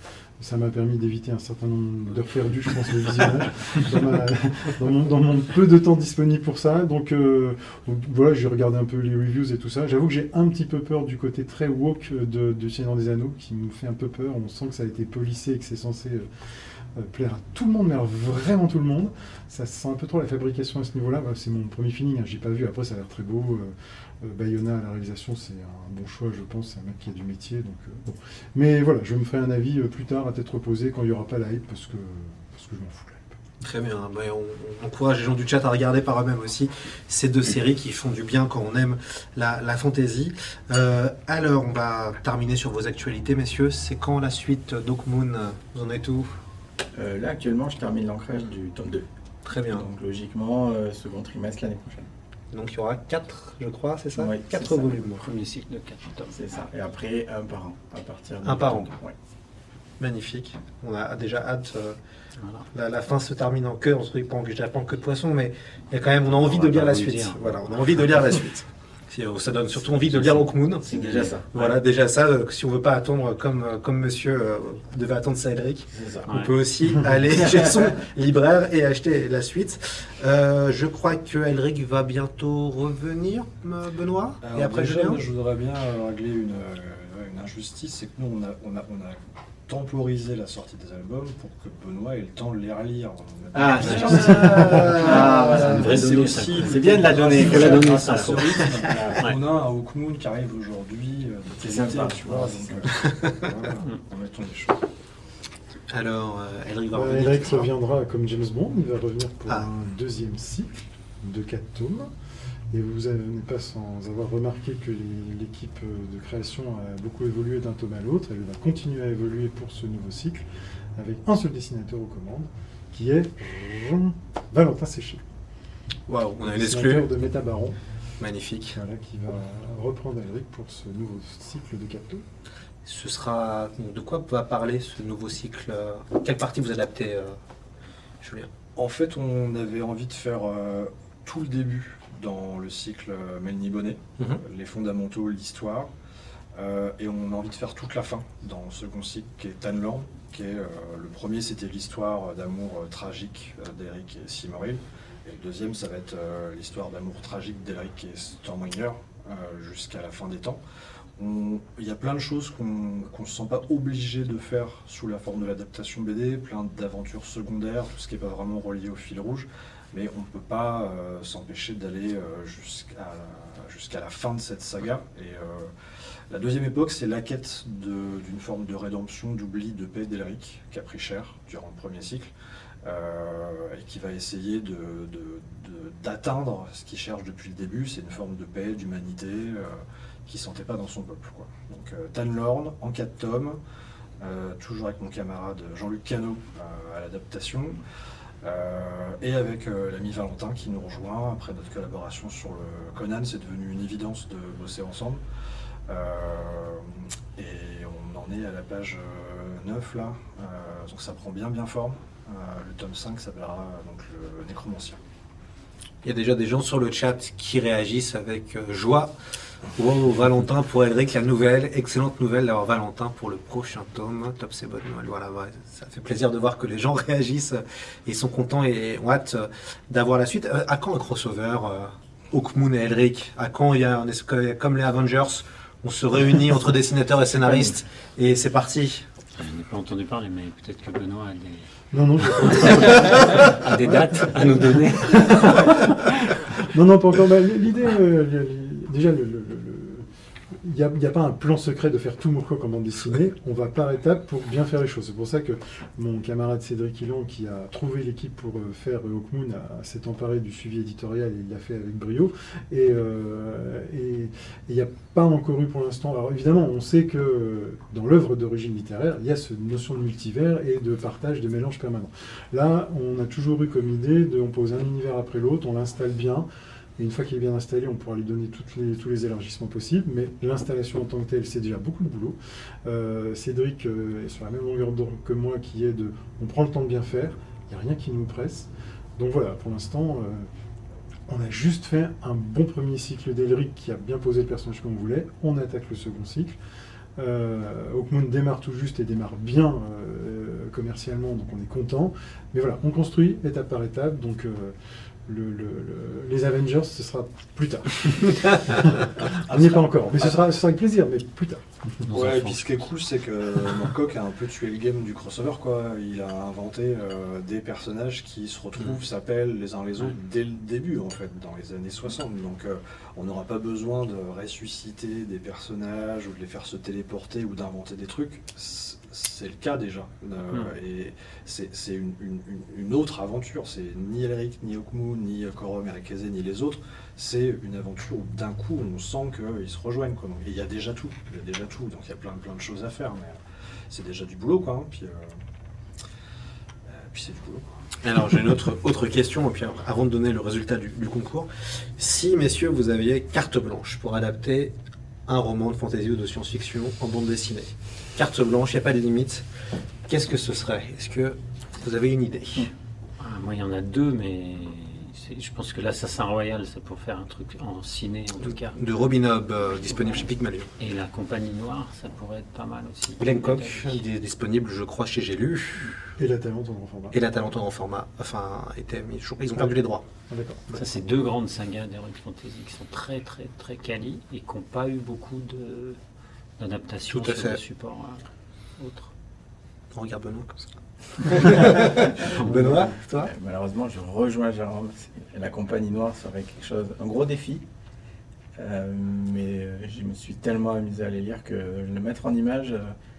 Ça m'a permis d'éviter un certain nombre d'heures perdues, je pense, de visionnage, dans, ma, dans, mon, dans mon peu de temps disponible pour ça. Donc, euh, donc voilà, j'ai regardé un peu les reviews et tout ça. J'avoue que j'ai un petit peu peur du côté très woke de, de Seigneur des Anneaux, qui me fait un peu peur. On sent que ça a été polissé et que c'est censé euh, euh, plaire à tout le monde, mais alors vraiment tout le monde. Ça sent un peu trop la fabrication à ce niveau-là. Bah, c'est mon premier feeling, hein, j'ai pas vu. Après, ça a l'air très beau. Euh, Euh, Bayona à la réalisation, c'est un bon choix, je pense. C'est un mec qui a du métier. Donc, euh, bon. Mais voilà, je me ferai un avis euh, plus tard, à tête reposée, quand il n'y aura pas la hype, parce que, parce que je m'en fous de la hype. Très bien, bah, on, on encourage les gens du chat à regarder par eux-mêmes aussi ces deux séries qui font du bien quand on aime la, la fantasy. Euh, alors, on va terminer sur vos actualités, messieurs. C'est quand la suite d'Hawkmoon? Vous en êtes où? Euh, là, actuellement, je termine l'ancrage du tome deux. Très bien. Donc, logiquement, euh, second trimestre l'année prochaine. Donc il y aura quatre, je crois, c'est ça? Oui, quatre c'est ça. volumes. Premier cycle de quatre tomes. C'est ça. Et après, un par an, à partir de Un par an. Ouais. Magnifique. On a déjà hâte. euh, Voilà. la, la fin se termine en queue. On se dit pas en, je dirais pas en queue de poisson, mais il y a quand même, on a envie On de va lire pas la vous le suite. dire. Voilà, on a envie de lire la suite. Si, euh, Ça donne surtout envie de lire Hawkmoon. C'est déjà ça. Voilà, déjà ça, euh, si on veut pas attendre comme, euh, comme monsieur euh, devait attendre ça, Elric, C'est ça. Ouais. on peut aussi aller chez son libraire et acheter la suite. Euh, je crois que Elric va bientôt revenir, euh, Benoît, Alors, et après déjà, Julien. moi, je voudrais bien euh, régler une, euh, une injustice, c'est que nous, on a, on, a, on a temporisé la sortie des albums pour que Benoît ait le temps de les relire. Ah, c'est c'est Ah, c'est une vraie C'est donnée, aussi ça. C'est bien de la donner. Il faut la donner, grâce ça. à ce rythme, Ouais. on a un Hawkmoon qui arrive aujourd'hui, euh, de C'est qualité, sympa, tu vois. c'est Donc, euh, voilà, remettons les choses. Alors, euh, Elric va Bah, revenir. Elric c'est ça reviendra comme James Bond, il va revenir pour Ah. un deuxième cycle de quatre tomes. Et vous n'êtes pas sans avoir remarqué que les- l'équipe de création a beaucoup évolué d'un tome à l'autre. Elle va continuer à évoluer pour ce nouveau cycle, avec un seul dessinateur aux commandes, qui est Jean Valentin Séché. Waouh, on a une Dessinateur exclue. de Métabaron, Magnifique. voilà, qui va reprendre Elric pour ce nouveau cycle de quatre tomes. Ce sera. De quoi va parler ce nouveau cycle euh, Quelle partie vous adaptez, euh, Julien? En fait, on avait envie de faire euh, tout le début dans le cycle euh, Melny Bonnet, Mhm. les fondamentaux, l'histoire, euh, et on a envie de faire toute la fin dans le second cycle qui est Tanlorn, qui est euh, le premier, c'était l'histoire d'amour euh, tragique euh, d'Eric et Silmaril, et le deuxième, ça va être euh, l'histoire d'amour tragique d'Eric et Stormbringer euh, jusqu'à la fin des temps. On- Il y a plein de choses qu'on ne se sent pas obligé de faire sous la forme de l'adaptation B D, plein d'aventures secondaires, tout ce qui n'est pas vraiment relié au fil rouge, mais on ne peut pas euh, s'empêcher d'aller euh, jusqu'à jusqu'à la fin de cette saga. Et euh, la deuxième époque, c'est la quête de- d'une forme de rédemption, d'oubli, de paix d'Elric, qui a pris cher durant le premier cycle, euh, et qui va essayer de- de- de- d'atteindre ce qu'il cherche depuis le début, c'est une forme de paix, d'humanité, euh, qu'il ne sentait pas dans son peuple, quoi. Donc euh, Tanlorn, en quatre tomes, euh, toujours avec mon camarade Jean-Luc Cano euh, à l'adaptation, euh, et avec euh, l'ami Valentin qui nous rejoint après notre collaboration sur le Conan. C'est devenu une évidence de bosser ensemble. Euh, et on en est à la page euh, neuf là, euh, donc ça prend bien bien forme. Euh, le tome cinq s'appellera euh, donc le Nécromancien. Il y a déjà des gens sur le chat qui réagissent avec euh, joie. Wow, Valentin pour Elric, la nouvelle, excellente nouvelle d'avoir Valentin pour le prochain tome. Top, c'est bonne nouvelle. Voilà, ouais, ça fait plaisir de voir que les gens réagissent euh, et sont contents et ont hâte euh, d'avoir la suite. Euh, à quand un crossover euh, Hawkmoon et Elric? À quand il y a, on est que- comme les Avengers, on se réunit entre dessinateurs et scénaristes et c'est parti. Je n'ai pas entendu parler, mais peut-être que Benoît a des, Non, non, je- a des dates à nous donner. non, non, pas encore. Bah, l'idée, euh, le- le- déjà, le, le- le- le- il n'y a, il y a pas un plan secret de faire tout Moorcock en bande dessinée. On va par étapes pour bien faire les choses. C'est pour ça que mon camarade Cédric Hillan, qui a trouvé l'équipe pour euh, faire euh, Hawkmoon, a- s'est emparé du suivi éditorial et il l'a fait avec brio. Et euh, et- et il n'y a pas encore eu pour l'instant. Alors évidemment, on sait que euh, dans l'œuvre d'origine littéraire, il y a cette notion de multivers et de partage, de mélange permanent. Là, on a toujours eu comme idée de on pose un univers après l'autre, on l'installe bien. Et une fois qu'il est bien installé, on pourra lui donner toutes les, tous les élargissements possibles. Mais l'installation en tant que telle, c'est déjà beaucoup de boulot. Euh, Cédric euh, est sur la même longueur d'onde que moi, qui est de on prend le temps de bien faire, il n'y a rien qui nous presse. Donc voilà, pour l'instant, euh, on a juste fait un bon premier cycle d'Elric qui a bien posé le personnage comme on voulait. On attaque le second cycle. Euh, Hawkmoon démarre tout juste et démarre bien euh, commercialement, donc on est content. Mais voilà, on construit étape par étape, donc euh, le, le, le- les Avengers, ce sera plus tard. On n'y est pas encore, mais ce sera, ce sera avec plaisir, mais plus tard. Nos Ouais, et enfants. puis ce qui est cool, c'est que Moorcock a un peu tué le game du crossover, quoi. Il a inventé euh, des personnages qui se retrouvent, Mm. s'appellent les uns les autres Ouais. dès le début, en fait, dans les années soixante. Donc euh, on n'aura pas besoin de ressusciter des personnages ou de les faire se téléporter ou d'inventer des trucs. C'est c'est le cas déjà. Euh, Mm. Et c'est c'est une, une- une- une autre aventure. C'est ni Elric, ni Hawkmoon, ni Corom, Erikazé, ni les autres. C'est une aventure où d'un coup on sent qu'ils se rejoignent, quoi. Donc, et il y a déjà tout, il y a déjà tout, donc il y a plein, plein de choses à faire, mais euh, c'est déjà du boulot, quoi. hein. Puis, euh, euh, puis c'est du boulot, quoi. Alors j'ai une autre, autre question, et puis après, avant de donner le résultat du, du concours. Si, messieurs, vous aviez carte blanche pour adapter un roman de fantasy ou de science-fiction en bande dessinée, carte blanche, il n'y a pas de limite, qu'est-ce que ce serait? Est-ce que vous avez une idée? Ah, moi, il y en a deux, mais c'est- je pense que l'Assassin Royal, ça pour faire un truc en ciné, en tout cas. De Robin Hobb, euh, disponible chez Pygmalion. Et La Compagnie Noire, ça pourrait être pas mal aussi. Glenn Cock, il est disponible, je crois, chez J'ai lu. Et la Talente en grand format. Et la Talente en format, enfin, était mis, je crois qu'ils ont Ah. perdu les droits. Ah, d'accord. Ça, c'est deux grandes sagas d'Heroic Fantasy qui sont très, très, très quali et qui n'ont pas eu beaucoup de- d'adaptations Tout à sur fait. des supports euh, autres. On regarde Benoît comme ça. Benoît, toi? Ouais, malheureusement, je rejoins Jérôme. C'est- La Compagnie Noire serait quelque chose, un gros défi. Euh, mais euh, je me suis tellement amusé à les lire que le mettre en image, euh,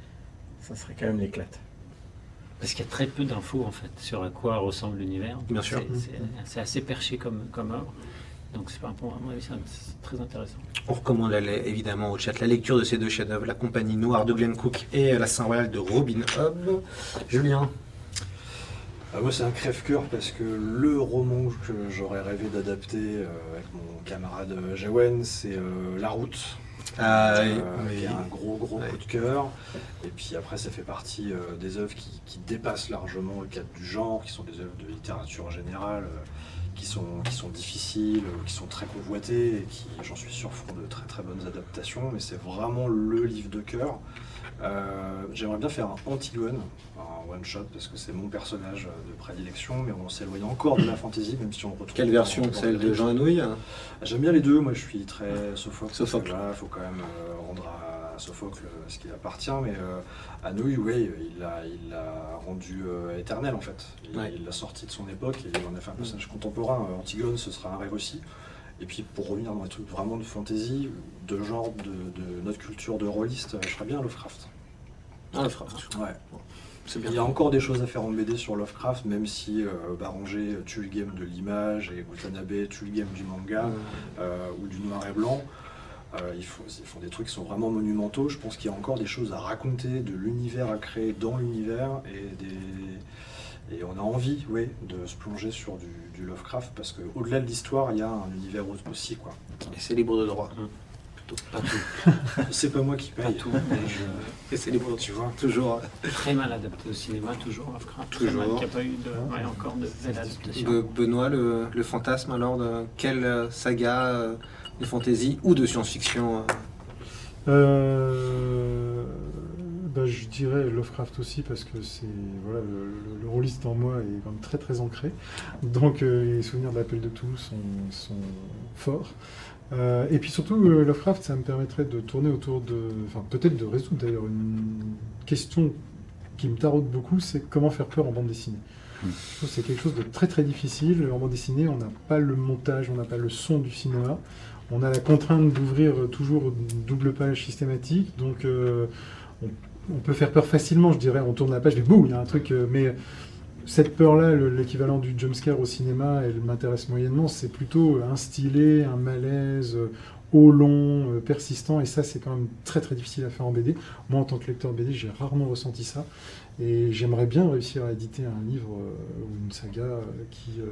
ça serait quand même l'éclate. Parce qu'il y a très peu d'infos en fait sur à quoi ressemble l'univers. Bien sûr. C'est- C'est c'est assez perché comme, comme œuvre. Donc c'est pas, pour moi, c'est c'est très intéressant. On recommande la- évidemment au chat la lecture de ces deux chefs-d'œuvre, La Compagnie Noire de Glenn Cook et La Saint Royal de Robin Hobb. Julien? Ah, moi, c'est un crève-cœur parce que le roman que j'aurais rêvé d'adapter euh, avec mon camarade euh, Jawen, c'est euh, La Route. Ah, Euh, oui. qui a un gros gros Ouais. coup de cœur. Et puis après, ça fait partie euh, des œuvres qui, qui dépassent largement le cadre du genre, qui sont des œuvres de littérature générale, euh, qui, sont, qui sont difficiles, euh, qui sont très convoitées, et qui, j'en suis sûr, font de très très bonnes adaptations. Mais c'est vraiment le livre de cœur. Euh, J'aimerais bien faire un Antigone, un one-shot, parce que c'est mon personnage euh, de prédilection, mais on s'éloigne encore de la fantasy, même si on le retrouve. Quelle version? dans- Celle dans- de Jean Anouilh? J'aime bien les deux, moi je suis très Sophocle. Sophocle. Il faut quand même euh, rendre à Sophocle euh, ce qui lui appartient, mais euh, Anouilh, oui, il l'a il l'a rendu euh, éternel en fait. Il Ouais. il l'a sorti de son époque et il en a fait un personnage contemporain. Euh, Antigone, ce sera un rêve aussi. Et puis pour revenir dans les trucs vraiment de fantasy, de genre de, de notre culture de rôliste, euh, je ferais bien Lovecraft. Ah, Lovecraft. Ouais. C'est Il y bien. a encore des choses à faire en B D sur Lovecraft, même si euh, Barranger tue le game de l'image et Watanabe tue le game du manga. Euh, ou du noir et blanc. Euh, ils, font, ils font des trucs qui sont vraiment monumentaux. Je pense qu'il y a encore des choses à raconter, de l'univers à créer dans l'univers, et, des... et on a envie, oui, de se plonger sur du, du Lovecraft, parce qu'au-delà de l'histoire, il y a un univers aussi, quoi. Et c'est libre de droit. Hum. Plutôt. Pas tout, C'est pas moi qui pas paye. tout, mais je- Et c'est libre de Tu vois. Toujours. très mal adapté au cinéma, toujours Lovecraft. Très Toujours. mal, qu'il n'y a pas eu de, ouais, encore de belle adaptation. De Benoît, le, le fantasme, alors, de quelle euh, saga euh, de fantasy ou de science-fiction euh, Euh, bah, je dirais Lovecraft aussi parce que c'est voilà le, le- le rôliste en moi est quand même très très ancré, donc euh, les souvenirs de l'appel de Toulouse sont, sont forts. Euh, et puis surtout euh, Lovecraft, ça me permettrait de tourner autour de, enfin peut-être de résoudre d'ailleurs une question qui me taraude beaucoup, c'est comment faire peur en bande dessinée. Je trouve que c'est quelque chose de très très difficile. En bande dessinée, on n'a pas le montage, on n'a pas le son du cinéma. On a la contrainte d'ouvrir toujours une double page systématique, donc euh, on, on peut faire peur facilement, je dirais. On tourne la page, mais bouh, il y a un truc. euh, mais cette peur-là, le- l'équivalent du jumpscare au cinéma, elle m'intéresse moyennement. C'est plutôt instillé, un malaise euh, au long, euh, persistant, et ça, c'est quand même très très difficile à faire en B D. Moi, en tant que lecteur B D, j'ai rarement ressenti ça, et j'aimerais bien réussir à éditer un livre euh, ou une saga euh, qui, euh,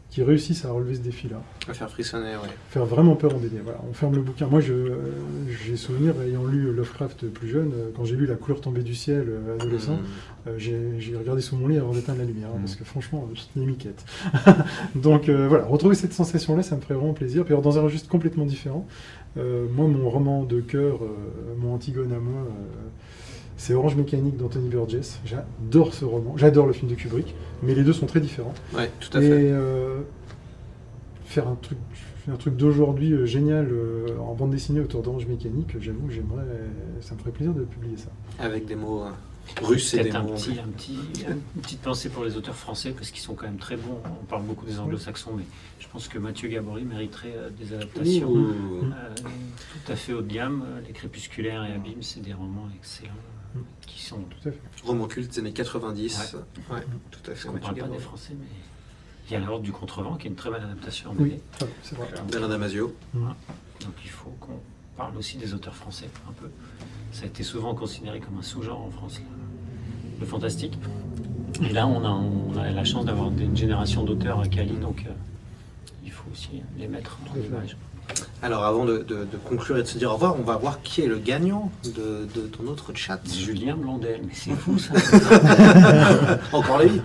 qui réussissent à relever ce défi-là. À faire frissonner, ouais. Faire vraiment peur en B D. Voilà, on ferme le bouquin. Moi, je, euh, j'ai souvenir, ayant lu Lovecraft plus jeune, euh, quand j'ai lu La couleur tombée du ciel, euh, adolescent, Mmh. euh, j'ai, j'ai regardé sous mon lit avant d'éteindre la lumière, hein, Mm. parce que franchement, j'étais une miquette. Donc euh, voilà, retrouver cette sensation-là, ça me ferait vraiment plaisir. Puis alors, dans un registre complètement différent, euh, moi, mon roman de cœur, euh, mon Antigone à moi, euh, c'est Orange Mécanique d'Anthony Burgess. J'adore ce roman. J'adore le film de Kubrick, mais les deux sont très différents. Ouais, tout à Et fait. euh, faire un truc, un truc d'aujourd'hui euh, génial euh, en bande dessinée autour d'Orange Mécanique, j'avoue, j'aimerais, ça me ferait plaisir de publier ça. Avec des mots euh, russes et des Peut-être un mots... petit, un petit, une petite pensée pour les auteurs français, parce qu'ils sont quand même très bons. On parle beaucoup des anglo-saxons, mais je pense que Mathieu Gabory mériterait euh, des adaptations Ouh. euh, tout à fait haut de gamme. Les Crépusculaires et Abîme, c'est des romans excellents euh, qui sont... Tout à fait. Roman culte des années quatre-vingt-dix. Ouais, tout à Parce fait. qu'on ne parle pas des Français, mais il y a l'Ordre du Contrevent, qui est une très belle adaptation en B D. Oui, ah, c'est vrai. Bernard Damasio. Donc il faut qu'on parle aussi des auteurs français, un peu. Ça a été souvent considéré comme un sous-genre en France, le, le fantastique. Et là, on a, on a la chance d'avoir une génération d'auteurs à Cali, donc euh, il faut aussi les mettre en image. Alors avant de, de- de conclure et de se dire au revoir, on va voir qui est le gagnant de, de ton autre chat. Julien Blondel, mais c'est fou ça. Encore lui.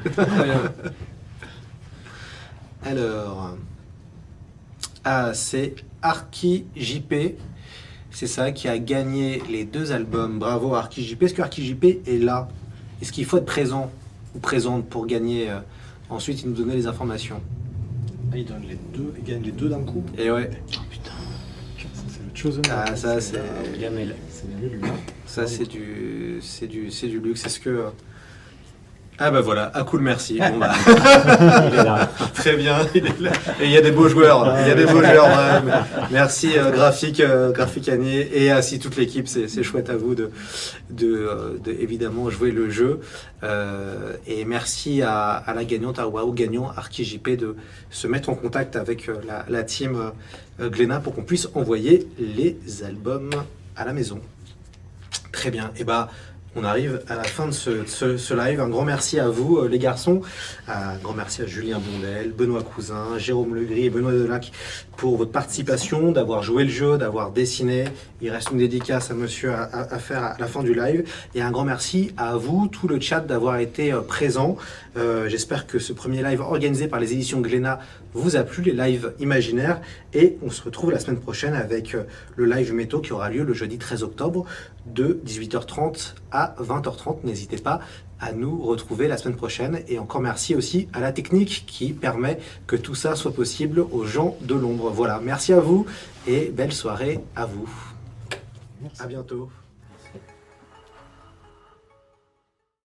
Alors, ah, c'est Arki J P, c'est ça, qui a gagné les deux albums. Bravo Arki J P. Est-ce que Arki J P est là? Est-ce qu'il faut être présent ou présente pour gagner euh, Ensuite, il nous donnait les informations. Ah, il donne les deux, il gagne les deux d'un coup. Et ouais, Oh putain, Ça, c'est le Chosen. ah, ça c'est William est là. C'est lui, là. ça c'est du c'est du c'est du luxe. Est-ce que euh, ah bah voilà, à cool, merci. Bon bah. Il est là. Très bien, il est là. Et il y a des beaux joueurs, il y a des beaux joueurs. Ouais. Merci euh, Graphique, euh, Graphique Annie et ainsi toute l'équipe. C'est, c'est chouette à vous de, de, euh, de évidemment jouer le jeu. Euh, et merci à, à la gagnante, à Waouh gagnant, Arki J P, de se mettre en contact avec euh, la, la team euh, Glénat pour qu'on puisse envoyer les albums à la maison. Très bien. Et bah. On arrive à la fin de ce, de ce- ce live. Un grand merci à vous, euh, les garçons. Un grand merci à Julien Blondel, Benoît Cousin, Jérôme Legris et Benoît Delac pour votre participation, d'avoir joué le jeu, d'avoir dessiné. Il reste une dédicace à monsieur à, à- à faire à la fin du live. Et un grand merci à vous, tout le chat, d'avoir été euh, présent. Euh, j'espère que ce premier live organisé par les éditions Glénat vous a plu, les lives imaginaires. Et on se retrouve la semaine prochaine avec euh, le live métaux qui aura lieu le jeudi treize octobre de dix-huit heures trente à vingt heures trente. N'hésitez pas à nous retrouver la semaine prochaine. Et encore merci aussi à la technique qui permet que tout ça soit possible aux gens de l'ombre. Voilà, merci à vous et belle soirée à vous. Merci. À bientôt.